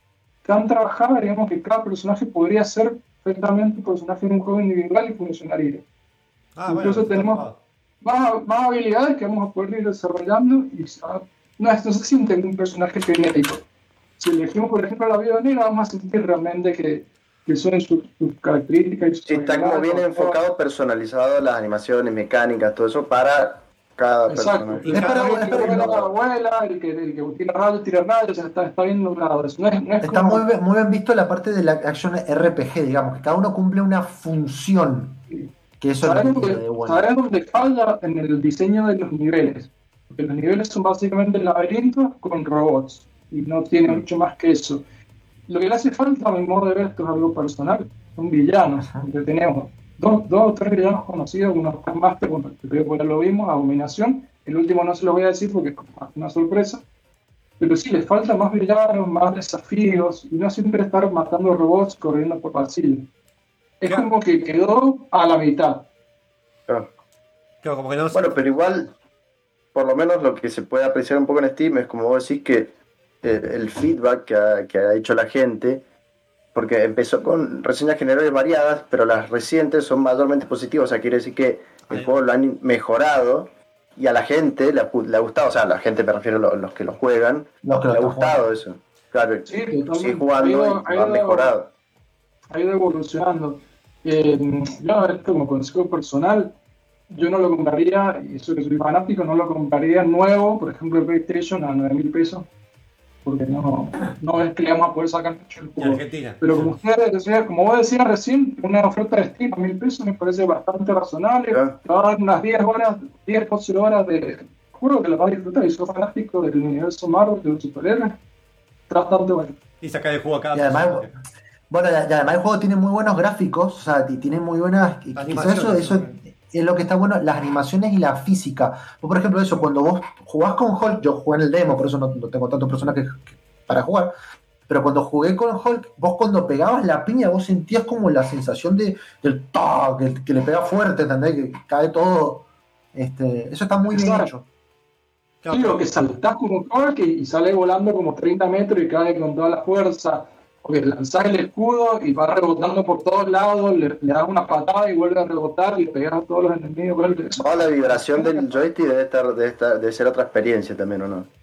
tan trabajada, digamos, que cada personaje podría ser perfectamente un personaje en un juego individual y funcionaría. Ah, Incluso está tenemos- ocupado. Más, más habilidades que vamos a poder ir desarrollando y ah, no, no se siente como un personaje genérico. Si elegimos, por ejemplo, la Viuda Negra, vamos a sentir realmente que, que son sus, sus características y sus Sí, está como habilidades, bien con todo. enfocado, personalizado las animaciones, mecánicas, todo eso para cada Exacto. personaje. Y Es para- cada es uno para- que la abuela, el que, el que tira rayos, tira rayos, o sea, está, está bien logrado. Eso no es, no es está como- muy, bien- muy bien visto la parte de la acción R P G, digamos, que cada uno cumple una función. Que eso es lo ¿Sabes que tiene de dónde, bueno. ¿sabes dónde falla? En el diseño de los niveles. Porque los niveles son básicamente laberintos con robots. Y no tiene mucho más que eso. Lo que le hace falta, a mi modo de ver, esto es algo personal, son villanos. Porque tenemos dos, dos o tres villanos conocidos, unos más, pero bueno, que creo que ya lo vimos, Abominación. El último no se lo voy a decir porque es una sorpresa. Pero sí, les falta más villanos, más desafíos, y no siempre estar matando robots corriendo por pasillos. Es Claro. como que quedó a la mitad. Claro. Claro, como que no Bueno, pero igual, por lo menos lo que se puede apreciar un poco en Steam es como vos decís que eh, el feedback que ha, que ha hecho la gente, porque empezó con reseñas generales variadas, pero las recientes son mayormente positivas, o sea, quiere decir que el Ahí. juego lo han mejorado y a la gente le ha, le ha gustado, o sea, a la gente me refiero a los, los que lo juegan, Los que lo le ha están gustado jugando. eso. Claro, Sí, sigue totalmente. jugando Ha ido- y ha lo han ido- mejorado. Ha ido evolucionando. Eh, yo, esto como consejo personal, yo no lo compraría, y eso que soy fanático, no lo compraría nuevo, por ejemplo, el PlayStation a nueve mil pesos, porque no, no es que le vamos a poder sacar mucho el en juego. Argentina. Pero como ustedes decían, como vos decías recién, una oferta de Steam a mil pesos me parece bastante razonable. Claro. Te va a dar unas diez horas, diez, doce horas de juego que lo vas a disfrutar. Y sos fanático del universo Marvel, de los superhéroes, está bastante bueno. Y sacar el juego a cada Y además, personaje. bueno, y además el juego tiene muy buenos gráficos, o sea, y tiene muy buenas. y quizás eso, Animaciones, eso ¿no? es lo que está bueno, las animaciones y la física. Vos, por ejemplo, eso, cuando vos jugás con Hulk, yo jugué en el demo, por eso no, no tengo tantos personajes que- para jugar. Pero cuando jugué con Hulk, vos cuando pegabas la piña, vos sentías como la sensación de, del toc, que, que le pega fuerte, ¿entendés? Que cae todo. Este, eso está muy bien Exacto. hecho. Claro, Sí, pero- o que saltás como un Hulk y, y sale volando como treinta metros y cae con toda la fuerza. O que lanzás el escudo y va rebotando por todos lados, le, le das una patada y vuelve a rebotar y pegas a todos los enemigos. vuelve- Toda la vibración del joystick debe estar, debe estar, debe ser otra experiencia también, ¿o no?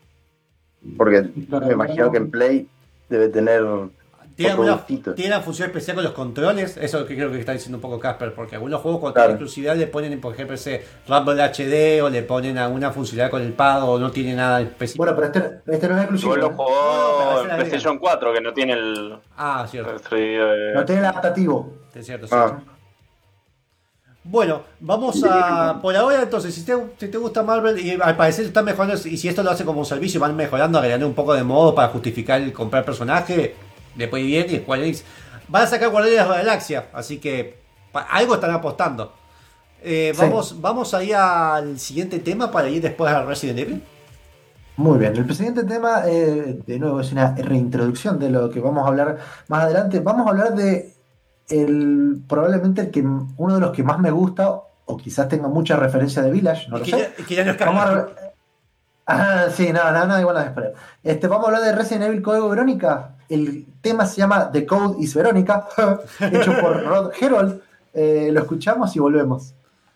Porque Claro, me imagino que en Play debe tener Tiene, otro una, gustito. tiene una función especial con los controles, eso que creo que está diciendo un poco Casper, porque algunos juegos cuando Claro. tienen exclusividad le ponen, por ejemplo, ese Rumble H D o le ponen alguna funcionalidad con el pad o no tiene nada específico. Bueno, pero este, este no es exclusivo. Igual lo ¿eh? No, pero jugó esa en la PlayStation cuatro, que no tiene el Ah, cierto, el tres D de- No tiene el adaptativo. es cierto, Ah. cierto. Bueno, vamos a. Por ahora, entonces, si te, si te gusta Marvel, y al parecer están mejorando, y si esto lo hace como un servicio, van mejorando, agregando un poco de modo para justificar el comprar personaje, después bien, y Square Enix van a sacar Guardianes de la Galaxia, así que pa- algo están apostando. Eh, Sí. vamos, vamos ahí al siguiente tema para ir después a Resident Evil. Muy bien, el siguiente tema, eh, de nuevo, es una reintroducción de lo que vamos a hablar más adelante. Vamos a hablar de el, probablemente el que, uno de los que más me gusta, o quizás tenga mucha referencia de Village, no Y lo que, sé. ya, que ya no es Vamos a canon. re- Ah, sí, no, no, no, igual no esperar. Este, vamos a hablar de Resident Evil Código Verónica. El tema se llama The Code is Verónica, hecho por Rod Herold. Eh, lo escuchamos y volvemos.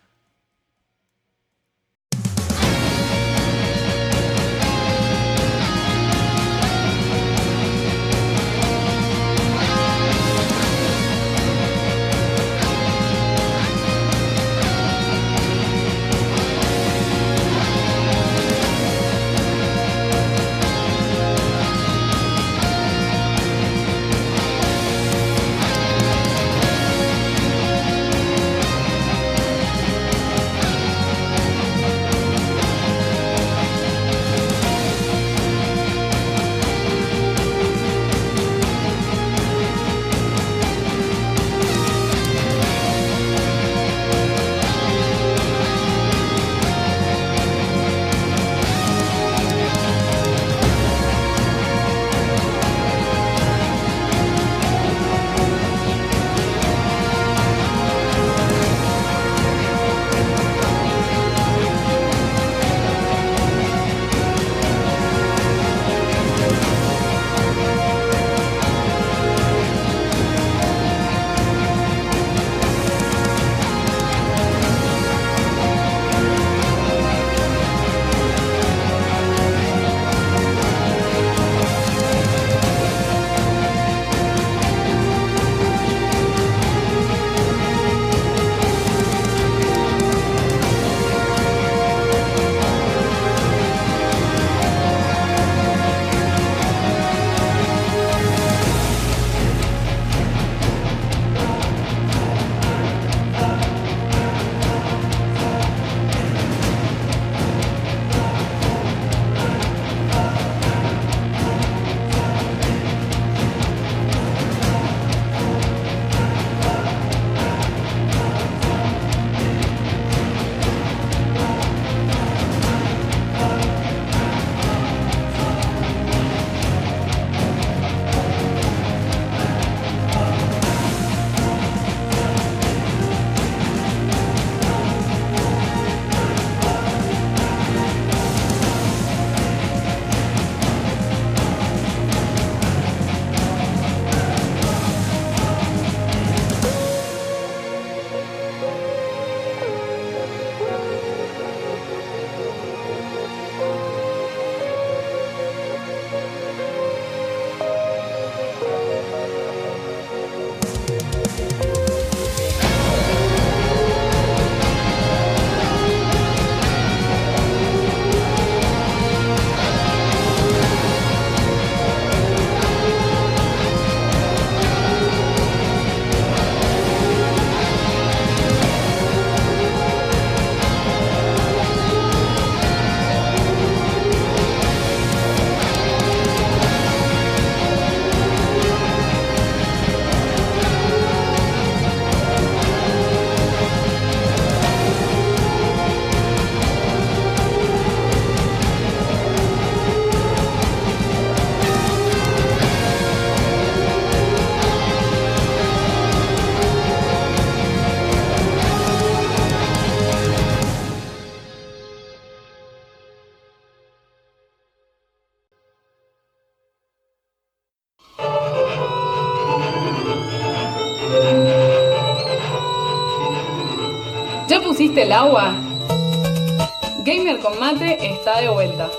¿Ya pusiste el agua? Gamer con mate está de vuelta.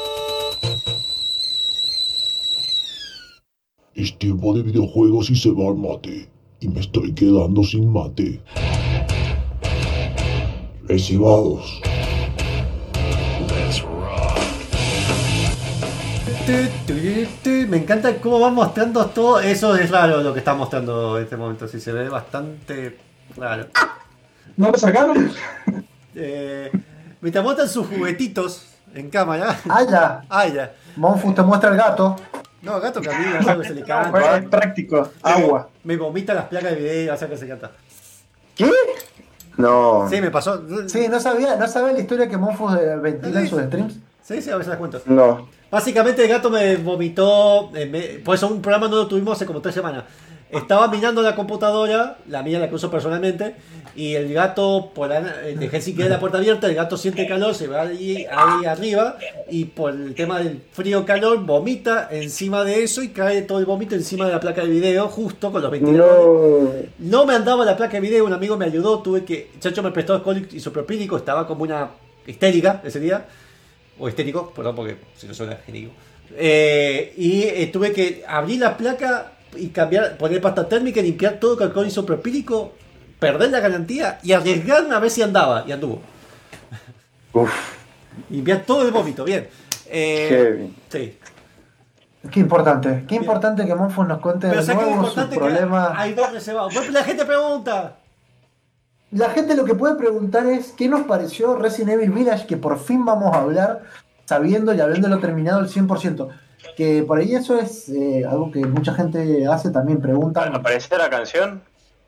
Es tiempo de videojuegos y se va el mate. Y me estoy quedando sin mate. Recibados. Me encanta cómo van mostrando todo. Eso es raro lo que está mostrando en este momento. Sí, se ve bastante raro. ¿No lo sacaron? Eh, mientras muestran sus juguetitos en cámara. Ah, ya. Ah, ya. Monfus te muestra el gato. No, el gato camina, algo que se le No, canta. es práctico. Agua. Me vomita las placas de video, o sea que se canta. ¿Qué? No. Sí, me pasó. Sí, no sabía, no sabía la historia que Monfus eh, ventila en Sí. sus streams. Sí, sí, a veces las cuento. No. Básicamente el gato me vomitó, eh, me- por eso un programa no lo tuvimos hace como tres semanas. Estaba mirando la computadora, la mía la que uso personalmente, y el gato, por la, eh, dejé sin querer la puerta abierta, el gato siente calor, se va ahí, ahí arriba, y por el tema del frío-calor vomita encima de eso y cae todo el vómito encima de la placa de video, justo con los ventiladores. No. No me andaba la placa de video, un amigo me ayudó, tuve que, Chacho me prestó alcohol isopropílico, estaba como una histérica ese día. O histérico, perdón, porque si no suena genérico. Eh, y eh, tuve que abrir la placa y cambiar, poner pasta térmica, limpiar todo con alcohol isopropílico, perder la garantía y arriesgarme a ver si andaba. Y anduvo. Uf. Limpiar todo el vómito, bien. Eh, Heavy. sí. Qué importante, qué importante que Monfus nos cuente Pero de ¿sabes qué es nuevo sus importante? Que problemas. hay dos reservados. Pues la gente pregunta. La gente lo que puede preguntar es qué nos pareció Resident Evil Village, que por fin vamos a hablar sabiendo y habiéndolo terminado al cien por ciento. Que por ahí eso es eh, algo que mucha gente hace, también pregunta. ¿Aparece la canción?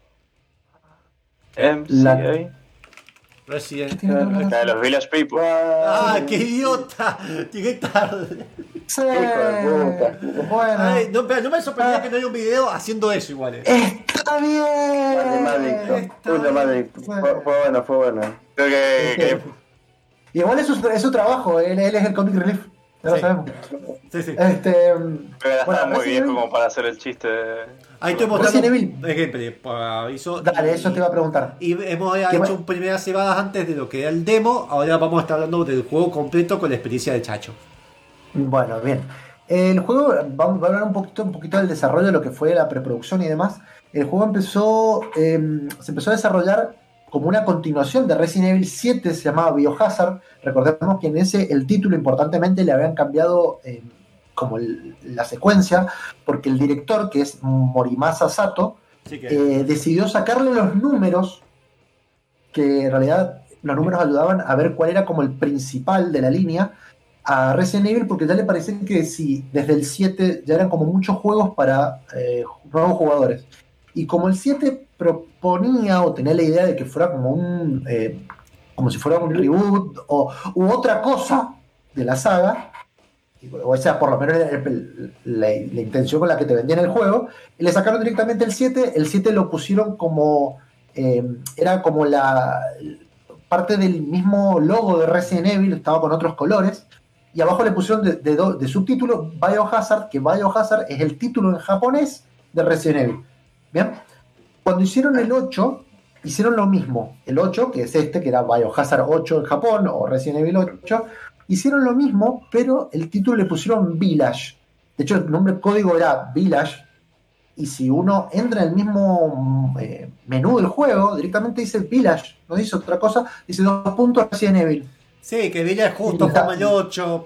M C La- A. Resident. La de los Village People. ¡Ah, qué idiota! Llegué tarde. Sí, Hijo de puta. bueno, Ay, no, pero no me sorprendía que no haya un video haciendo eso igual. eh. está bien. Matemático. Puta madre. Fue, fue bueno, fue bueno. Creo que, Este, que Igual es su, es su trabajo, él, él es el comic relief, ya lo Sí. sabemos. Sí, sí. Este, creo que ya bueno, estaba muy Resident viejo Evil- como para hacer el chiste. Ahí estoy mostrando Resident Evil. el gameplay, para aviso. Dale, eso te iba a preguntar. Y hemos ¿Qué hecho va- un primeras cebadas antes de lo que era el demo. Ahora vamos a estar hablando del juego completo con la experiencia de Chacho. Bueno, bien. El juego, vamos a hablar un poquito, un poquito del desarrollo de lo que fue la preproducción y demás. El juego empezó, eh, se empezó a desarrollar como una continuación de Resident Evil siete, se llamaba Biohazard. Recordemos que en ese el título importantemente le habían cambiado eh, como el- la secuencia, porque el director, que es Morimasa Sato, Así que, eh, decidió sacarle los números, que en realidad los números ayudaban a ver cuál era como el principal de la línea a Resident Evil, porque ya le parecía que si desde el siete ya eran como muchos juegos para eh, nuevos jugadores. Y como el siete proponía o tenía la idea de que fuera como un eh, como si fuera un reboot o u otra cosa de la saga, o sea, por lo menos la, la- la intención con la que te vendían el juego, y le sacaron directamente el siete. El siete lo pusieron como eh, era como la parte del mismo logo de Resident Evil, estaba con otros colores, y abajo le pusieron de, de, do- de subtítulo Biohazard, que Biohazard es el título en japonés de Resident Evil. Bien, cuando hicieron el ocho, hicieron lo mismo. El ocho, que es este, que era Biohazard ocho en Japón, o Resident Evil ocho, hicieron lo mismo, pero el título le pusieron Village. De hecho, el nombre código era Village, y si uno entra en el mismo eh, menú del juego, directamente dice Village, no dice otra cosa, dice dos puntos Resident Evil. sí, que Villa es justo, Está- forma el ocho.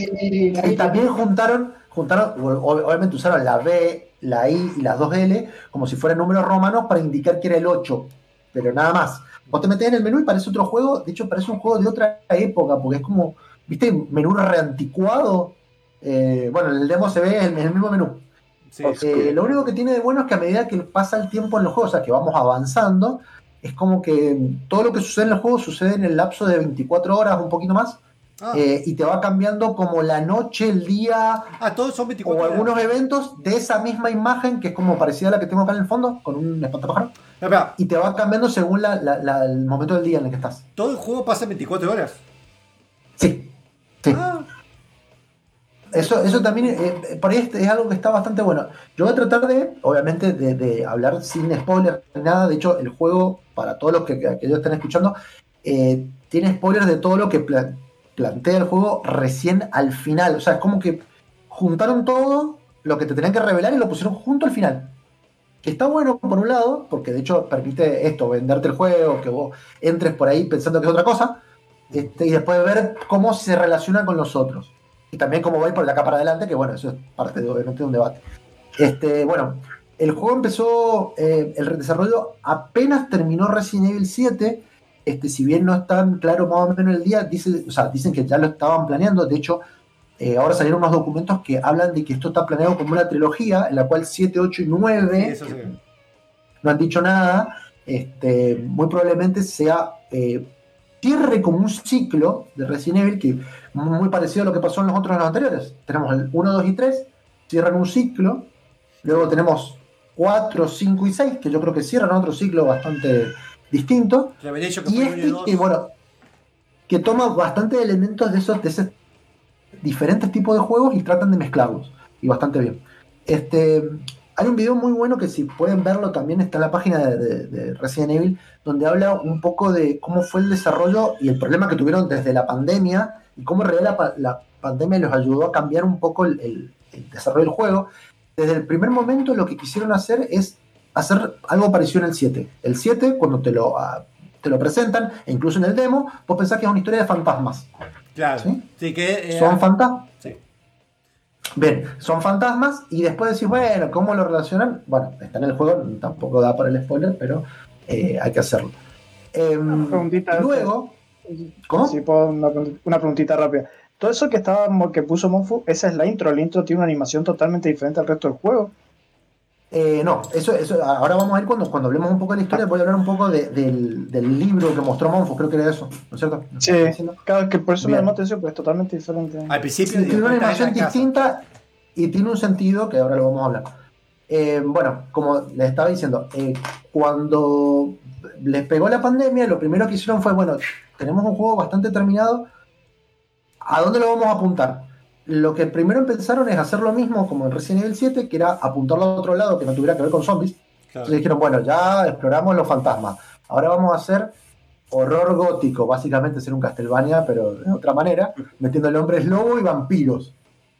Y también juntaron, juntaron, o- o- obviamente usaron la B, la I y las dos L como si fueran números romanos para indicar que era el ocho, pero nada más. Vos te metés en el menú y parece otro juego, de hecho parece un juego de otra época, porque es como, ¿viste? Menú reanticuado. Eh, bueno, en el demo se ve en el mismo menú. Sí, Eh, lo único que tiene de bueno es que a medida que pasa el tiempo en los juegos, o sea, que vamos avanzando, es como que todo lo que sucede en los juegos sucede en el lapso de veinticuatro horas, un poquito más, Ah, eh, y te va cambiando como la noche, el día, ah, todos son veinticuatro o horas. algunos eventos de esa misma imagen, que es como parecida a la que tengo acá en el fondo, con un espantapájaro, Espera, espera, y te va cambiando según la- la- la- el momento del día en el que estás. todo el juego pasa en veinticuatro horas. Sí, sí. Ah, Eso, eso también, eh, por ahí es, es algo que está bastante bueno. Yo voy a tratar de, obviamente, de, de hablar sin spoilers ni nada. De hecho, el juego, para todos los que, que ellos estén escuchando, eh, tiene spoilers de todo lo que pla- plantea el juego recién al final. O sea, es como que juntaron todo lo que te tenían que revelar y lo pusieron junto al final. Que está bueno, por un lado, porque de hecho permite esto, venderte el juego, que vos entres por ahí pensando que es otra cosa, este, y después ver cómo se relaciona con los otros. Y también cómo va a ir por de acá para adelante, que bueno, eso es parte de, obviamente, de un debate. Este, bueno, el juego empezó, eh, el desarrollo apenas terminó Resident Evil siete, este, si bien no es tan claro más o menos el día, dice, o sea, dicen que ya lo estaban planeando, de hecho, eh, ahora salieron unos documentos que hablan de que esto está planeado como una trilogía, en la cual siete, ocho y nueve Eso sí. no han dicho nada, este, muy probablemente sea... Eh, cierre como un ciclo de Resident Evil que muy parecido a lo que pasó en los otros en los anteriores. Tenemos el uno, dos y tres, cierran un ciclo, luego tenemos cuatro, cinco y seis, que yo creo que cierran otro ciclo bastante distinto, Revelation, que y fue este el uno y que, dos. bueno, que toma bastante elementos de esos, de esos diferentes tipos de juegos y tratan de mezclarlos, y bastante bien. Este, hay un video muy bueno que si pueden verlo también está en la página de, de, de Resident Evil, donde habla un poco de cómo fue el desarrollo y el problema que tuvieron desde la pandemia y cómo en realidad la, la pandemia los ayudó a cambiar un poco el, el, el desarrollo del juego. Desde el primer momento lo que quisieron hacer es hacer algo parecido en el siete. El siete, cuando te lo, uh, te lo presentan, e incluso en el demo, vos pensás que es una historia de fantasmas. Claro. ¿Sí? Sí, que, eh, Son fantasmas. Sí. Bien, son fantasmas y después decís, bueno, ¿cómo lo relacionan? Bueno, está en el juego, tampoco da para el spoiler, pero eh, hay que hacerlo. Eh, Una preguntita. luego, ¿cómo? Sí, puedo una, una preguntita rápida. Todo eso que estaba que puso Monfu, esa es la intro. El intro tiene una animación totalmente diferente al resto del juego. Eh, no, eso, eso, ahora vamos a ir cuando, cuando hablemos un poco de la historia, voy a hablar un poco de, del, del libro que mostró Monfu, creo que era eso, ¿no es cierto? Sí, claro, que por eso me Bien. llamó atención, pues es totalmente diferente. Al principio Sí, tiene una después está en animación la casa. distinta y tiene un sentido que ahora lo vamos a hablar. Eh, bueno, como les estaba diciendo, eh, cuando les pegó la pandemia, lo primero que hicieron fue, bueno, tenemos un juego bastante terminado, ¿a dónde lo vamos a apuntar? Lo que primero pensaron es hacer lo mismo como en Resident Evil siete, que era apuntarlo a otro lado que no tuviera que ver con zombies. Claro. Entonces dijeron, bueno, ya exploramos los fantasmas, ahora vamos a hacer horror gótico, básicamente ser un Castlevania, pero de otra manera, metiéndole hombres lobo y vampiros.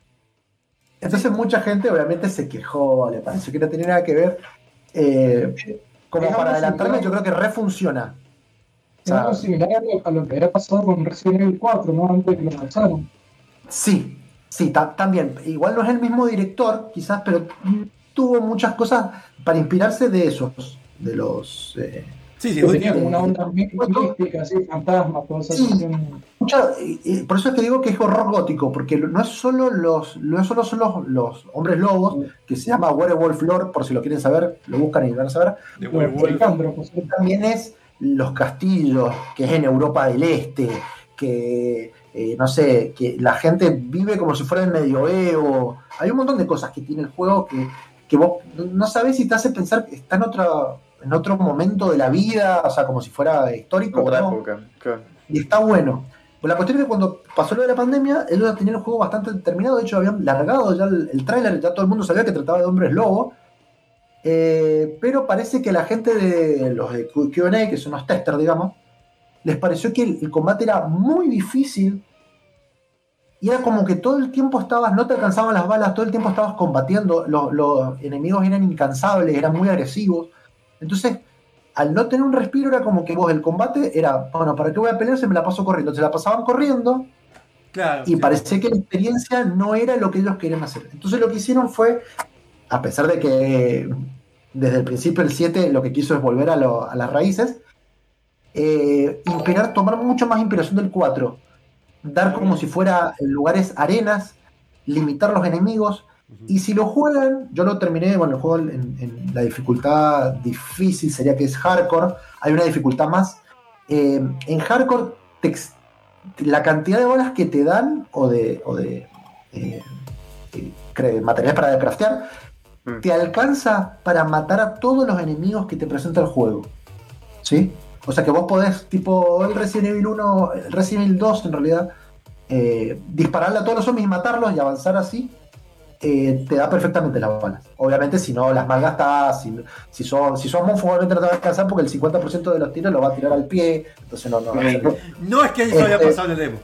Entonces mucha gente obviamente se quejó, le pareció que no tenía nada que ver. Eh, como Es para algo adelantarme, similar. yo creo que refunciona. Es algo similar a lo, a lo que había pasado con Resident Evil cuatro, ¿no? Antes de que lo lanzaron. Sí, sí, ta- también. Igual no es el mismo director, quizás, pero tuvo muchas cosas para inspirarse de esos, de los... eh, Sí, sí, Que hoy tenía día- como una onda mí- mística, así, fantasmas, toda esa Sí. cuestión. mucha- y- y por eso es que digo que es horror gótico, porque no es solo los, no es solo son los, los hombres lobos, que se llama Werewolf Lore, por si lo quieren saber, lo buscan y van a saber. de Los Werewolf. licántropos, ¿sí? También es los castillos, que es en Europa del Este, que eh, no sé, que la gente vive como si fuera el medioevo. Hay un montón de cosas que tiene el juego que, que vos no sabés si te hace pensar que está en otro, en otro momento de la vida, o sea, como si fuera histórico o Otra no. época. Claro. Y está bueno. Pues la cuestión es que cuando pasó lo de la pandemia, ellos ya tenían el juego bastante terminado. De hecho, habían largado ya el, el tráiler, ya todo el mundo sabía que trataba de hombres lobo. Eh, pero parece que la gente de los de Q and A, que son los testers, digamos, les pareció que el, el combate era muy difícil. Y era como que todo el tiempo estabas, no te alcanzaban las balas, todo el tiempo estabas combatiendo. Los, los enemigos eran incansables, eran muy agresivos. Entonces, al no tener un respiro, era como que vos el combate era, bueno, ¿para qué voy a pelear si me la paso corriendo? Se la pasaban corriendo Claro, y sí. parecía que la experiencia no era lo que ellos querían hacer. Entonces lo que hicieron fue, a pesar de que desde el principio el siete lo que quiso es volver a, lo- a las raíces, eh, inspirar, tomar mucho más inspiración del cuatro. Dar como si fuera en lugares arenas, limitar los enemigos. Y si lo juegan, yo lo terminé, bueno, el juego en, en la dificultad difícil sería que es hardcore, hay una dificultad más. Eh, en hardcore, te ex- la cantidad de balas que te dan, o de, o de eh, eh, cre- materiales para craftear, Mm. te alcanza para matar a todos los enemigos que te presenta el juego. ¿Sí? O sea que vos podés, tipo el Resident Evil uno, el Resident Evil dos en realidad, eh, dispararle a todos los zombies y matarlos y avanzar así. Eh, te da perfectamente las balas. Obviamente, si no las malgastas, si, si son si son monfos, obviamente no te va a alcanzar porque el cincuenta por ciento de los tiros lo va a tirar al pie. Entonces, no, no. va a ser- No es que eso había Este- pasado en el demo.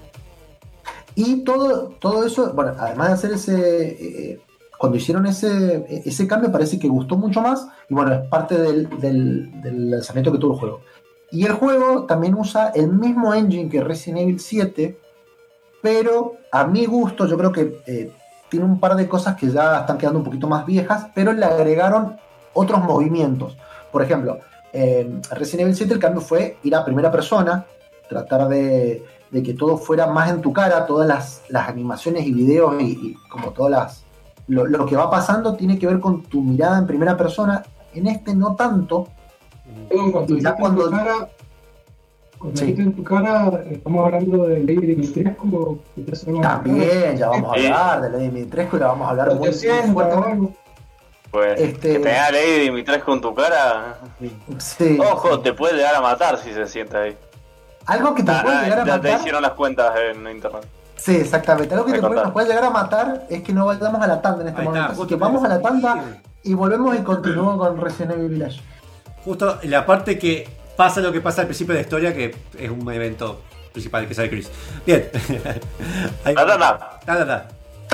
Y todo, todo eso, bueno, además de hacer ese. Eh, cuando hicieron ese, ese cambio, parece que gustó mucho más. Y bueno, es parte del, del, del lanzamiento que tuvo el juego. Y el juego también usa el mismo engine que Resident Evil siete, pero a mi gusto, yo creo que eh, tiene un par de cosas que ya están quedando un poquito más viejas, pero le agregaron otros movimientos. Por ejemplo, en Resident Evil siete el cambio fue ir a primera persona, tratar de, de que todo fuera más en tu cara, todas las, las animaciones y videos y, y como todas las... Lo, lo que va pasando tiene que ver con tu mirada en primera persona. En este no tanto. Perdón, cuando Ya dijiste cuando- en tu cara, cuando Sí. dijiste en tu cara, estamos hablando de Lady Dimitrescu, que te hace algo en la cara. También, ya vamos a Sí. hablar de Lady Dimitrescu y la vamos a hablar O muy, te muy sienta o fuerte. algo. Pues Este- que te da Lady Dimitrescu con tu cara. Sí, Ojo, sí. te puede llegar a matar si se sienta ahí. Algo que te Ah, puede ah, llegar a ya te matar. hicieron las cuentas en internet. Sí, exactamente. Algo que Me te puede, contaron. nos puede llegar a matar es que no vayamos a la tanda en este Ahí está, momento. Así justo que vamos a la me- tanda y volvemos y continuamos con Resident Evil Village. Justo la parte que pasa lo que pasa al principio de la historia, que es un evento principal que sale Chris. Bien. Ahí- Ta, ta, ta. Ta, ta, ta.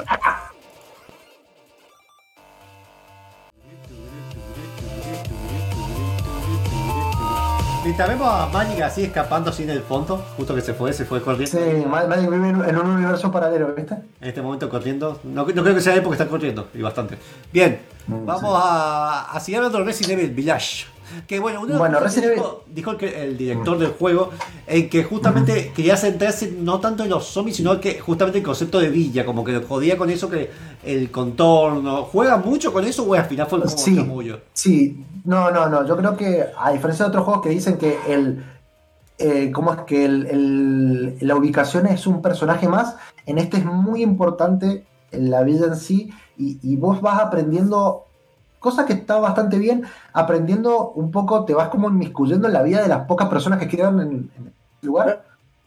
Mientras vemos a Magic así escapando así en el fondo, justo que se fue, se fue corriendo. Sí, Ma- Magic vive en en un universo paralelo, ¿viste? En este momento corriendo. No, no creo que sea él porque están corriendo, y bastante. Bien, Mm, vamos a, a seguir hablando de Resident Evil Village. Que bueno, uno de los Bueno, cosas que Resident dijo, dijo el, que- el director del juego, en que justamente quería centrarse no tanto en los zombies, sino que justamente el concepto de villa, como que lo jodía con eso, que el contorno. ¿Juega mucho con eso o al final fue como Sí. chamullo? Sí, no, no, no. Yo creo que, a diferencia de otros juegos que dicen que el. Eh, ¿Cómo es que el, el- la ubicación es un personaje más? En este es muy importante la vida en sí. Y, y vos vas aprendiendo. Cosa que está bastante bien. Aprendiendo un poco, te vas como inmiscuyendo en la vida de las pocas personas que quedan en, en el lugar.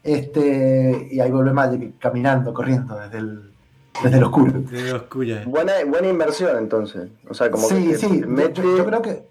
Este, y ahí vuelve Magic caminando, corriendo desde el, desde el oscuro. De oscura. Buena, buena inversión entonces. O sea, como Sí, que sí, te yo- mete... yo, yo creo que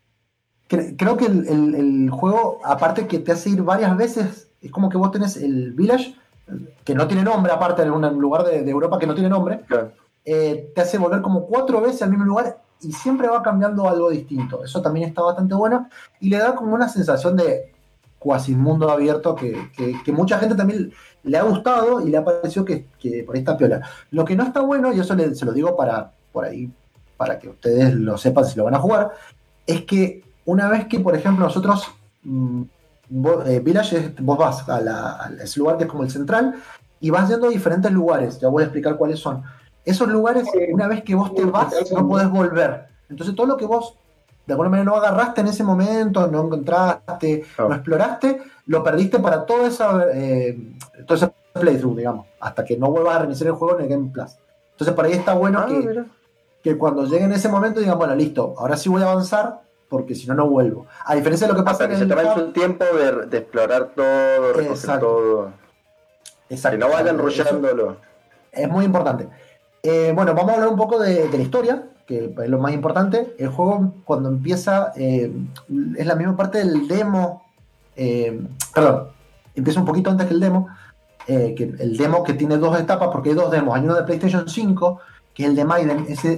cre- creo que el, el- el juego, aparte que te hace ir varias veces, es como que vos tenés el Village, que no tiene nombre, aparte en un lugar de, de Europa que no tiene nombre, Claro. eh, te hace volver como cuatro veces al mismo lugar y siempre va cambiando algo distinto. Eso también está bastante bueno y le da como una sensación de cuasi mundo abierto que, que- que mucha gente también le ha gustado y le ha parecido que, que por ahí está piola. Lo que no está bueno, y eso le- se lo digo para por ahí, para que ustedes lo sepan si lo van a jugar, es que una vez que, por ejemplo, nosotros, mm, vos- eh, Village, es- vos vas a, la- a ese lugar que es como el central y vas yendo a diferentes lugares, ya voy a explicar cuáles son. Esos lugares, una vez que vos te vas, no podés volver. Entonces todo lo que vos de alguna manera no agarraste en ese momento, no encontraste, Oh. no exploraste, lo perdiste para toda esa, eh, todo ese playthrough, digamos, hasta que no vuelvas a reiniciar el juego en el Game Plus. Entonces por ahí está bueno Ah, que, mira. que cuando llegue en ese momento digan, bueno, listo, ahora sí voy a avanzar, porque si no, no vuelvo. A diferencia de lo que pasa Hasta que en se el tomen hub- su tiempo de, de explorar todo, recoger Exacto. todo. Exacto. Que no vayan Eso enrollándolo. es muy importante. Eh, bueno, vamos a hablar un poco de, de la historia, que es lo más importante. El juego, cuando empieza, eh, es la misma parte del demo. eh, perdón, empieza un poquito antes que el demo. eh, que el demo que tiene dos etapas, porque hay dos demos. Hay uno de PlayStation cinco, que es el de Maiden. Ese,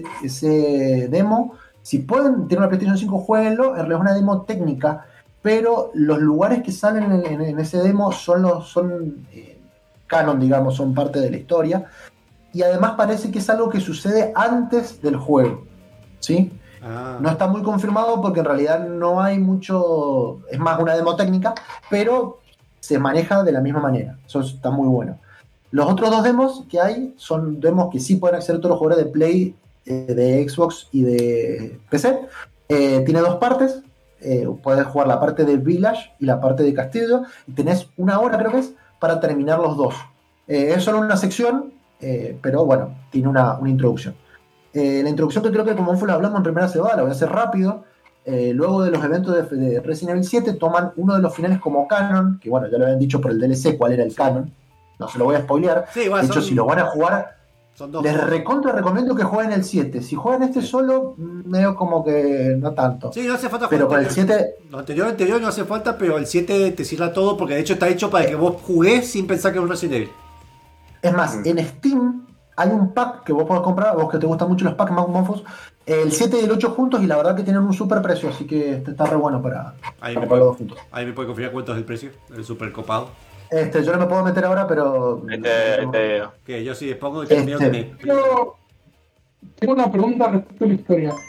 ese demo, si pueden tener una PlayStation cinco, jueguenlo. En realidad es una demo técnica, pero los lugares que salen en, en- en ese demo son los son eh, canon, digamos, son parte de la historia. Y además parece que es algo que sucede antes del juego, ¿sí? Ah. No está muy confirmado porque en realidad no hay mucho, es más una demo técnica, pero se maneja de la misma manera. Eso está muy bueno. Los otros dos demos que hay son demos que sí pueden acceder todos los jugadores de Play, eh, de Xbox y de P C. Eh, tiene dos partes. Eh, puedes jugar la parte de Village y la parte de Castillo. Y tenés una hora, creo que es, para terminar los dos. Eh, es solo una sección, eh, pero bueno, tiene una, una introducción. Eh, la introducción que creo que como fue la hablamos en primera cebada, la voy a hacer rápido. Eh, luego de los eventos de, de Resident Evil siete toman uno de los finales como canon, que bueno, ya lo habían dicho por el D L C cuál era el canon. No se lo voy a spoilear. Sí, igual De hecho, son- si lo van a jugar, Son dos. les recontra recomiendo que jueguen el siete. Si juegan este solo, medio como que no tanto. Sí, no hace falta Pero con jugar el siete, Lo anterior, anterior no hace falta, pero el siete te cierra todo porque de hecho está hecho para que vos jugués sin pensar que es un Resident Evil. es más, Mm. en Steam hay un pack que vos podés comprar, a vos que te gustan mucho los packs más monfos, el siete y el ocho juntos, y la verdad que tienen un super precio, así que este está re bueno para, Ahí para me, jugar los puede, dos juntos. ahí me puede confirmar cuánto es el precio, el super copado. Este, yo no me puedo meter ahora, pero... Ahí te, ahí te digo. Que yo sí dispongo y que Este- miedo que me. Pero tengo una pregunta respecto a la historia.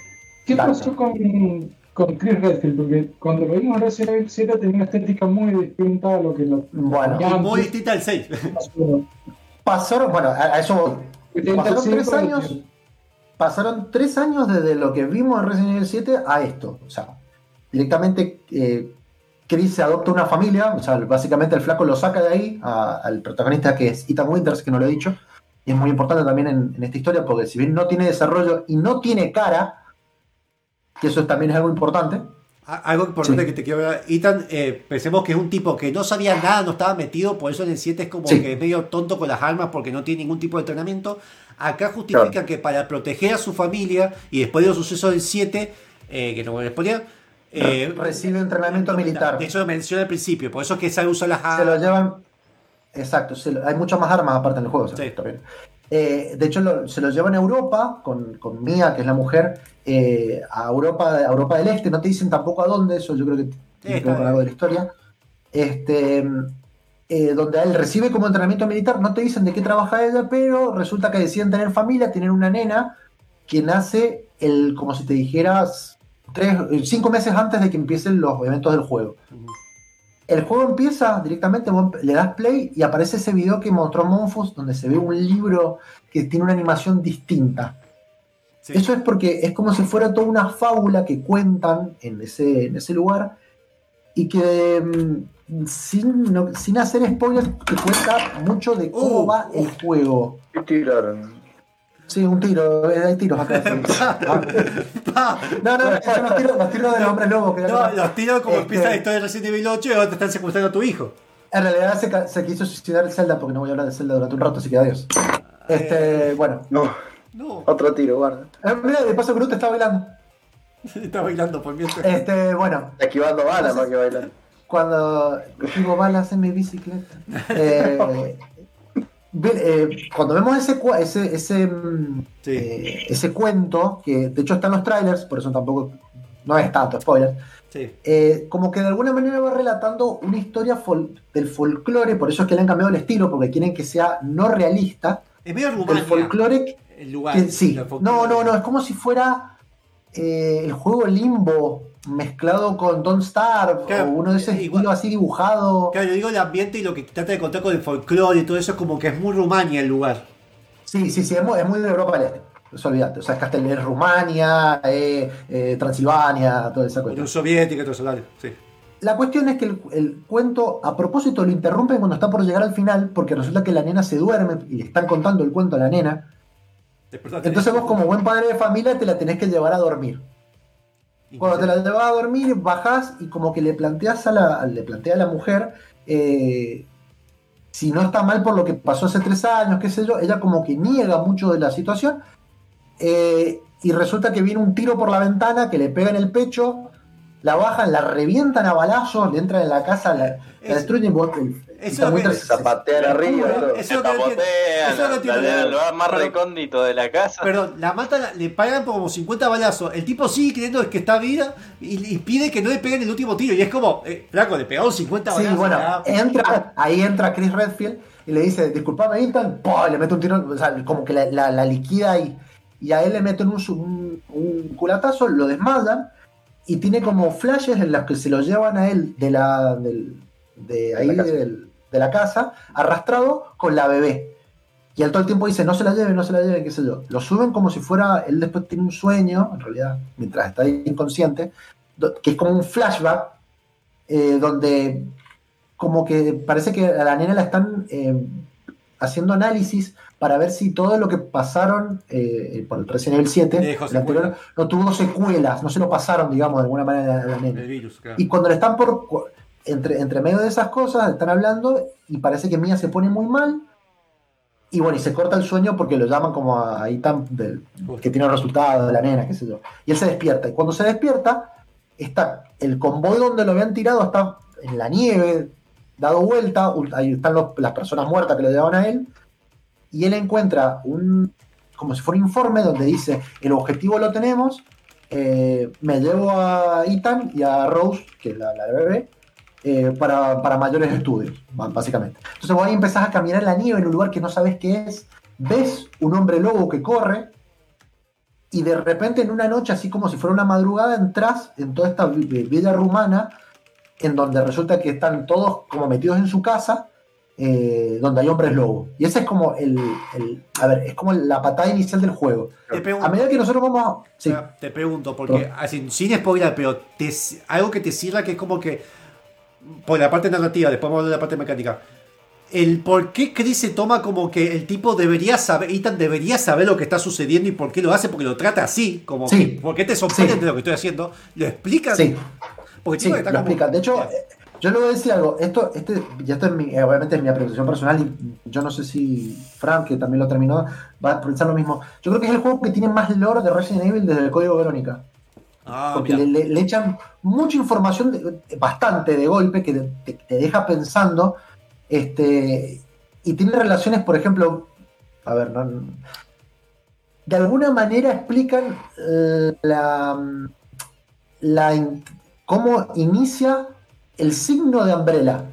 ¿Qué Dale. pasó con, con Chris Redfield? Porque cuando lo vimos en Resident Evil siete tenía una estética muy distinta a lo que lo Bueno, ya Muy antes distinta al seis. pasó. pasaron, bueno, a, a eso voy. Distinta al Pasaron cinco, tres años, pasaron tres años desde lo que vimos en Resident Evil siete a esto. O sea, directamente eh, Chris se adopta una familia, o sea, básicamente el flaco lo saca de ahí, a- al protagonista que es Ethan Winters, que no lo he dicho, y es muy importante también en, en esta historia, porque si bien no tiene desarrollo y no tiene cara, que eso también es algo importante. A- Algo importante Sí. que te quiero ver. Ethan, eh, pensemos que es un tipo que no sabía nada, no estaba metido, por eso en el siete es como Sí. que es medio tonto con las armas porque no tiene ningún tipo de entrenamiento. Acá justifican Claro. que para proteger a su familia y después de los sucesos del siete, eh, que no voy a spoilear, eh, Recibe entrenamiento militar. de hecho lo menciona al principio, por eso es que sabe usar las armas. Se lo llevan. Exacto, se lo- hay muchas más armas aparte en el juego. o sea, Sí. está bien. Eh, de hecho, lo- se lo llevan a Europa con, con Mia, que es la mujer, eh, a Europa, a Europa del Este. No te dicen tampoco a dónde, eso yo creo que tiene que ver está con bien. algo de la historia. Este, eh, donde él recibe como entrenamiento militar, no te dicen de qué trabaja ella, pero resulta que deciden tener familia, tienen una nena que nace, el, como si te dijeras, tres, cinco meses antes de que empiecen los eventos del juego. El juego empieza directamente, vos le das play y aparece ese video que mostró Monfus, donde se ve un libro que tiene una animación distinta. Sí. Eso es porque es como si fuera toda una fábula que cuentan en ese, en ese lugar y que mm, sin, no- sin hacer spoilers te cuenta mucho de cómo Uh, va el juego. ¿Qué tiraron? Sí, un tiro, eh, hay tiros acá. sí. Pa. No, no, son los tiros, los tiros de los hombres lobos. Que No, los tiros como Este, empieza la historia de Resident Evil ocho y ahora te están secuestrando a tu hijo. En realidad se, ca- se quiso suicidar el Zelda porque no voy a hablar de Zelda durante un rato, así que adiós. Este, bueno. No, No, otro tiro, guarda. Eh, mira, de paso Groot está bailando. está bailando por mientras. Este, bueno, Esquivando balas más que bailar. cuando esquivo balas en mi bicicleta. Eh, ve- eh, cuando vemos ese, cua- ese, ese, mm, Sí. eh, ese cuento, que de hecho está en los trailers, por eso tampoco no es tanto spoiler, Sí. eh, como que de alguna manera va relatando una historia fol- del folclore, por eso es que le han cambiado el estilo, porque quieren que sea no realista, Es medio del Rumania. folclore. El lugar. Que- sí, el folclore. no, no, no, es como si fuera eh, el juego Limbo mezclado con Don't Starve Claro, o uno de esos igual- estilos así dibujado. Claro, yo digo el ambiente y lo que trata de contar con el folclore y todo eso es como que es muy Rumania el lugar. Sí, sí, sí, es muy, es muy de Europa del Este, eso olvídate. O sea, es Castel es Rumania, eh, eh, Transilvania, toda esa Unión cuestión. Soviética, todo eso, dale. Sí. La cuestión es que el, el cuento, a propósito, lo interrumpen cuando está por llegar al final, porque resulta que la nena se duerme y le están contando el cuento a la nena. Despertate. Entonces vos, como buen padre de familia, te la tenés que llevar a dormir. Cuando te la llevas a dormir, bajás y como que le planteas a la, le plantea a la mujer eh, si no está mal por lo que pasó hace tres años, qué sé yo, ella como que niega mucho de la situación eh, y resulta que viene un tiro por la ventana que le pega en el pecho, la bajan, la revientan a balazos, le entran en la casa, la, la Es- destruyen. vos- el- eso está es muy lo que- tres- Zapatear arriba. Eso todo. es Se lo que no entiendo. tapotean, Eso es lo que la- entiendo. la- el lugar más Perdón. recóndito de la casa. Perdón, la matan, le pagan por como cincuenta balazos. El tipo sigue creyendo que está viva y, y pide que no le peguen el último tiro. Y es como, eh, flaco, le pegaron cincuenta Sí, balazos. bueno, ya. entra, ahí entra Chris Redfield y le dice, disculpame, Ethan, ¡pum! Le mete un tiro, o sea, como que la, la- la liquida y, y a él le meten un, su- un, un culatazo, lo desmayan y tiene como flashes en los que se lo llevan a él de la, del- de, ahí la casa. del- de la casa, arrastrado con la bebé. Y él todo el tiempo dice, no se la lleven, no se la lleven, qué sé yo. Lo suben como si fuera, él después tiene un sueño, en realidad, mientras está ahí inconsciente, do- que es como un flashback, eh, donde como que parece que a la nena la están eh, haciendo análisis para ver si todo lo que pasaron eh, por el Resident Evil siete, Le dejó el anterior, secuelas. no tuvo secuelas, no se lo pasaron, digamos, de alguna manera a la nena. El virus, claro. Y cuando le están por cu- entre, entre medio de esas cosas, están hablando y parece que Mia se pone muy mal. Y bueno, y se corta el sueño porque lo llaman como a, a Ethan, del- que tiene el resultado de la nena, qué sé yo. Y él se despierta. Y cuando se despierta, está el convoy donde lo habían tirado, está en la nieve, dado vuelta. ul- Ahí están los- las personas muertas que lo llevaban a él. Y él encuentra un, como si fuera un informe donde dice, el objetivo lo tenemos, eh, me llevo a Ethan y a Rose, que es la, la bebé, eh, para, para mayores estudios, b- básicamente. Entonces vos ahí empezás a caminar en la nieve en un lugar que no sabes qué es, ves un hombre lobo que corre y de repente en una noche, así como si fuera una madrugada, entras en toda esta vi- vida rumana, en donde resulta que están todos como metidos en su casa, eh, donde hay hombres lobo. Y ese es como el, el- a ver, es como la patada inicial del juego. Te pregunto, A medida que nosotros vamos a... Sí, te pregunto porque, así, sin spoiler, pero te- algo que te sirva que es como que, por la parte narrativa, después vamos a hablar de la parte mecánica, el por qué Chris se toma como que el tipo debería saber, Ethan debería saber lo que está sucediendo y por qué lo hace, porque lo trata así, como Sí. que, ¿por qué te sorprende Sí. de lo que estoy haciendo? ¿Lo explican? sí, Porque el sí, tipo lo está como- explican. De hecho, eh, yo le voy a decir algo. Esto, este, ya esto es mi, eh, obviamente es mi apreciación personal y yo no sé si Frank, que también lo terminó, va a pensar lo mismo. Yo creo que es el juego que tiene más lore de Resident Evil desde el Código Verónica. Ah, Porque mira. le, le- le echan mucha información, de- bastante de golpe, que te, te- te deja pensando. Este, y tiene relaciones, por ejemplo, a ver, no, de alguna manera explican eh, la, la in- cómo inicia el signo de Umbrella.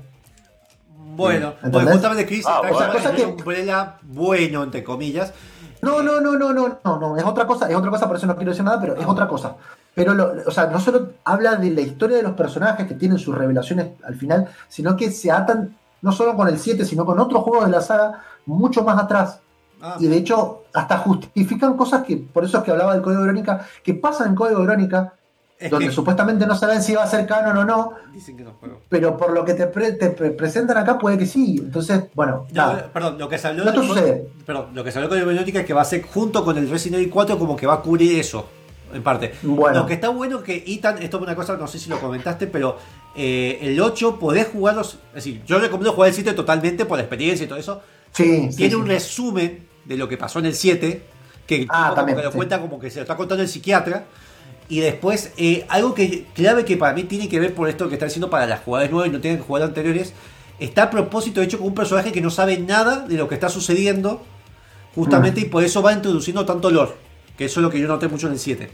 Bueno, ¿Entendés? porque justamente Chris Ah, está bueno. en Cosa un que- umbrella bueno, entre comillas. No, no, no, no, no, no, no, es otra cosa, es otra cosa, por eso no quiero decir nada, pero es otra cosa. Pero, lo, o sea, no solo habla de la historia de los personajes que tienen sus revelaciones al final, sino que se atan no solo con el siete, sino con otros juegos de la saga mucho más atrás. Ah, Y de hecho, hasta justifican cosas que, por eso es que hablaba del Código Verónica, que pasan en Código Verónica, es donde que supuestamente no saben si va a ser canon o no, dicen que no, pero... pero por lo que te, pre- te pre- presentan acá puede que sí. Entonces, bueno, No, nada. perdón, lo que se habló No te del- sucede. perdón, lo que se habló con el Verónica es que va a ser junto con el Resident Evil cuatro como que va a cubrir eso, en parte. Bueno. Lo que está bueno es que Ethan, esto es una cosa, no sé si lo comentaste, pero eh, el ocho podés jugarlos, es decir, yo recomiendo jugar el siete totalmente por la experiencia y todo eso. Sí, sí, Tiene sí. un resumen de lo que pasó en el siete, que el Ah, tipo también, como que lo sí. cuenta como que se lo está contando el psiquiatra. Y después, eh, algo que clave que para mí tiene que ver por esto que está diciendo para las jugadas nuevas y no tienen que jugar anteriores, está a propósito hecho con un personaje que no sabe nada de lo que está sucediendo, justamente, Mm. y por eso va introduciendo tanto lore, que eso es lo que yo noté mucho en el siete.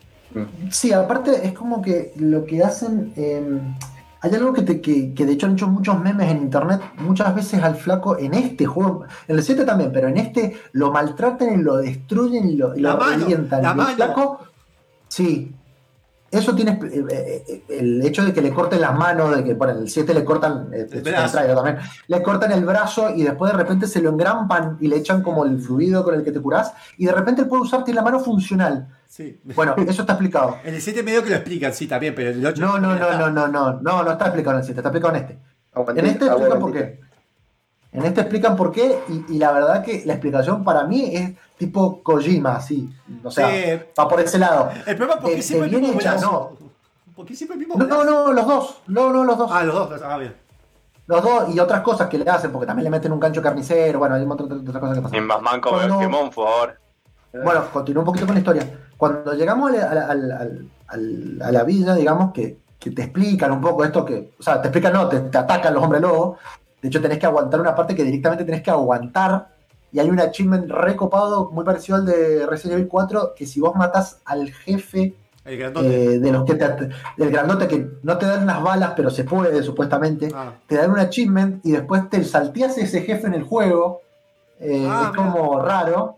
Sí, aparte es como que lo que hacen. eh, hay algo que, te- que, que de hecho han hecho muchos memes en internet. Muchas veces al flaco en este juego, en el siete también, pero en este lo maltratan y lo destruyen y lo, y La lo mano, revientan. la Y el mano. flaco, sí. Eso tiene eh, eh, el hecho de que le corten las manos, de que bueno, en el siete le cortan eh, El en brazo. trailer también, le cortan el brazo y después de repente se lo engrampan y le echan como el fluido con el que te curás y de repente él puede usar tiene la mano funcional. Sí. Bueno, eso está explicado. En el siete medio que lo explican, sí, también, pero en el ocho... No, no, ya no, está. no, no, no, no, no está explicado en el siete, está explicado en este. Aguante- En este agua explican por bendita. qué. En este explican por qué y, y la verdad que la explicación para mí es tipo Kojima, así. O sea, Sí. va por ese lado. El problema es porque De- siempre de el bien mismo hecha, brazo. no. ¿Por qué siempre el mismo No, brazo? no, no, los dos. No, no, los dos. Ah, los dos, ah, bien. Los dos y otras cosas que le hacen, porque también le meten un gancho carnicero, bueno, hay un montón de otras cosas que pasan. Sin más manco, Cuando- Pokémon, por favor. Bueno, continúo un poquito con la historia. Cuando llegamos a la, a la- al- al- al- a la villa, digamos, que, que te explican un poco esto que. O sea, te explican, no, te, te atacan los hombres lobos. De hecho, tenés que aguantar una parte que directamente tenés que aguantar. Y hay un achievement recopado, muy parecido al de Resident Evil cuatro, que si vos matás al jefe El grandote. eh, de los que te at- del grandote, que no te dan las balas, pero se puede, supuestamente, Ah. te dan un achievement y después te salteas ese jefe en el juego. Eh, Ah, es como raro.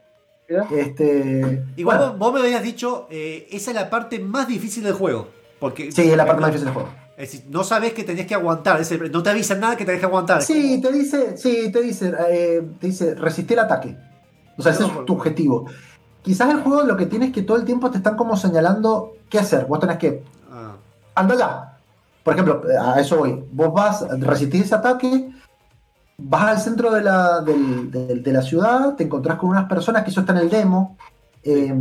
Este, Igual bueno, vos, vos me habías dicho, eh, esa es la parte más difícil del juego. Porque, sí, es la parte más difícil del juego. Es decir, no sabés que tenés que aguantar, es el- no te avisan nada que tenés que aguantar. Sí, te dice, sí, te dice, eh, te dice resistir el ataque. O sea, ese es tu objetivo. Quizás el juego lo que tienes es que todo el tiempo te están como señalando qué hacer. Vos tenés que Ah, anda allá. Por ejemplo, a eso voy. Vos vas, resistís ese ataque, vas al centro de la, del- del- de la ciudad, te encontrás con unas personas, que eso está en el demo, eh,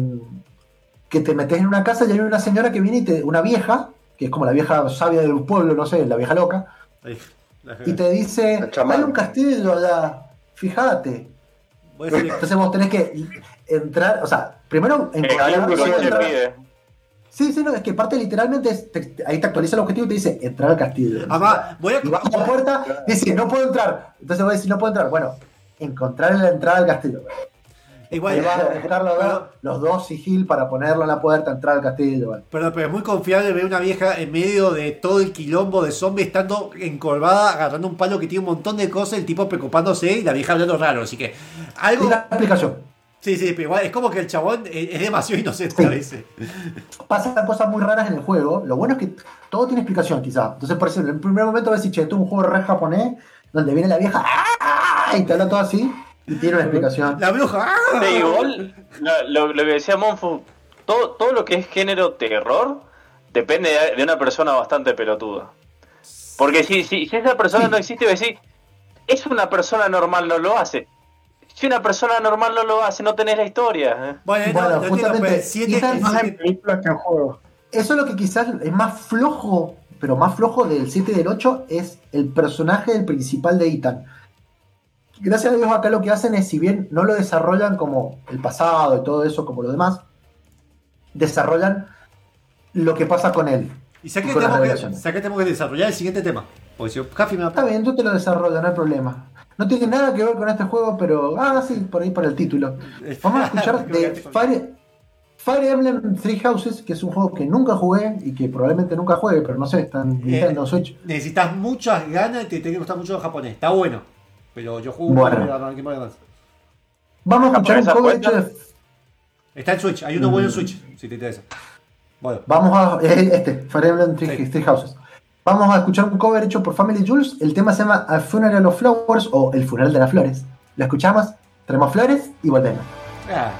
que te metes en una casa y hay una señora que viene y te, una vieja, que es como la vieja sabia del pueblo, no sé, la vieja loca, ahí. La- y te dice, La chamán. hay un castillo allá, fíjate. voy a decir- Entonces vos tenés que entrar, o sea, primero Eh, encontrar- ¿Qué coño le entrar- pide? Sí, sí, no, es que parte literalmente, es- te- te- ahí te actualiza el objetivo y te dice, entrar al castillo. Además, voy a... Y vas a la puerta, dice, no puedo entrar. Entonces voy a decir, no puedo entrar. Bueno, encontrar la entrada al castillo. Igual, Ahí vas a buscar los dos, pero, los dos sigil para ponerlo en la puerta, entrar al castillo. Bueno. pero, pero es muy confiable ver una vieja en medio de todo el quilombo de zombies estando encorvada, agarrando un palo que tiene un montón de cosas, el tipo preocupándose y la vieja hablando raro. Así que algo... Y la explicación. Sí, sí, pero igual es como que el chabón es, es demasiado inocente sí. a veces. Pasan cosas muy raras en el juego. Lo bueno es que todo tiene explicación, quizá. Entonces, por ejemplo, en el primer momento ves si che, esto es un juego re japonés, donde viene la vieja ¡ah! Y te habla todo así, y tiene una explicación. La bruja. ¡ah! Sí, igual, lo, lo, lo que decía Monfu, todo, todo lo que es género terror depende de, de una persona bastante pelotuda. Porque si, si, si esa persona sí. no existe, voy a decir, es una persona normal, no lo hace. Si una persona normal no lo hace, no tenés la historia. ¿eh? Bueno, bueno no, justamente, siete, quizás más siete... en películas que en juegos. Eso es lo que quizás es más flojo, pero más flojo del siete y del ocho, es el personaje del principal de Ethan. Gracias a Dios acá lo que hacen es, si bien no lo desarrollan como el pasado y todo eso, como lo demás, desarrollan lo que pasa con él. ¿Y sé que tenemos que, sé que tenemos que desarrollar el siguiente tema? Porque si Jaffi me va a... Está bien, yo te lo desarrollo, no hay problema. No tiene nada que ver con este juego, pero... Ah, sí, por ahí por el título. Vamos a escuchar de Fire, Fire Emblem Three Houses, que es un juego que nunca jugué y que probablemente nunca juegue, pero no sé, está en Nintendo eh, Switch. Necesitas muchas ganas y te tiene que gustar mucho el japonés. Está bueno, pero yo juego... Bueno. Más. Vamos a escuchar un cover hecho de... Está en Switch, hay uno mm. bueno en Switch, si te interesa. Bueno. Vamos a... Este, Fire Emblem Three, sí. Three Houses. Vamos a escuchar un cover hecho por Family Jules. El tema se llama A Funeral of Flowers o El Funeral de las Flores. Lo escuchamos, traemos flores y volvemos. Ah.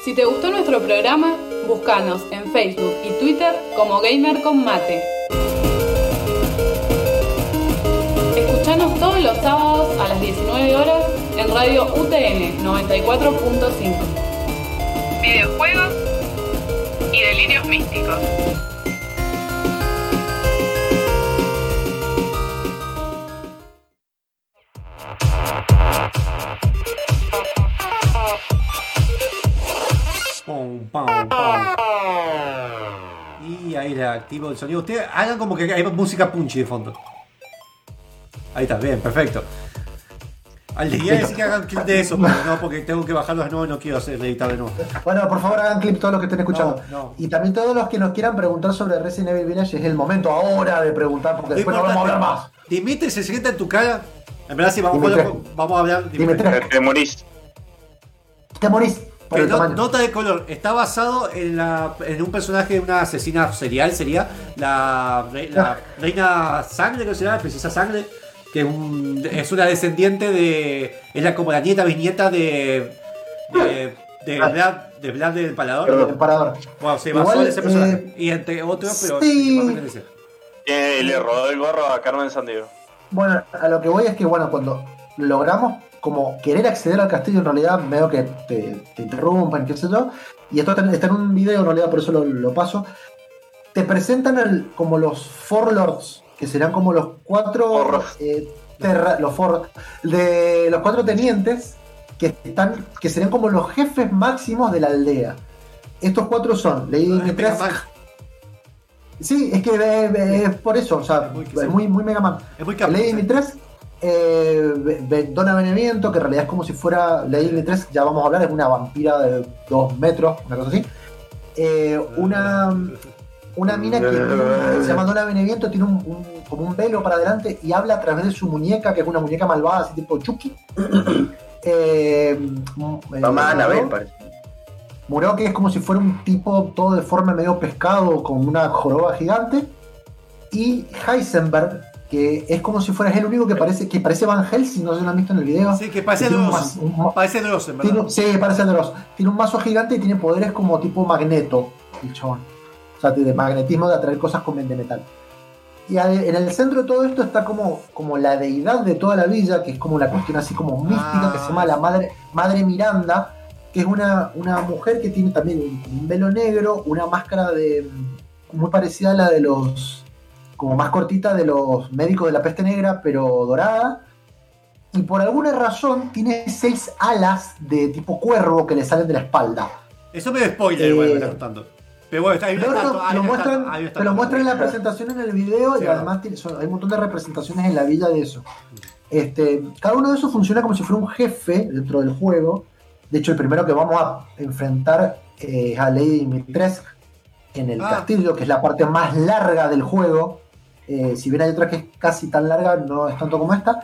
Si te gustó nuestro programa, búscanos en Facebook y Twitter como Gamer con Mate. Escuchanos todos los sábados a las diecinueve horas en Radio U T N noventa y cuatro punto cinco. Videojuegos y delirios místicos. Pum, pum, pum. Y ahí le activo el sonido. Ustedes hagan como que hay música punchy de fondo. Ahí está, bien, perfecto. Al día decir que hagan clip de eso, pero no, porque tengo que bajarlo de nuevo y no quiero hacer editar de nuevo. Bueno, por favor hagan clip todos los que estén escuchando. No, no. Y también todos los que nos quieran preguntar sobre Resident Evil Village, es el momento ahora de preguntar, porque después no vamos a hablar más. Dimitri se sienta en tu cara. En verdad, sí, vamos, Dimitri. vamos a hablar. Dimitri. Te morís. Te morís. Por Que el no- tamaño. nota de color, está basado en, la, en un personaje de una asesina serial, sería la, re- la reina sangre, que se llama, princesa sangre, que es, un- es una descendiente de, es la, como la nieta bisnieta de de, de, Vlad, de Vlad del Palador. El Emparador. Bueno, se basó Igual, en ese personaje, eh, y entre otros, pero sí. principalmente en ese. Eh, le rodó el gorro a Carmen Sandiego. Bueno, a lo que voy es que, bueno, cuando logramos como querer acceder al castillo, en realidad veo que te, te interrumpen, qué sé yo, y esto está, está en un video, en realidad, por eso lo, lo paso. Te presentan el, como los Four Lords, que serán como los cuatro eh, terra- los four, de los cuatro tenientes que están, que serían como los jefes máximos de la aldea. Estos cuatro son Lady Dimitrescu. Sí, es que eh, eh, es por eso, o sea, es muy, muy Mega Man. Es muy Lady Dimitrescu, eh, Be- Be- Donna Beneviento, que en realidad es como si fuera Lady Dimitrescu, ya vamos a hablar, es una vampira de dos metros, una cosa así. Eh, una, una mina que tiene- se llama Donna Beneviento, tiene un, un- como un velo para adelante y habla a través de su muñeca, que es una muñeca malvada, así tipo Chucky. eh, eh, Mamá Anabel, Muro, parece. Muro, que es como si fuera un tipo todo deforme, medio pescado, con una joroba gigante. Y Heisenberg, que es como si fuera el único que parece que parece Van Helsing, no sé si lo han visto en el video. Sí, que parece tiene un Dross. mas- un ma- Parece Dross, en verdad. tiene un- sí, parece Dross. Tiene un mazo gigante y tiene poderes como tipo magneto, el chabón. O sea, de magnetismo, de atraer cosas con de metal. Y a- en el centro de todo esto está como, como la deidad de toda la villa, que es como una cuestión así como mística, que se llama la Madre, Madre Miranda, que es una, una mujer que tiene también un, un velo negro, una máscara de muy parecida a la de los, como más cortita de los médicos de la peste negra, pero dorada. Y por alguna razón tiene seis alas de tipo cuervo que le salen de la espalda. Eso me da spoiler, Eh, bueno, me está contando. Pero bueno, está ahí no Pero está lo, tanto, ahí lo no está muestran, tanto, ahí no está te lo tanto. muestran en la presentación en el video Sí, y además tiene- son- hay un montón de representaciones en la villa de eso. Este, cada uno de esos funciona como si fuera un jefe dentro del juego. De hecho, el primero que vamos a enfrentar eh, es a Lady Dimitrescu en el Ah. castillo, que es la parte más larga del juego. Eh, si bien hay otra que es casi tan larga, no es tanto como esta.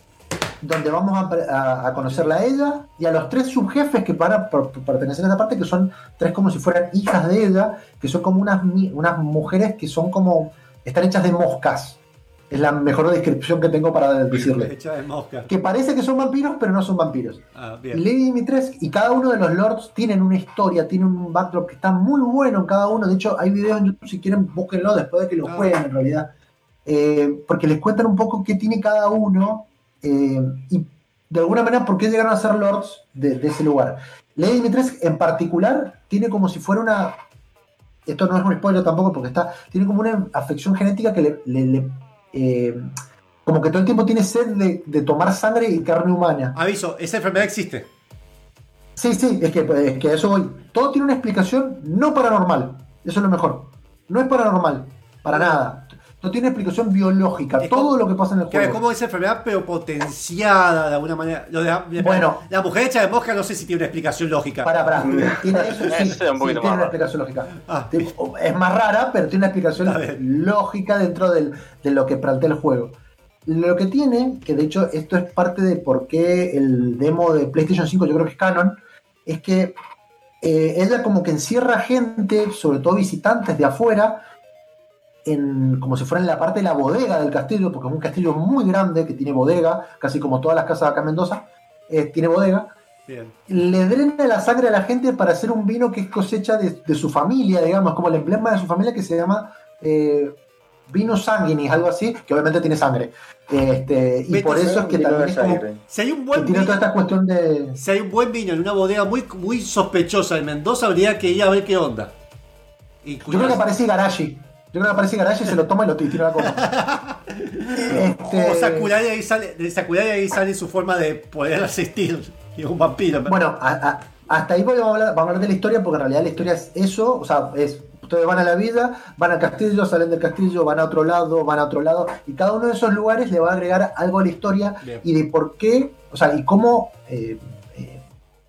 Donde vamos a, pre- a- a conocerla a ella y a los tres subjefes que van a per- pertenecer a esta parte, que son tres como si fueran hijas de ella, que son como unas, mi- unas mujeres que son como, están hechas de moscas. Es la mejor descripción que tengo para decirle. Hecha de mosca. Que parece que son vampiros, pero no son vampiros. Ah, Y bien. Lady Dimitrescu y cada uno de los lords tienen una historia, tienen un backdrop que está muy bueno en cada uno. De hecho, hay videos en YouTube, si quieren, búsquenlo después de que lo Ah. jueguen en realidad. Eh, porque les cuentan un poco qué tiene cada uno eh, y de alguna manera por qué llegaron a ser lords de, de ese lugar. Lady Dimitrescu en particular tiene como si fuera una... Esto no es un spoiler tampoco porque está... Tiene como una afección genética que le... le- le, eh, como que todo el tiempo tiene sed de, de tomar sangre y carne humana. Aviso, esa enfermedad existe. Sí, sí, es que, es que a eso voy. Todo tiene una explicación no paranormal. Eso es lo mejor. No es paranormal, para nada. No tiene explicación biológica. Es todo como- lo que pasa en el Que es juego. como esa enfermedad, pero potenciada de alguna manera. Lo de, de- Bueno. la mujer hecha de mosca no sé si tiene una explicación lógica. Para, para. Tiene eso, sí, Ese es un sí, poquito tiene más una raro. explicación lógica. Ah, Tipo, Es más rara, pero tiene una explicación Está bien. lógica dentro del- de lo que plantea el juego. Lo que tiene, que de hecho esto es parte de por qué el demo de PlayStation cinco yo creo que es canon, es que eh, ella como que encierra gente, sobre todo visitantes de afuera, en, como si fuera en la parte de la bodega del castillo, porque es un castillo muy grande que tiene bodega, casi como todas las casas acá en Mendoza, eh, tiene bodega, Bien. le drena la sangre a la gente para hacer un vino que es cosecha de, de su familia, digamos, como el emblema de su familia que se llama eh, vino sanguinis, algo así, que obviamente tiene sangre. Este, y Vete, por eso es que vino también de es como, sangre. Si hay un que buen tiene toda vino, esta cuestión de... si hay un buen vino en una bodega muy, muy sospechosa en Mendoza, habría que ir a ver qué onda. Y Yo creo que aparece Garashi. Yo creo que aparece Garashi, se lo toma y lo tira la copa. Este, O Sakurai ahí sale, de Sakurai ahí sale su forma de poder asistir. Y es un vampiro. Bueno, a- a- hasta ahí vamos a, hablar, vamos a hablar de la historia, porque en realidad la historia es eso, o sea, es ustedes van a la vida, van al castillo, salen del castillo, van a otro lado, van a otro lado, y cada uno de esos lugares le va a agregar algo a la historia. Bien. Y de por qué, o sea, y cómo eh, eh,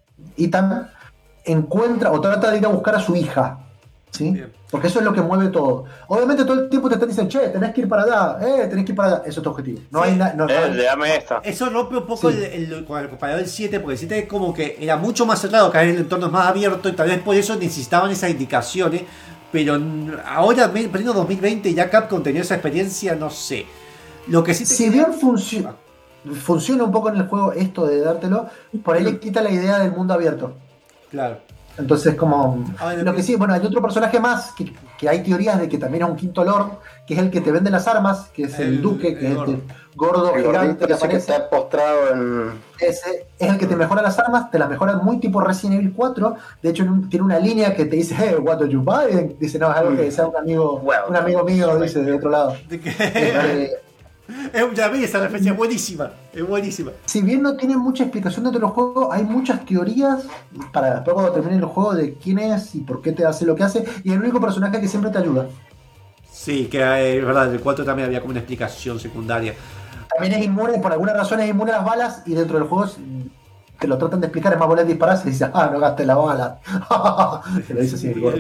Ethan encuentra o trata de ir a buscar a su hija, ¿sí? Bien. Porque eso es lo que mueve todo. Obviamente todo el tiempo te están diciendo, che, tenés que ir para allá, eh, tenés que ir para allá. Eso es tu objetivo. No Sí. hay nada. No, no Eh, hay- dame esta. Eso rompe un poco Sí. el, el, con el comparado del siete, porque el siete es como que era mucho más cerrado, cada vez el entorno es más abierto, y tal vez por eso necesitaban esas indicaciones. Pero n- ahora, me- pleno dos mil veinte, ya Capcom tenía esa experiencia, no sé. Lo que sí te Si quería- bien funciona, funciona un poco en el juego esto de dártelo, por ahí le quita la idea del mundo abierto. Claro. Entonces, como. Ah, Lo que sí, bueno, hay otro personaje más que, que hay teorías de que también es un quinto lord, que es el que te vende las armas, que es el, El- duque, el que es gordo. este gordo El gigante gordito que ese que aparece. está postrado en. Ese es el que te mejora las armas, te las mejora muy tipo Resident Evil cuatro. De hecho, en un- tiene una línea que te dice, hey, what do you buy? Dice, no, es algo que sea un amigo, Well, un amigo mío, dice de otro lado. de que- Eh, es, ya vi esa referencia, es buenísima. Es buenísima. Si bien no tiene mucha explicación dentro del juego, hay muchas teorías para después cuando termine el juego de quién es y por qué te hace lo que hace, y el único personaje que siempre te ayuda. Sí, que eh, es verdad, en el cuatro también había como una explicación secundaria. También es inmune, por alguna razón es inmune a las balas, y dentro del juego es- te lo tratan de explicar, es más volar disparar, y dices, ah, no gasté la bala. Te lo dice así el gordo.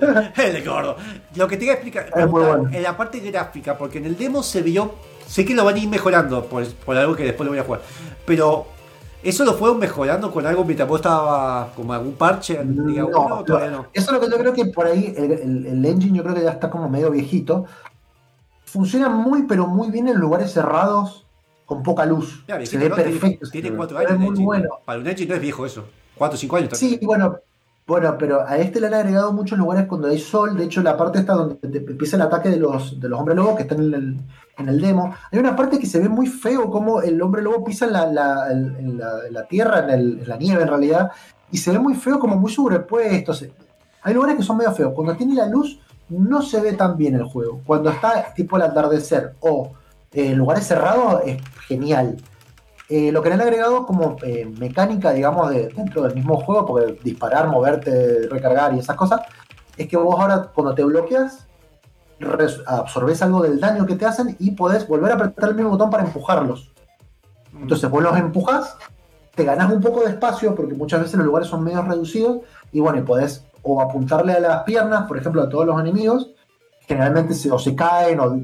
El gordo. Lo que te iba a explicar, Es muy bueno. en la parte gráfica, porque en el demo se vio, sé que lo van a ir mejorando por, por algo que después lo voy a jugar, pero eso lo fueron mejorando con algo mientras vos estaba como algún parche en día No, uno, o todavía no. Eso es lo que yo creo que por ahí el, el- el engine yo creo que ya está como medio viejito. Funciona muy pero muy bien en lugares cerrados con poca luz. Ya, Se viejito, ve ¿no? perfecto. Tiene se cuatro ve años. el muy engine. bueno. Para un engine no es viejo eso. cuatro o cinco años. Sí, bueno, bueno, pero a este le han agregado muchos lugares cuando hay sol. De hecho, la parte esta donde te empieza el ataque de los, de los hombres lobos que están en el, en el demo, hay una parte que se ve muy feo, como el hombre lobo pisa en la, la- en- en la, en la tierra, en, el- en la nieve en realidad, y se ve muy feo, como muy sobrepuesto. se- Hay lugares que son medio feos. Cuando tiene la luz, no se ve tan bien el juego. Cuando está tipo el atardecer o eh, en lugares cerrados, es genial. Eh, lo que le han agregado como eh, mecánica, digamos, de, dentro del mismo juego, porque disparar, moverte, recargar y esas cosas, es que vos ahora cuando te bloqueas, res- absorbes algo del daño que te hacen y podés volver a apretar el mismo botón para empujarlos. Entonces vos los empujás, te ganás un poco de espacio, porque muchas veces los lugares son medio reducidos, y bueno, y podés o apuntarle a las piernas, por ejemplo, a todos los enemigos, generalmente se, o se caen, o,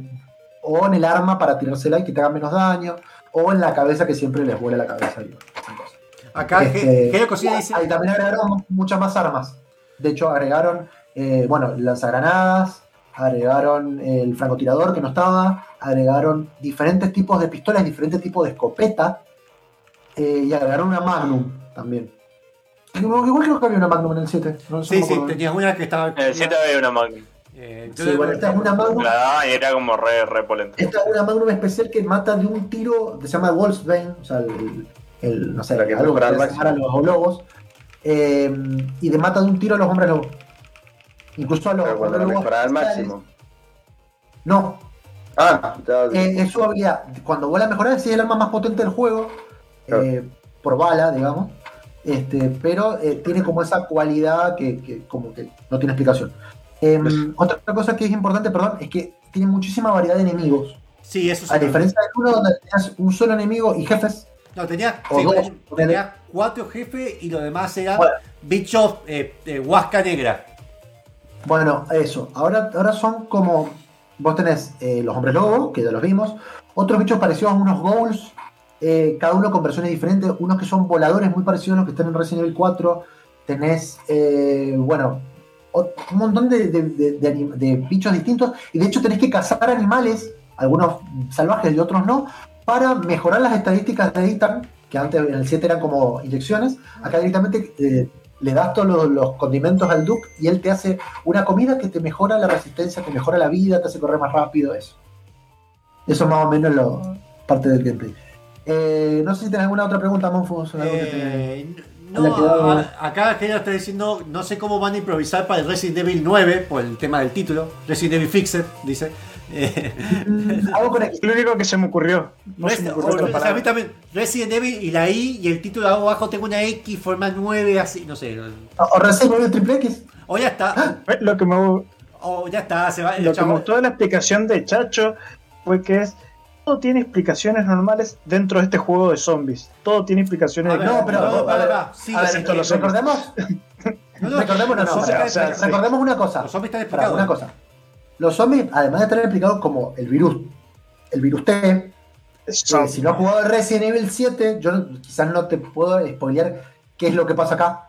o en el arma para tirársela y que te hagan menos daño, o en la cabeza que siempre les vuela la cabeza. y esas cosas. Acá, Este, Geo Cocina dice. ahí también agregaron muchas más armas. De hecho, agregaron, eh, bueno, lanzagranadas, agregaron el francotirador que no estaba, agregaron diferentes tipos de pistolas, diferentes tipos de escopeta, eh, y agregaron una Magnum también. Igual igual creo que había una Magnum en el siete. No sé Sí, me sí, acuerdo. tenías una que estaba. En el siete había una Magnum. Eh, Sí, bueno, esta es una Magnum. La daban y era como re, re polenta. Esta es una Magnum especial que mata de un tiro, que se llama Wolfsbane, o sea, el, el- no sé, La que algo que mejora al puede llamar a los lobos, eh, y de mata de un tiro a los hombres lobos. Incluso a los Pero cuando lo hombres lobos mejora al especiales. máximo. No, Ah, ya. eh, es su habilidad. Cuando vuela a mejorar, sí es el arma más potente del juego, Claro. eh, por bala, digamos. Este, pero eh, tiene como esa cualidad que, que como que no tiene explicación. Em, otra cosa que es importante, perdón, es que tiene muchísima variedad de enemigos. Sí, eso sí. A diferencia del uno donde tenías un solo enemigo y jefes. No, tenía, O sí, dos, tenía- ponele. tenía cuatro jefes y lo demás eran Bueno. bichos eh, eh, huasca negra. Bueno, eso. Ahora, ahora son como. Vos tenés eh, los hombres lobos, que ya los vimos. Otros bichos parecidos a unos ghouls. eh, cada uno con versiones diferentes. Unos que son voladores muy parecidos a los que están en Resident Evil cuatro. Tenés, eh, bueno, o- un montón de, de- de- de anim- de bichos distintos. Y de hecho tenés que cazar animales, algunos salvajes y otros no, para mejorar las estadísticas de Ethan, que antes en el siete eran como inyecciones, acá directamente eh, le das todos los, los condimentos al Duke y él te hace una comida que te mejora la resistencia, te mejora la vida, te hace correr más rápido, eso. Eso es más o menos lo, parte del gameplay. Eh, no sé si tenés alguna otra pregunta, Monfus. Eh, no, a, acá Gera está diciendo, no sé cómo van a improvisar para el Resident Evil nueve, por el tema del título, Resident Evil Fixed, dice. Eh, Algo con el, lo único que se me ocurrió. No Rest, se me ocurrió o, o sea, a mí también, Resident Evil y la I y el título de abajo tengo una X, forma nueve, así, no sé. O, o Resident Evil Triple X. O ya está. Lo que me, o ya está, se va. Lo que me gustó de la explicación de Chacho fue que es todo tiene explicaciones normales dentro de este juego de zombies. Todo tiene explicaciones. A ver, de no, pero no, a ver, para, para, sí, a ver, eh, recordemos. no, no, recordemos, no, no, o sea, o sea, recordemos sí. una cosa. Los zombies están explicados. Una cosa. Los zombies, además de estar explicados como el virus, el virus T, eh, si no has jugado Resident Evil siete, yo no, quizás no te puedo spoilear qué es lo que pasa acá.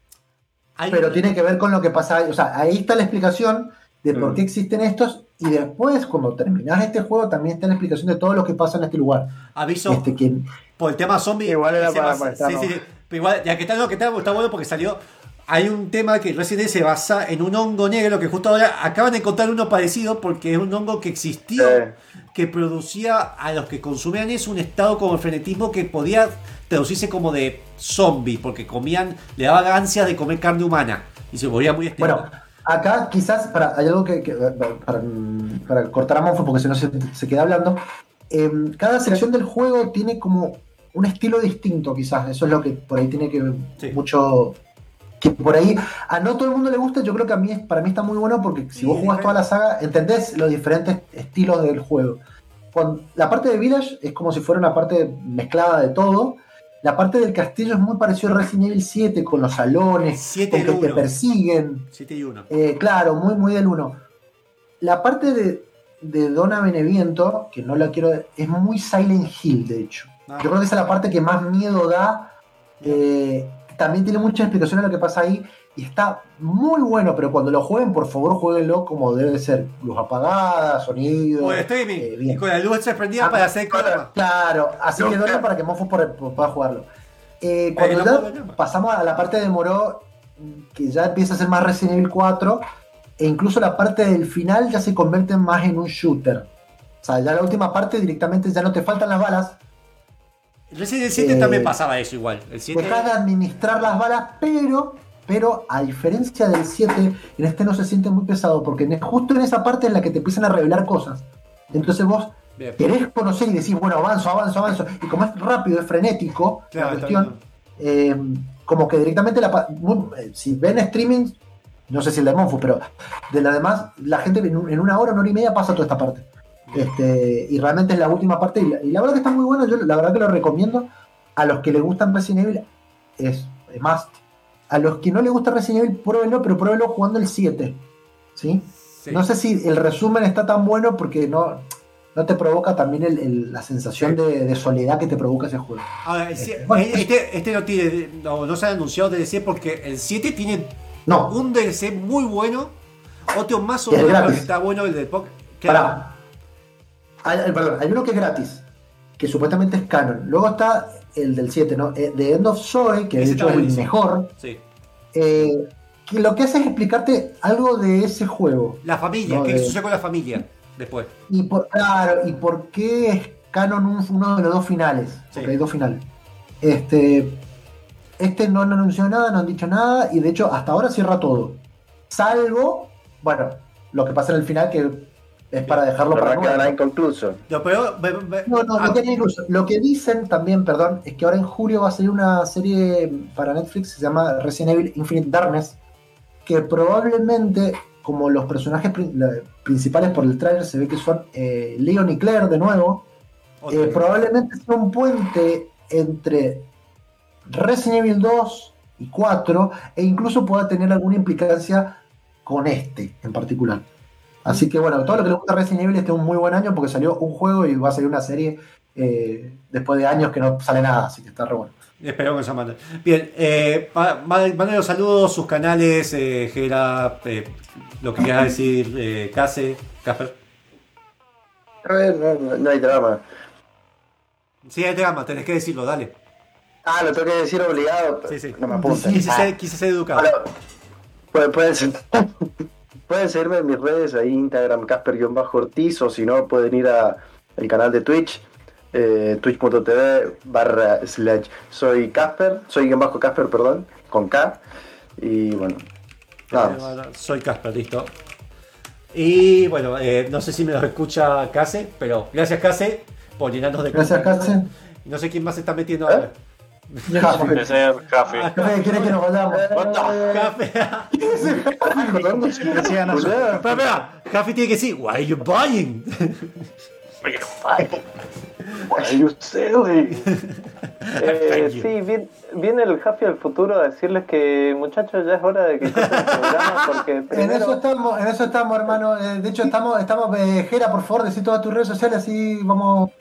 Hay pero un... tiene que ver con lo que pasa ahí. O sea, ahí está la explicación de por qué existen estos, y después, cuando terminás este juego, también está la explicación de todo lo que pasa en este lugar. Aviso, este, que... por el tema zombie, igual era para, basa, para sí, sí, sí, pero igual, ya que está, no, que está, está bueno porque salió, hay un tema que Resident Evil se basa en un hongo negro, que justo ahora acaban de encontrar uno parecido, porque es un hongo que existió, eh. que producía a los que consumían eso un estado como el frenetismo que podía traducirse como de zombie, porque comían, le daba ansias de comer carne humana, y se volvía muy estilo. Bueno, acá quizás, para, hay algo que, que para, para cortar a Monfo, porque si no se, se queda hablando, eh, cada sección del juego tiene como un estilo distinto, quizás, eso es lo que por ahí tiene que ver sí. mucho, que por ahí a no todo el mundo le gusta, yo creo que a mí, para mí está muy bueno, porque si sí, vos jugás toda la saga, entendés los diferentes estilos del juego. Cuando, la parte de Village es como si fuera una parte mezclada de todo. La parte del castillo es muy parecido a Resident Evil siete, con los salones, con que te persiguen. siete y uno. Eh, claro, muy, muy del uno. La parte de, de Donna Beneviento, que no la quiero... es muy Silent Hill, de hecho. Ah. Yo creo que esa es la parte que más miedo da. Eh, también tiene mucha explicación de lo que pasa ahí. Y está muy bueno, pero cuando lo jueguen, por favor, jueguenlo como debe ser. Luz apagada, sonido... Bueno, streaming, eh, y con la luz se prendía ah, para hacer... Claro, claro, así no, que doble para que Mofo pueda jugarlo. Eh, cuando ya no pasamos a la parte de Moró, que ya empieza a ser más Resident Evil cuatro, e incluso la parte del final ya se convierte más en un shooter. O sea, ya la última parte directamente ya no te faltan las balas. Resident Evil siete eh, también pasaba eso igual. El siete... Dejás de administrar las balas, pero... Pero a diferencia del siete, en este no se siente muy pesado, porque justo en esa parte en la que te empiezan a revelar cosas. Entonces vos bien, querés conocer y decís, bueno, avanzo, avanzo, avanzo. Y como es rápido, es frenético, claro, la cuestión, eh, como que directamente, la, muy, si ven streaming, no sé si el de Monfu, pero de la demás, la gente en una hora, una hora y media pasa toda esta parte. Este, y realmente es la última parte, y la, y la verdad que está muy buena, yo la verdad que lo recomiendo. A los que les gustan Resident Evil, es, es must. A los que no les gusta Resident Evil, pruébenlo, pero pruébenlo jugando el siete. ¿Sí? Sí. No sé si el resumen está tan bueno porque no, no te provoca también el, el, la sensación sí. de, de soledad que te provoca ese juego. Ahora, este, bueno, este, este no, tiene, no, no se ha anunciado D L C porque el siete tiene no. un D L C muy bueno, otro más o menos que está bueno, el del Pokémon. Pará. Hay, perdón, hay uno que es gratis, que supuestamente es canon. Luego está el del siete, ¿no? Eh, The End of Zoe, que de hecho es el mejor. Sí. Eh, que lo que hace es explicarte algo de ese juego. La familia, ¿no? ¿Qué de... sucede con la familia después? Y por, claro, y por qué es canon un, uno de los dos finales. Sí. Porque hay dos finales. Este, este no han anunciado nada, no han dicho nada, y de hecho hasta ahora cierra todo. Salvo, bueno, lo que pasa en el final, que es para dejarlo pero para quedará inconcluso. No, pero, me, me, no, no, no queda incluso. Lo que dicen también, perdón, es que ahora en julio va a salir una serie para Netflix, se llama Resident Evil Infinite Darkness, que probablemente, como los personajes pri- principales por el trailer se ve que son eh, Leon y Claire de nuevo, okay. eh, probablemente sea un puente entre Resident Evil dos y cuatro, e incluso pueda tener alguna implicancia con este en particular. Así que bueno, todo lo que le gusta a Resident Evil, este es un muy buen año porque salió un juego y va a salir una serie eh, después de años que no sale nada, así que está re bueno. Espero que se mande. Bien, eh, manden los saludos, sus canales, eh, Gera, eh, lo que quieras decir, eh, Case, Casper. A ver, no, no, no hay drama. Sí, hay drama, tenés que decirlo, dale. Ah, lo tengo que decir obligado. Sí, sí. No me apunten. Quise Ah. ser, quise ser educado. Bueno, pueden, pueden, ser- pueden seguirme en mis redes, ahí Instagram, Casper-Ortiz, o si no, pueden ir a el canal de Twitch, eh, twitch.tv barra slash soy Casper, soy guión bajo Casper, perdón, con K, y bueno, nada Eh, más. bueno, soy Casper, listo. Y bueno, eh, no sé si me lo escucha Case, pero gracias Case por llenarnos de Gracias, contenido. Case. No sé quién más se está metiendo ahora. De ser Jaffe. Café, ¿quiere que nos vayamos? Café. Siempre sigan a su- Espera, espera. Jafi tiene que decir, why are you buying? What are you selling? Eh, Thank you. sí, viene, viene el Happy del futuro a decirles que, muchachos, ya es hora de que escuchen el programa porque En eso primero... estamos, en eso estamos, hermano. Eh, de hecho, estamos, estamos, eh, Jera, por favor, decir todas tus redes sociales, así vamos.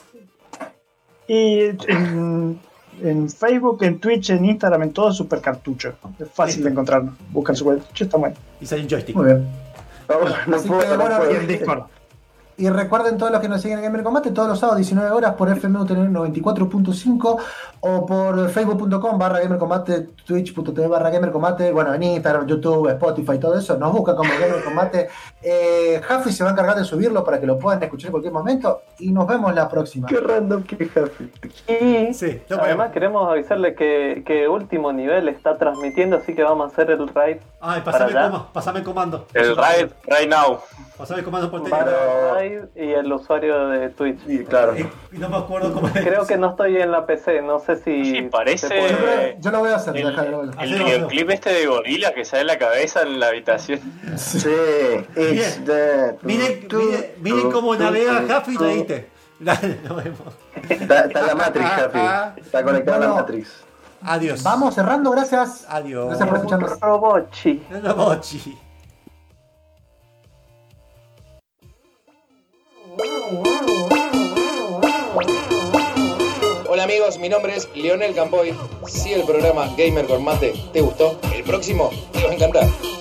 Y en, en Facebook, en Twitch, en Instagram, en todo Super Cartucho. Es fácil de encontrarnos. Buscan Super Cartucho, está bueno. Y sale un joystick. Muy bien. No, no Así puedo, que, no bueno, puedo. Y en Discord. Y recuerden todos los que nos siguen en Gamer Combate, todos los sábados diecinueve horas por F M U T N noventa y cuatro punto cinco o por facebook.com barra Gamer Combate, twitch.tv barra Gamer Combate, bueno, en Instagram, YouTube, Spotify, todo eso, nos buscan como Gamer Combate. Eh, Jaffi se va a encargar de subirlo para que lo puedan escuchar en cualquier momento y nos vemos la próxima. Qué random que Happy. Y Sí, no además podemos. queremos avisarles que, que Último Nivel está transmitiendo, así que vamos a hacer el raid Ay, pasame, para allá. coma, pasame el comando. El right, right now. Pasame el comando por para teléfono. el raid y el usuario de Twitch. Sí, claro. Y, y no me acuerdo cómo es. Creo que no estoy en la P C, no sé si... Sí, parece- se puede- Yo, creo- yo lo voy a hacer, El, deja de verlo. el Hacelo, videoclip este de gorila que sale la cabeza en la habitación. Sí, it's the... Miren, miren, miren cómo navega Jafi y leíste. Dale, nos vemos. Está, está en la Matrix, Happy. Está conectado a la Bueno. Matrix. Adiós. Vamos cerrando, gracias. Adiós. Gracias por escucharnos. Robochi. No, Mochi. Hola amigos, mi nombre es Lionel Campoy. Si el programa Gamer con Mate te gustó, el próximo te va a encantar.